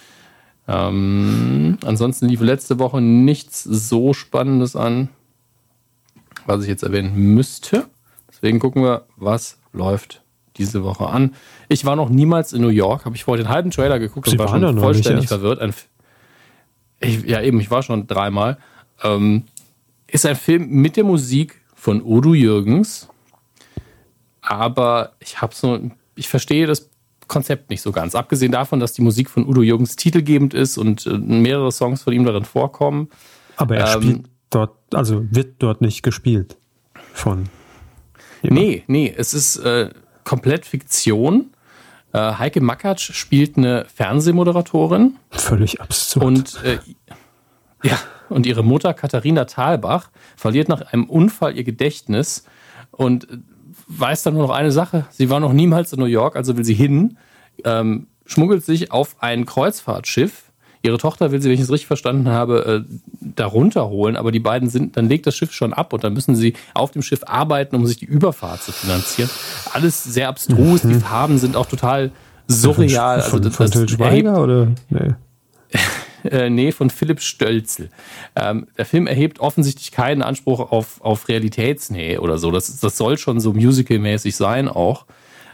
Ansonsten lief letzte Woche nichts so Spannendes an, was ich jetzt erwähnen müsste. Deswegen gucken wir, was läuft diese Woche an. Ich war noch niemals in New York, habe ich vorher den halben Trailer geguckt und war schon vollständig verwirrt. Ich war schon 3-mal. Ist ein Film mit der Musik von Udo Jürgens, aber ich verstehe das Konzept nicht so ganz. Abgesehen davon, dass die Musik von Udo Jürgens titelgebend ist und mehrere Songs von ihm darin vorkommen. Aber er spielt dort, also wird dort nicht gespielt von jemand. Nee, es ist komplett Fiktion. Heike Makatsch spielt eine Fernsehmoderatorin. Völlig absurd. Und ihre Mutter Katharina Thalbach verliert nach einem Unfall ihr Gedächtnis und weiß dann nur noch eine Sache. Sie war noch niemals in New York, also will sie hin, schmuggelt sich auf ein Kreuzfahrtschiff. Ihre Tochter will sie, wenn ich es richtig verstanden habe, da runterholen, aber die beiden dann legt das Schiff schon ab und dann müssen sie auf dem Schiff arbeiten, um sich die Überfahrt zu finanzieren. Alles sehr abstrus, die Farben sind auch total surreal. Von Til Schweiger oder? Nee, von Philipp Stölzl. Der Film erhebt offensichtlich keinen Anspruch auf Realitätsnähe oder so. Das soll schon so musicalmäßig sein auch.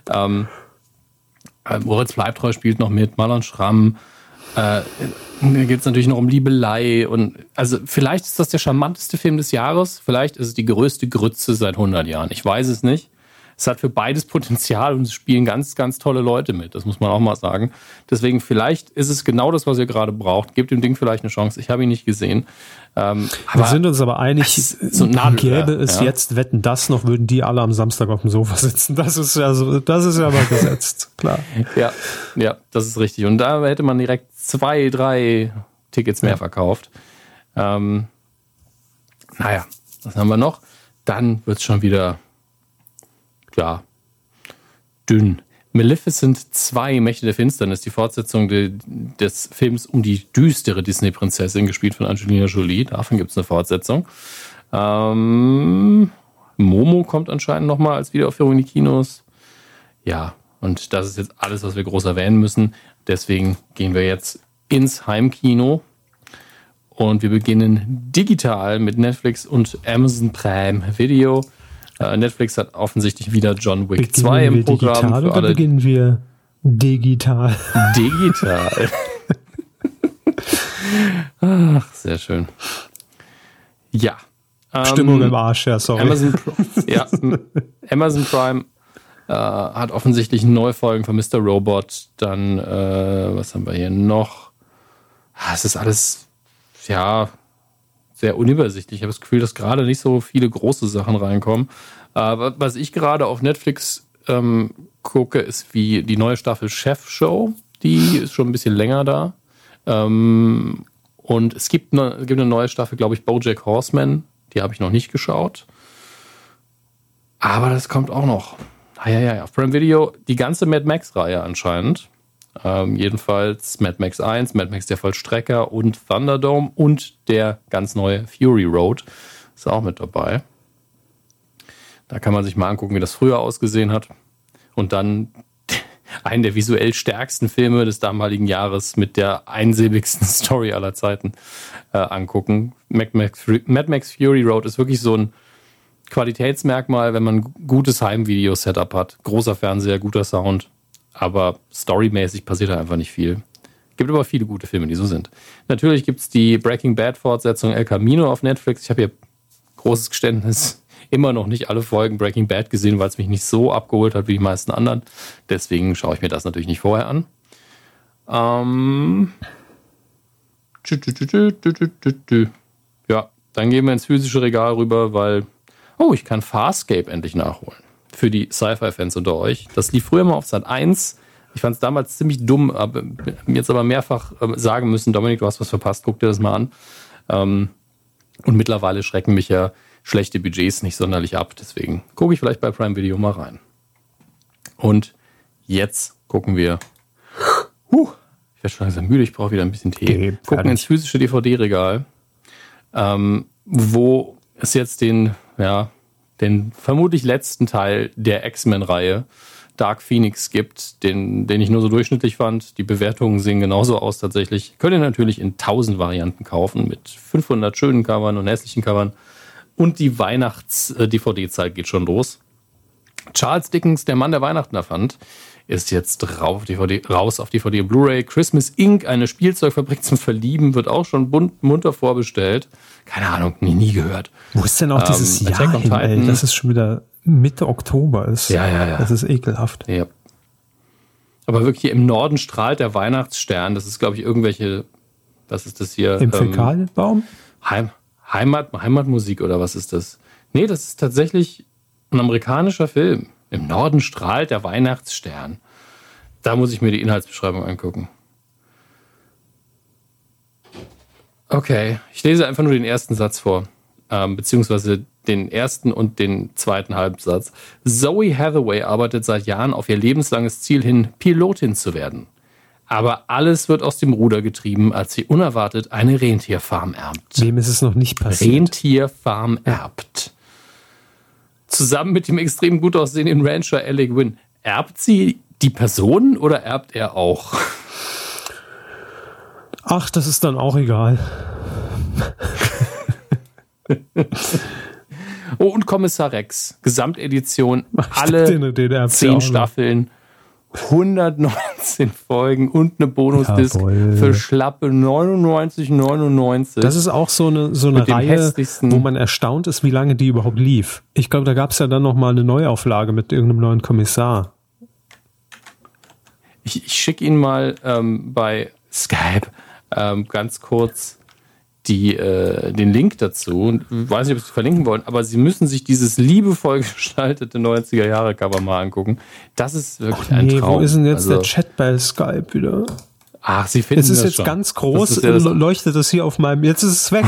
Moritz Bleibtreu spielt noch mit, Marlon Schramm. Da geht es natürlich noch um Liebelei. Also vielleicht ist das der charmanteste Film des Jahres. Vielleicht ist es die größte Grütze seit 100 Jahren. Ich weiß es nicht. Es hat für beides Potenzial und es spielen ganz, ganz tolle Leute mit. Das muss man auch mal sagen. Deswegen, vielleicht ist es genau das, was ihr gerade braucht. Gebt dem Ding vielleicht eine Chance. Ich habe ihn nicht gesehen. Wir sind uns aber einig, gäbe es jetzt Wetten, das noch, würden die alle am Samstag auf dem Sofa sitzen. Das ist ja mal gesetzt. Klar. Ja, das ist richtig. Und da hätte man direkt 2, 3 Tickets mehr verkauft. Was haben wir noch? Dann wird es schon wieder dünn. Maleficent 2, Mächte der Finsternis, die Fortsetzung des Films um die düstere Disney-Prinzessin, gespielt von Angelina Jolie. Davon gibt es eine Fortsetzung. Momo kommt anscheinend nochmal als Wiederaufführung in die Kinos. Ja, und das ist jetzt alles, was wir groß erwähnen müssen. Deswegen gehen wir jetzt ins Heimkino. Und wir beginnen digital mit Netflix und Amazon Prime Video. Netflix hat offensichtlich wieder John Wick 2 im Programm. Digital oder beginnen wir digital? Digital. Ach, sehr schön. Ja. Stimmung im Arsch, ja, sorry. Amazon Prime hat offensichtlich neue Folgen von Mr. Robot. Dann, was haben wir hier noch? Es ist alles, sehr unübersichtlich. Ich habe das Gefühl, dass gerade nicht so viele große Sachen reinkommen. Was ich gerade auf Netflix gucke, ist wie die neue Staffel Chef Show. Die ist schon ein bisschen länger da. Und es gibt eine neue Staffel, glaube ich, BoJack Horseman. Die habe ich noch nicht geschaut. Aber das kommt auch noch. Auf Prime Video die ganze Mad Max-Reihe anscheinend. Jedenfalls Mad Max 1, Mad Max der Vollstrecker und Thunderdome und der ganz neue Fury Road ist auch mit dabei. Da kann man sich mal angucken, wie das früher ausgesehen hat. Und dann einen der visuell stärksten Filme des damaligen Jahres mit der einsilbigsten Story aller Zeiten angucken. Mad Max Fury Road ist wirklich so ein Qualitätsmerkmal, wenn man gutes Heimvideo-Setup hat. Großer Fernseher, guter Sound. Aber storymäßig passiert da einfach nicht viel. Gibt aber viele gute Filme, die so sind. Natürlich gibt es die Breaking Bad Fortsetzung El Camino auf Netflix. Ich habe hier großes Geständnis immer noch nicht alle Folgen Breaking Bad gesehen, weil es mich nicht so abgeholt hat wie die meisten anderen. Deswegen schaue ich mir das natürlich nicht vorher an. Ja, dann gehen wir ins physische Regal rüber, weil ich kann Farscape endlich nachholen. Für die Sci-Fi-Fans unter euch. Das lief früher mal auf Sat 1. Ich fand es damals ziemlich dumm, jetzt aber mehrfach sagen müssen, Dominik, du hast was verpasst, guck dir das mal an. Und mittlerweile schrecken mich ja schlechte Budgets nicht sonderlich ab. Deswegen gucke ich vielleicht bei Prime Video mal rein. Und jetzt gucken wir. Ich werde schon langsam müde, ich brauche wieder ein bisschen Tee. Gucken ins physische DVD-Regal, wo es jetzt den vermutlich letzten Teil der X-Men-Reihe Dark Phoenix gibt, den ich nur so durchschnittlich fand. Die Bewertungen sehen genauso aus tatsächlich. Könnt ihr natürlich in 1000 Varianten kaufen mit 500 schönen Covern und hässlichen Covern. Und die Weihnachts-DVD-Zeit geht schon los. Charles Dickens, der Mann, der Weihnachten erfand, ist jetzt raus auf DVD und Blu-ray. Christmas Inc., eine Spielzeugfabrik zum Verlieben, wird auch schon munter vorbestellt. Keine Ahnung, nie gehört. Wo ist denn auch dieses Jahr hin, ey, dass es schon wieder Mitte Oktober ist? Ja. Das ist ekelhaft. Ja. Aber wirklich hier im Norden strahlt der Weihnachtsstern. Das ist, glaube ich, irgendwelche, was ist das hier? Im Fäkalienbaum? Heimatmusik oder was ist das? Nee, das ist tatsächlich ein amerikanischer Film. Im Norden strahlt der Weihnachtsstern. Da muss ich mir die Inhaltsbeschreibung angucken. Okay, ich lese einfach nur den ersten Satz vor. Beziehungsweise den ersten und den zweiten Halbsatz. Zoe Hathaway arbeitet seit Jahren auf ihr lebenslanges Ziel hin, Pilotin zu werden. Aber alles wird aus dem Ruder getrieben, als sie unerwartet eine Rentierfarm erbt. Wem ist es noch nicht passiert? Rentierfarm erbt. Zusammen mit dem extrem gut aussehenden Rancher Alec Wynn. Erbt sie die Person oder erbt er auch? Ach, das ist dann auch egal. Oh, und Kommissar Rex. Gesamtedition. Alle 10 Staffeln. 119 Folgen und eine Bonusdisk für schlappe 99,99. Das ist auch so eine Reihe, wo man erstaunt ist, wie lange die überhaupt lief. Ich glaube, da gab es ja dann noch mal eine Neuauflage mit irgendeinem neuen Kommissar. Ich schicke Ihnen mal bei Skype ganz kurz den Link dazu. Und weiß nicht, ob Sie es verlinken wollen, aber Sie müssen sich dieses liebevoll gestaltete 90er-Jahre-Cover mal angucken. Das ist wirklich ein Traum. Wo ist denn jetzt der Chat bei Skype wieder? Ach, Sie finden es. Es ist jetzt schon ganz groß, leuchtet das hier auf meinem... Jetzt ist es weg.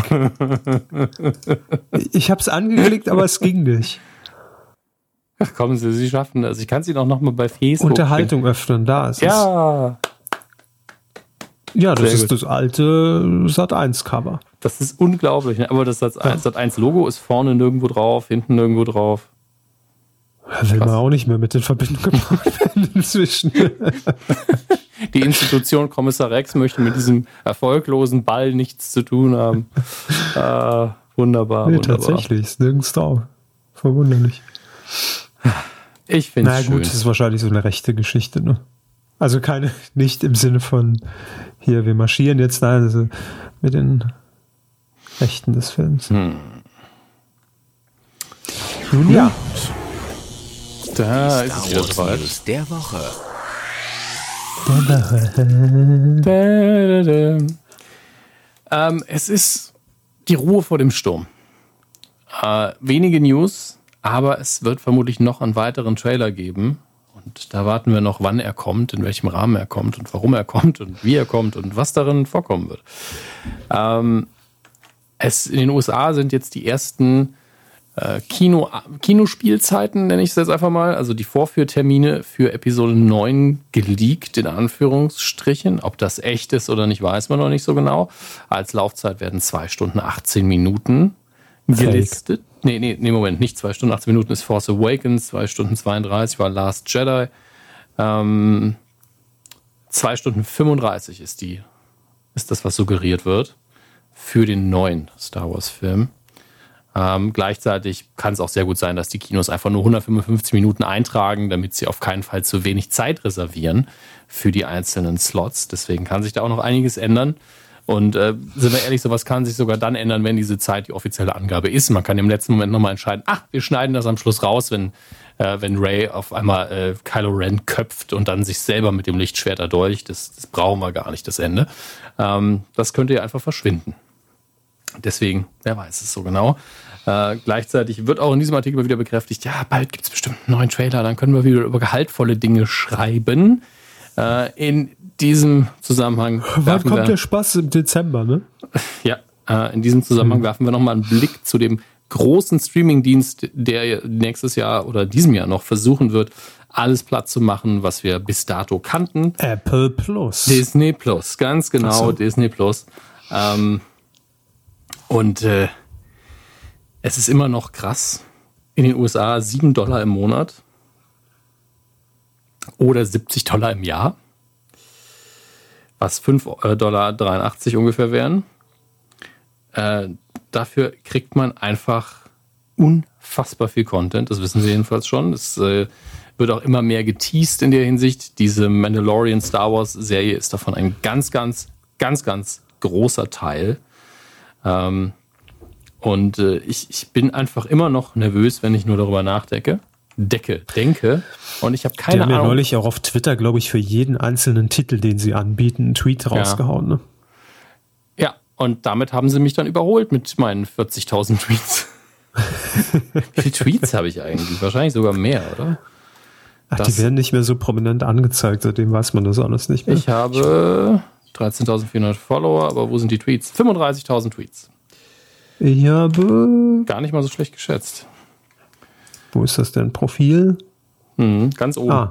Ich habe es angeklickt, aber es ging nicht. Ach, kommen Sie schaffen das. Ich kann Sie doch noch mal bei Facebook... Unterhaltung öffnen, da ist es. Ja! Ja, das ist das alte Sat.1-Cover. Das ist unglaublich, ne? Aber das Sat.1-Logo ist vorne nirgendwo drauf, hinten nirgendwo drauf. Will man auch nicht mehr mit in Verbindung gebracht werden inzwischen. Die Institution Kommissar Rex möchte mit diesem erfolglosen Ball nichts zu tun haben. Wunderbar. Nee, tatsächlich, ist nirgends drauf. Verwunderlich. Ich finde es schön. Na gut, das ist wahrscheinlich so eine rechte Geschichte, ne? Also nicht im Sinne von hier, wir marschieren jetzt, nein, also mit den Rechten des Films. Nun ja. Da ist es wieder soweit. Der Woche. Es ist die Ruhe vor dem Sturm. Wenige News, aber es wird vermutlich noch einen weiteren Trailer geben. Und da warten wir noch, wann er kommt, in welchem Rahmen er kommt und warum er kommt und wie er kommt und was darin vorkommen wird. In den USA sind jetzt die ersten Kinospielzeiten, nenne ich es jetzt einfach mal, also die Vorführtermine für Episode 9 geleakt, in Anführungsstrichen. Ob das echt ist oder nicht, weiß man noch nicht so genau. Als Laufzeit werden 2 Stunden 18 Minuten gelistet. Nee, Moment, nicht 2 Stunden 18 Minuten ist Force Awakens, 2 Stunden 32 war Last Jedi. 2 Stunden 35 ist das, was suggeriert wird für den neuen Star Wars Film. Gleichzeitig kann es auch sehr gut sein, dass die Kinos einfach nur 155 Minuten eintragen, damit sie auf keinen Fall zu wenig Zeit reservieren für die einzelnen Slots. Deswegen kann sich da auch noch einiges ändern. Und sind wir ehrlich, sowas kann sich sogar dann ändern, wenn diese Zeit die offizielle Angabe ist. Man kann im letzten Moment nochmal entscheiden, wir schneiden das am Schluss raus, wenn Rey auf einmal Kylo Ren köpft und dann sich selber mit dem Lichtschwert erdolcht. Das brauchen wir gar nicht, das Ende. Das könnte ja einfach verschwinden. Deswegen, wer weiß es so genau. Gleichzeitig wird auch in diesem Artikel wieder bekräftigt, ja, bald gibt es bestimmt einen neuen Trailer, dann können wir wieder über gehaltvolle Dinge schreiben. In diesem Zusammenhang... Wann kommt der Spaß? Im Dezember, ne? Ja, in diesem Zusammenhang werfen wir nochmal einen Blick zu dem großen Streamingdienst, der nächstes Jahr oder diesem Jahr noch versuchen wird, alles platt zu machen, was wir bis dato kannten. Apple Plus. Disney Plus, ganz genau, so. Disney Plus. Es ist immer noch krass. In den USA $7 im Monat oder $70 im Jahr, was $5,83 ungefähr wären. Dafür kriegt man einfach unfassbar viel Content, das wissen Sie jedenfalls schon. Es wird auch immer mehr geteased in der Hinsicht. Diese Mandalorian Star Wars Serie ist davon ein ganz, ganz, ganz, ganz großer Teil. Und ich bin einfach immer noch nervös, wenn ich nur darüber denke. Und ich habe keine Ahnung. Die haben ja neulich auch auf Twitter, glaube ich, für jeden einzelnen Titel, den sie anbieten, einen Tweet rausgehauen. Ne? Ja, und damit haben sie mich dann überholt mit meinen 40.000 Tweets. Wie viele Tweets habe ich eigentlich? Wahrscheinlich sogar mehr, oder? Die werden nicht mehr so prominent angezeigt, seitdem weiß man das alles nicht mehr. Ich habe 13.400 Follower, aber wo sind die Tweets? 35.000 Tweets. Ich habe... Gar nicht mal so schlecht geschätzt. Wo ist das denn? Profil? Ganz oben.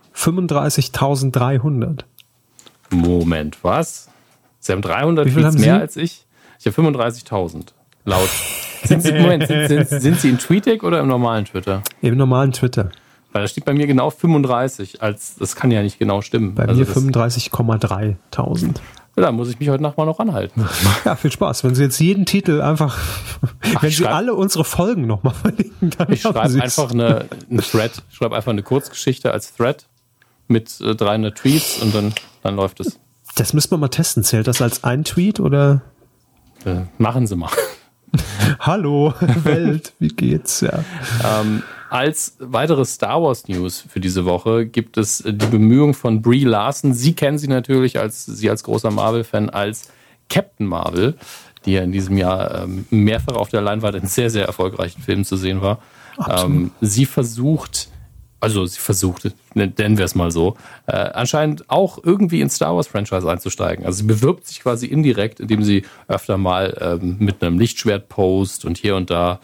35.300. Moment, was? Sie haben 300 Tweets mehr als ich? Ich habe 35.000. Laut. Sind Sie in TweetDeck oder im normalen Twitter? Im normalen Twitter. Weil da steht bei mir genau 35. Das kann ja nicht genau stimmen. Bei mir 35,3.000. Da muss ich mich heute Nacht mal noch anhalten. Ja, viel Spaß. Wenn Sie jetzt jeden Titel einfach, wenn Sie alle unsere Folgen nochmal verlinken, dann ich schreibe einfach einen Thread. Ich schreibe einfach eine Kurzgeschichte als Thread mit 300 Tweets und dann läuft es. Das müssen wir mal testen. Zählt das als ein Tweet oder? Machen Sie mal. Hallo Welt, wie geht's? Ja. Als weitere Star Wars News für diese Woche gibt es die Bemühung von Brie Larson. Sie kennen sie natürlich als großer Marvel-Fan als Captain Marvel, die ja in diesem Jahr mehrfach auf der Leinwand in sehr, sehr erfolgreichen Filmen zu sehen war. Sie versuchte, nennen wir es mal so, anscheinend auch irgendwie ins Star Wars Franchise einzusteigen. Also sie bewirbt sich quasi indirekt, indem sie öfter mal mit einem Lichtschwert post und hier und da.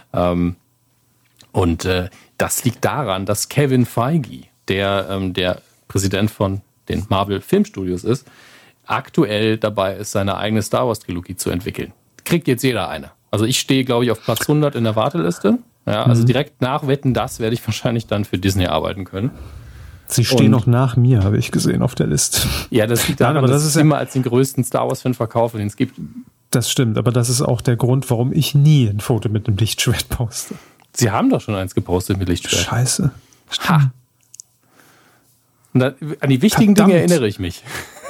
Und das liegt daran, dass Kevin Feige, der Präsident von den Marvel Filmstudios ist, aktuell dabei ist, seine eigene Star Wars Trilogie zu entwickeln. Kriegt jetzt jeder eine. Also ich stehe, glaube ich, auf Platz 100 in der Warteliste. Ja, also direkt nach Wetten, das werde ich wahrscheinlich dann für Disney arbeiten können. Sie stehen noch nach mir, habe ich gesehen auf der Liste. Ja, das liegt daran, dass ich immer als den größten Star Wars-Fan verkaufe, den es gibt. Das stimmt, aber das ist auch der Grund, warum ich nie ein Foto mit einem Lichtschwert poste. Sie haben doch schon eins gepostet mit Lichtschwert. Scheiße. Ha! Und an die wichtigen Dinge erinnere ich mich.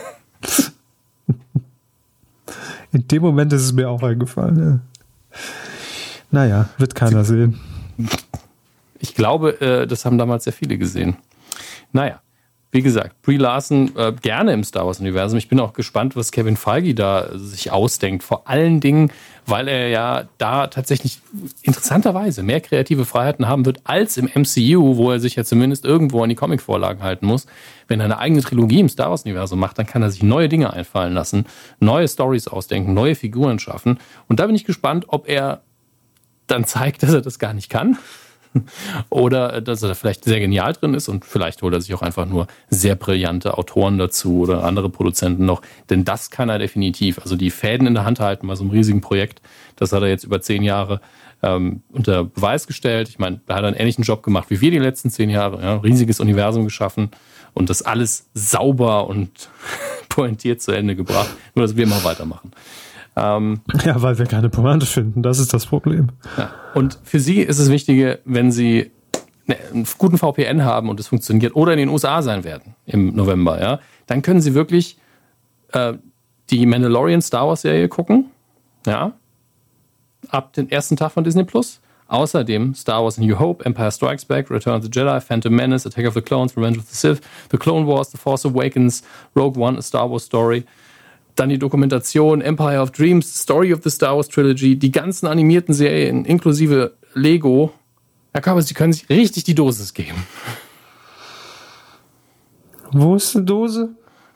In dem Moment ist es mir auch eingefallen. Ja. Naja, wird keiner sehen. Ich glaube, das haben damals sehr viele gesehen. Naja, wie gesagt, Brie Larson gerne im Star Wars-Universum. Ich bin auch gespannt, was Kevin Feige da sich ausdenkt. Vor allen Dingen, weil er ja da tatsächlich interessanterweise mehr kreative Freiheiten haben wird als im MCU, wo er sich ja zumindest irgendwo an die Comic-Vorlagen halten muss. Wenn er eine eigene Trilogie im Star Wars-Universum macht, dann kann er sich neue Dinge einfallen lassen, neue Storys ausdenken, neue Figuren schaffen. Und da bin ich gespannt, ob er dann zeigt, dass er das gar nicht kann. Oder dass er da vielleicht sehr genial drin ist und vielleicht holt er sich auch einfach nur sehr brillante Autoren dazu oder andere Produzenten noch. Denn das kann er definitiv. Also die Fäden in der Hand halten bei so einem riesigen Projekt, das hat er jetzt über 10 Jahre unter Beweis gestellt. Ich meine, er hat einen ähnlichen Job gemacht wie wir die letzten 10 Jahre. Ja, riesiges Universum geschaffen und das alles sauber und pointiert zu Ende gebracht. Nur, dass wir mal weitermachen. Ja, weil wir keine Pointe finden, das ist das Problem. Ja. Und für Sie ist es wichtig, wenn Sie einen guten VPN haben und es funktioniert oder in den USA sein werden im November, ja, dann können Sie wirklich die Mandalorian Star Wars Serie gucken, ja, ab dem ersten Tag von Disney Plus. Außerdem Star Wars A New Hope, Empire Strikes Back, Return of the Jedi, Phantom Menace, Attack of the Clones, Revenge of the Sith, The Clone Wars, The Force Awakens, Rogue One, A Star Wars Story. Dann die Dokumentation Empire of Dreams, Story of the Star Wars Trilogy, die ganzen animierten Serien inklusive Lego. Herr Körber, Sie können sich richtig die Dosis geben. Wo ist die Dose?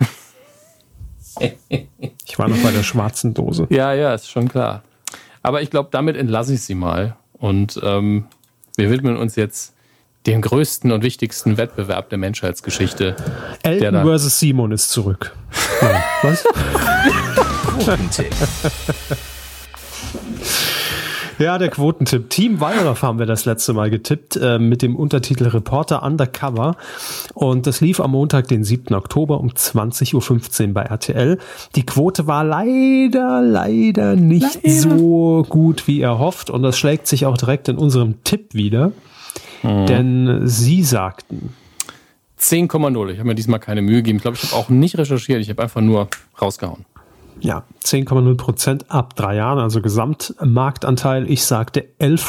Ich war noch bei der schwarzen Dose. Ja, ist schon klar. Aber ich glaube, damit entlasse ich Sie mal. Und wir widmen uns jetzt dem größten und wichtigsten Wettbewerb der Menschheitsgeschichte. Elton vs. Simon ist zurück. Nein, was? Ja, der Quotentipp. Team Wallraff haben wir das letzte Mal getippt mit dem Untertitel Reporter Undercover. Und das lief am Montag, den 7. Oktober um 20.15 Uhr bei RTL. Die Quote war leider nicht so gut, wie erhofft. Und das schlägt sich auch direkt in unserem Tipp wieder. Denn Sie sagten 10,0. Ich habe mir diesmal keine Mühe gegeben. Ich glaube, ich habe auch nicht recherchiert. Ich habe einfach nur rausgehauen. Ja, 10,0% ab 3 Jahren, also Gesamtmarktanteil. Ich sagte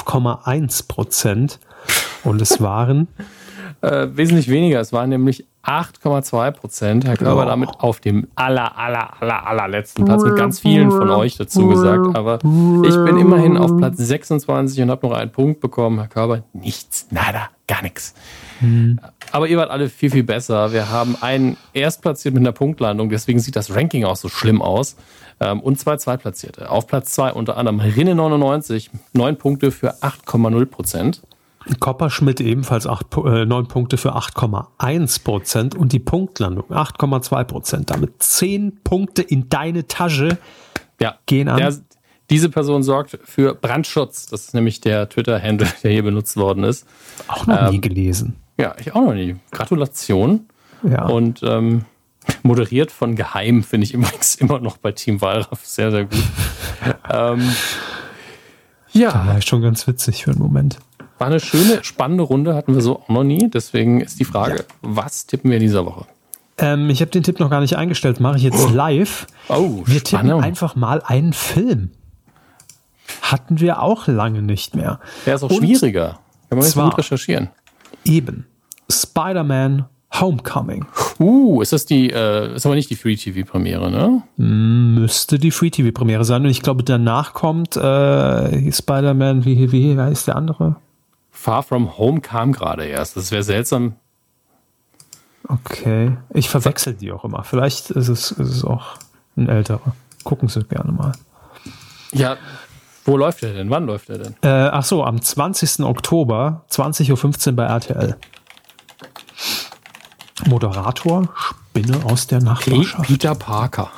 11,1%. Und es waren wesentlich weniger. Es waren nämlich 8,2%. Herr Körber damit auf dem allerletzten Platz mit ganz vielen von euch dazu gesagt. Aber ich bin immerhin auf Platz 26 und habe noch einen Punkt bekommen. Herr Körber, nichts, nada, gar nichts. Aber ihr wart alle viel besser. Wir haben einen Erstplatziert mit einer Punktlandung, deswegen sieht das Ranking auch so schlimm aus. Und 2 Zweitplatzierte. Auf Platz 2 unter anderem Rinne 99, 9 Punkte für 8,0%. Kopperschmidt ebenfalls 9 Punkte für 8,1% und die Punktlandung 8,2%. Damit 10 Punkte in deine Tasche gehen an. Diese Person sorgt für Brandschutz. Das ist nämlich der Twitter-Handle, der hier benutzt worden ist. Auch noch nie gelesen. Ja, ich auch noch nie. Gratulation. Ja. Und moderiert von Geheim finde ich übrigens immer noch bei Team Wallraff sehr, sehr gut. Da war ich schon ganz witzig für einen Moment. War eine schöne, spannende Runde, hatten wir so auch noch nie. Deswegen ist die Frage, was tippen wir in dieser Woche? Ich habe den Tipp noch gar nicht eingestellt, mache ich jetzt live. Wir tippen einfach mal einen Film. Hatten wir auch lange nicht mehr. Der ist auch schwieriger. Kann man nicht so gut recherchieren. Eben. Spider-Man Homecoming. Ist das ist aber nicht die Free-TV-Premiere, ne? Müsste die Free-TV-Premiere sein. Und ich glaube, danach kommt Spider-Man, wie heißt der andere? Far From Home kam gerade erst. Das wäre seltsam. Okay. Ich verwechsel die auch immer. Vielleicht ist es auch ein älterer. Gucken Sie gerne mal. Ja, wo läuft der denn? Wann läuft der denn? Am 20. Oktober, 20.15 Uhr bei RTL. Moderator, Spinne aus der Nachbarschaft. Peter Parker.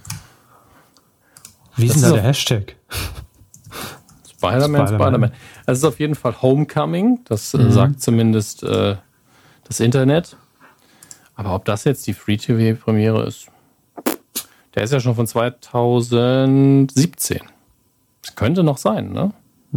Wie ist denn da der Hashtag? Spider-Man. Das ist auf jeden Fall Homecoming. Das sagt zumindest das Internet. Aber ob das jetzt die Free-TV-Premiere ist, der ist ja schon von 2017. Das könnte noch sein, ne?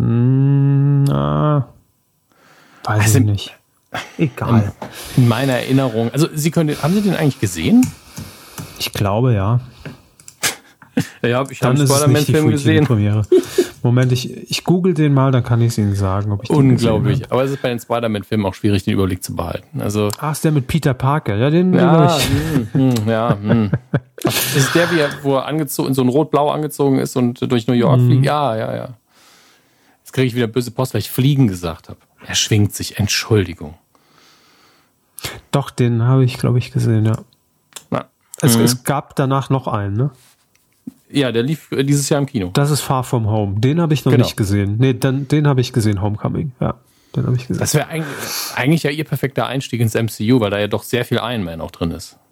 Weiß ich nicht. Egal. In meiner Erinnerung. Also, haben Sie den eigentlich gesehen? Ich glaube, ja. Ja, ich habe einen Spider-Man-Film gesehen. Moment, ich google den mal, dann kann ich es Ihnen sagen, ob ich den Unglaublich. Aber es ist bei den Spider-Man-Filmen auch schwierig, den Überblick zu behalten. Also, ist der mit Peter Parker? Ja, den Das ist der, wo er angezogen, so ein rot-blau angezogen ist und durch New York fliegt? Ja. Jetzt kriege ich wieder böse Post, weil ich Fliegen gesagt habe. Er schwingt sich, Entschuldigung. Doch, den habe ich, glaube ich, gesehen, ja. Es gab danach noch einen, ne? Ja, der lief dieses Jahr im Kino. Das ist Far From Home. Den habe ich noch nicht gesehen. Nee, den habe ich gesehen, Homecoming. Ja, den habe ich gesehen. Das wäre eigentlich ja ihr perfekter Einstieg ins MCU, weil da ja doch sehr viel Iron Man auch drin ist.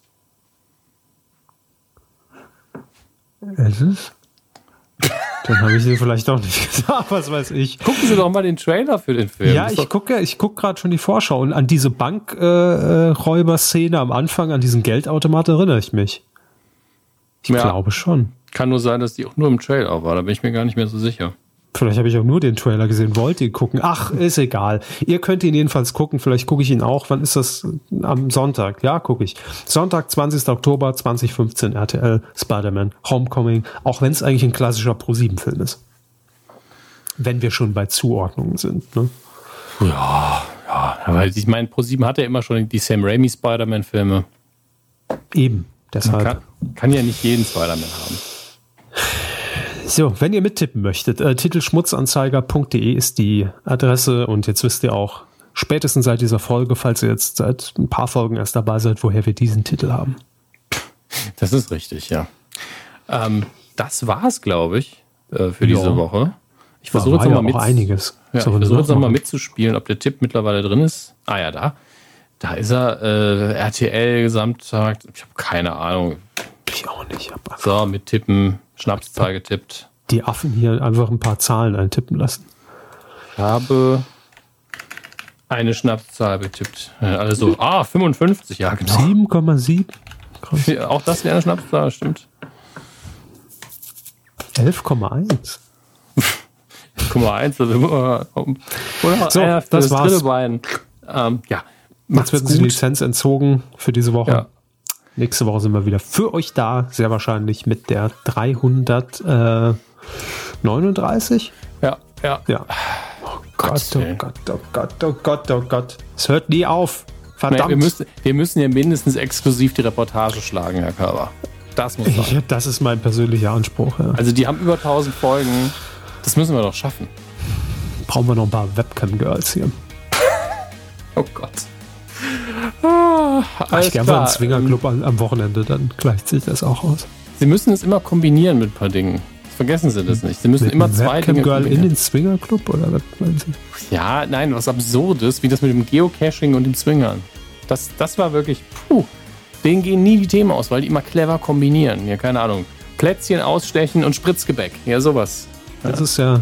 Ist es? Dann habe ich den vielleicht auch nicht gesagt, was weiß ich. Gucken Sie doch mal den Trailer für den Film. Ja, ich gucke gerade schon die Vorschau und an diese Bankräuber-Szene am Anfang, an diesen Geldautomat erinnere ich mich. Ich glaube schon. Kann nur sein, dass die auch nur im Trailer war, da bin ich mir gar nicht mehr so sicher. Vielleicht habe ich auch nur den Trailer gesehen. Wollt ihr gucken? Ach, ist egal. Ihr könnt ihn jedenfalls gucken. Vielleicht gucke ich ihn auch. Wann ist das? Am Sonntag. Ja, gucke ich. Sonntag, 20. Oktober 2015, RTL, Spider-Man, Homecoming. Auch wenn es eigentlich ein klassischer Pro7-Film ist. Wenn wir schon bei Zuordnungen sind. Ne? Ja. Aber ich meine, Pro7 hat ja immer schon die Sam Raimi Spider-Man-Filme. Eben. Deshalb. Kann ja nicht jeden Spider-Man haben. So, wenn ihr mittippen möchtet, titelschmutzanzeiger.de ist die Adresse und jetzt wisst ihr auch, spätestens seit dieser Folge, falls ihr jetzt seit ein paar Folgen erst dabei seid, woher wir diesen Titel haben. Das ist richtig, ja. Das war's, glaube ich, für diese Woche. Ich versuche jetzt nochmal mitzuspielen, ob der Tipp mittlerweile drin ist. Ah ja, da ist er. RTL Gesamttag. Ich habe keine Ahnung. Ich auch nicht. So, mit Tippen. Schnapszahl getippt. die Affen hier einfach ein paar Zahlen eintippen lassen. Ich habe eine Schnapszahl betippt. Also, 55, ja genau. 7,7. Krass. Auch das wäre eine Schnapszahl, stimmt. 11,1. 11,1, oder so, das war's. dritte Bein. Ja. Jetzt wird die Lizenz entzogen für diese Woche. Ja. Nächste Woche sind wir wieder für euch da, sehr wahrscheinlich mit der 339. Ja. Oh Gott, oh Gott, oh Gott, oh Gott, oh Gott. Es hört nie auf. Verdammt. Wir müssen ja mindestens exklusiv die Reportage schlagen, Herr Körber. Das muss sein. Das ist mein persönlicher Anspruch. Ja. Also die haben über 1000 Folgen. Das müssen wir doch schaffen. Brauchen wir noch ein paar Webcam-Girls hier. Oh Gott. Ich gehe einfach einen Swingerclub am Wochenende, dann gleicht sich das auch aus. Sie müssen es immer kombinieren mit ein paar Dingen. Vergessen Sie das nicht. Sie müssen immer zwei Dinge kombinieren. In den Swingerclub oder was meinen Sie? Ja, nein, was Absurdes, wie das mit dem Geocaching und den Swingern. Das war wirklich, denen gehen nie die Themen aus, weil die immer clever kombinieren. Ja, keine Ahnung. Plätzchen ausstechen und Spritzgebäck. Ja, sowas. Das ist ja...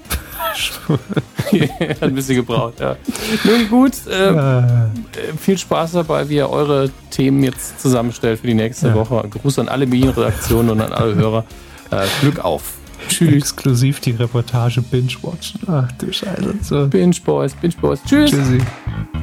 Hat ein bisschen gebraucht, ja. Nun gut, viel Spaß dabei, wie ihr eure Themen jetzt zusammenstellt für die nächste Woche. Gruß an alle Medienredaktionen und an alle Hörer. Glück auf. Tschüss. Exklusiv die Reportage Binge-Watchen. Ach du Scheiße. So. Binge Boys. Tschüss. Tschüssi.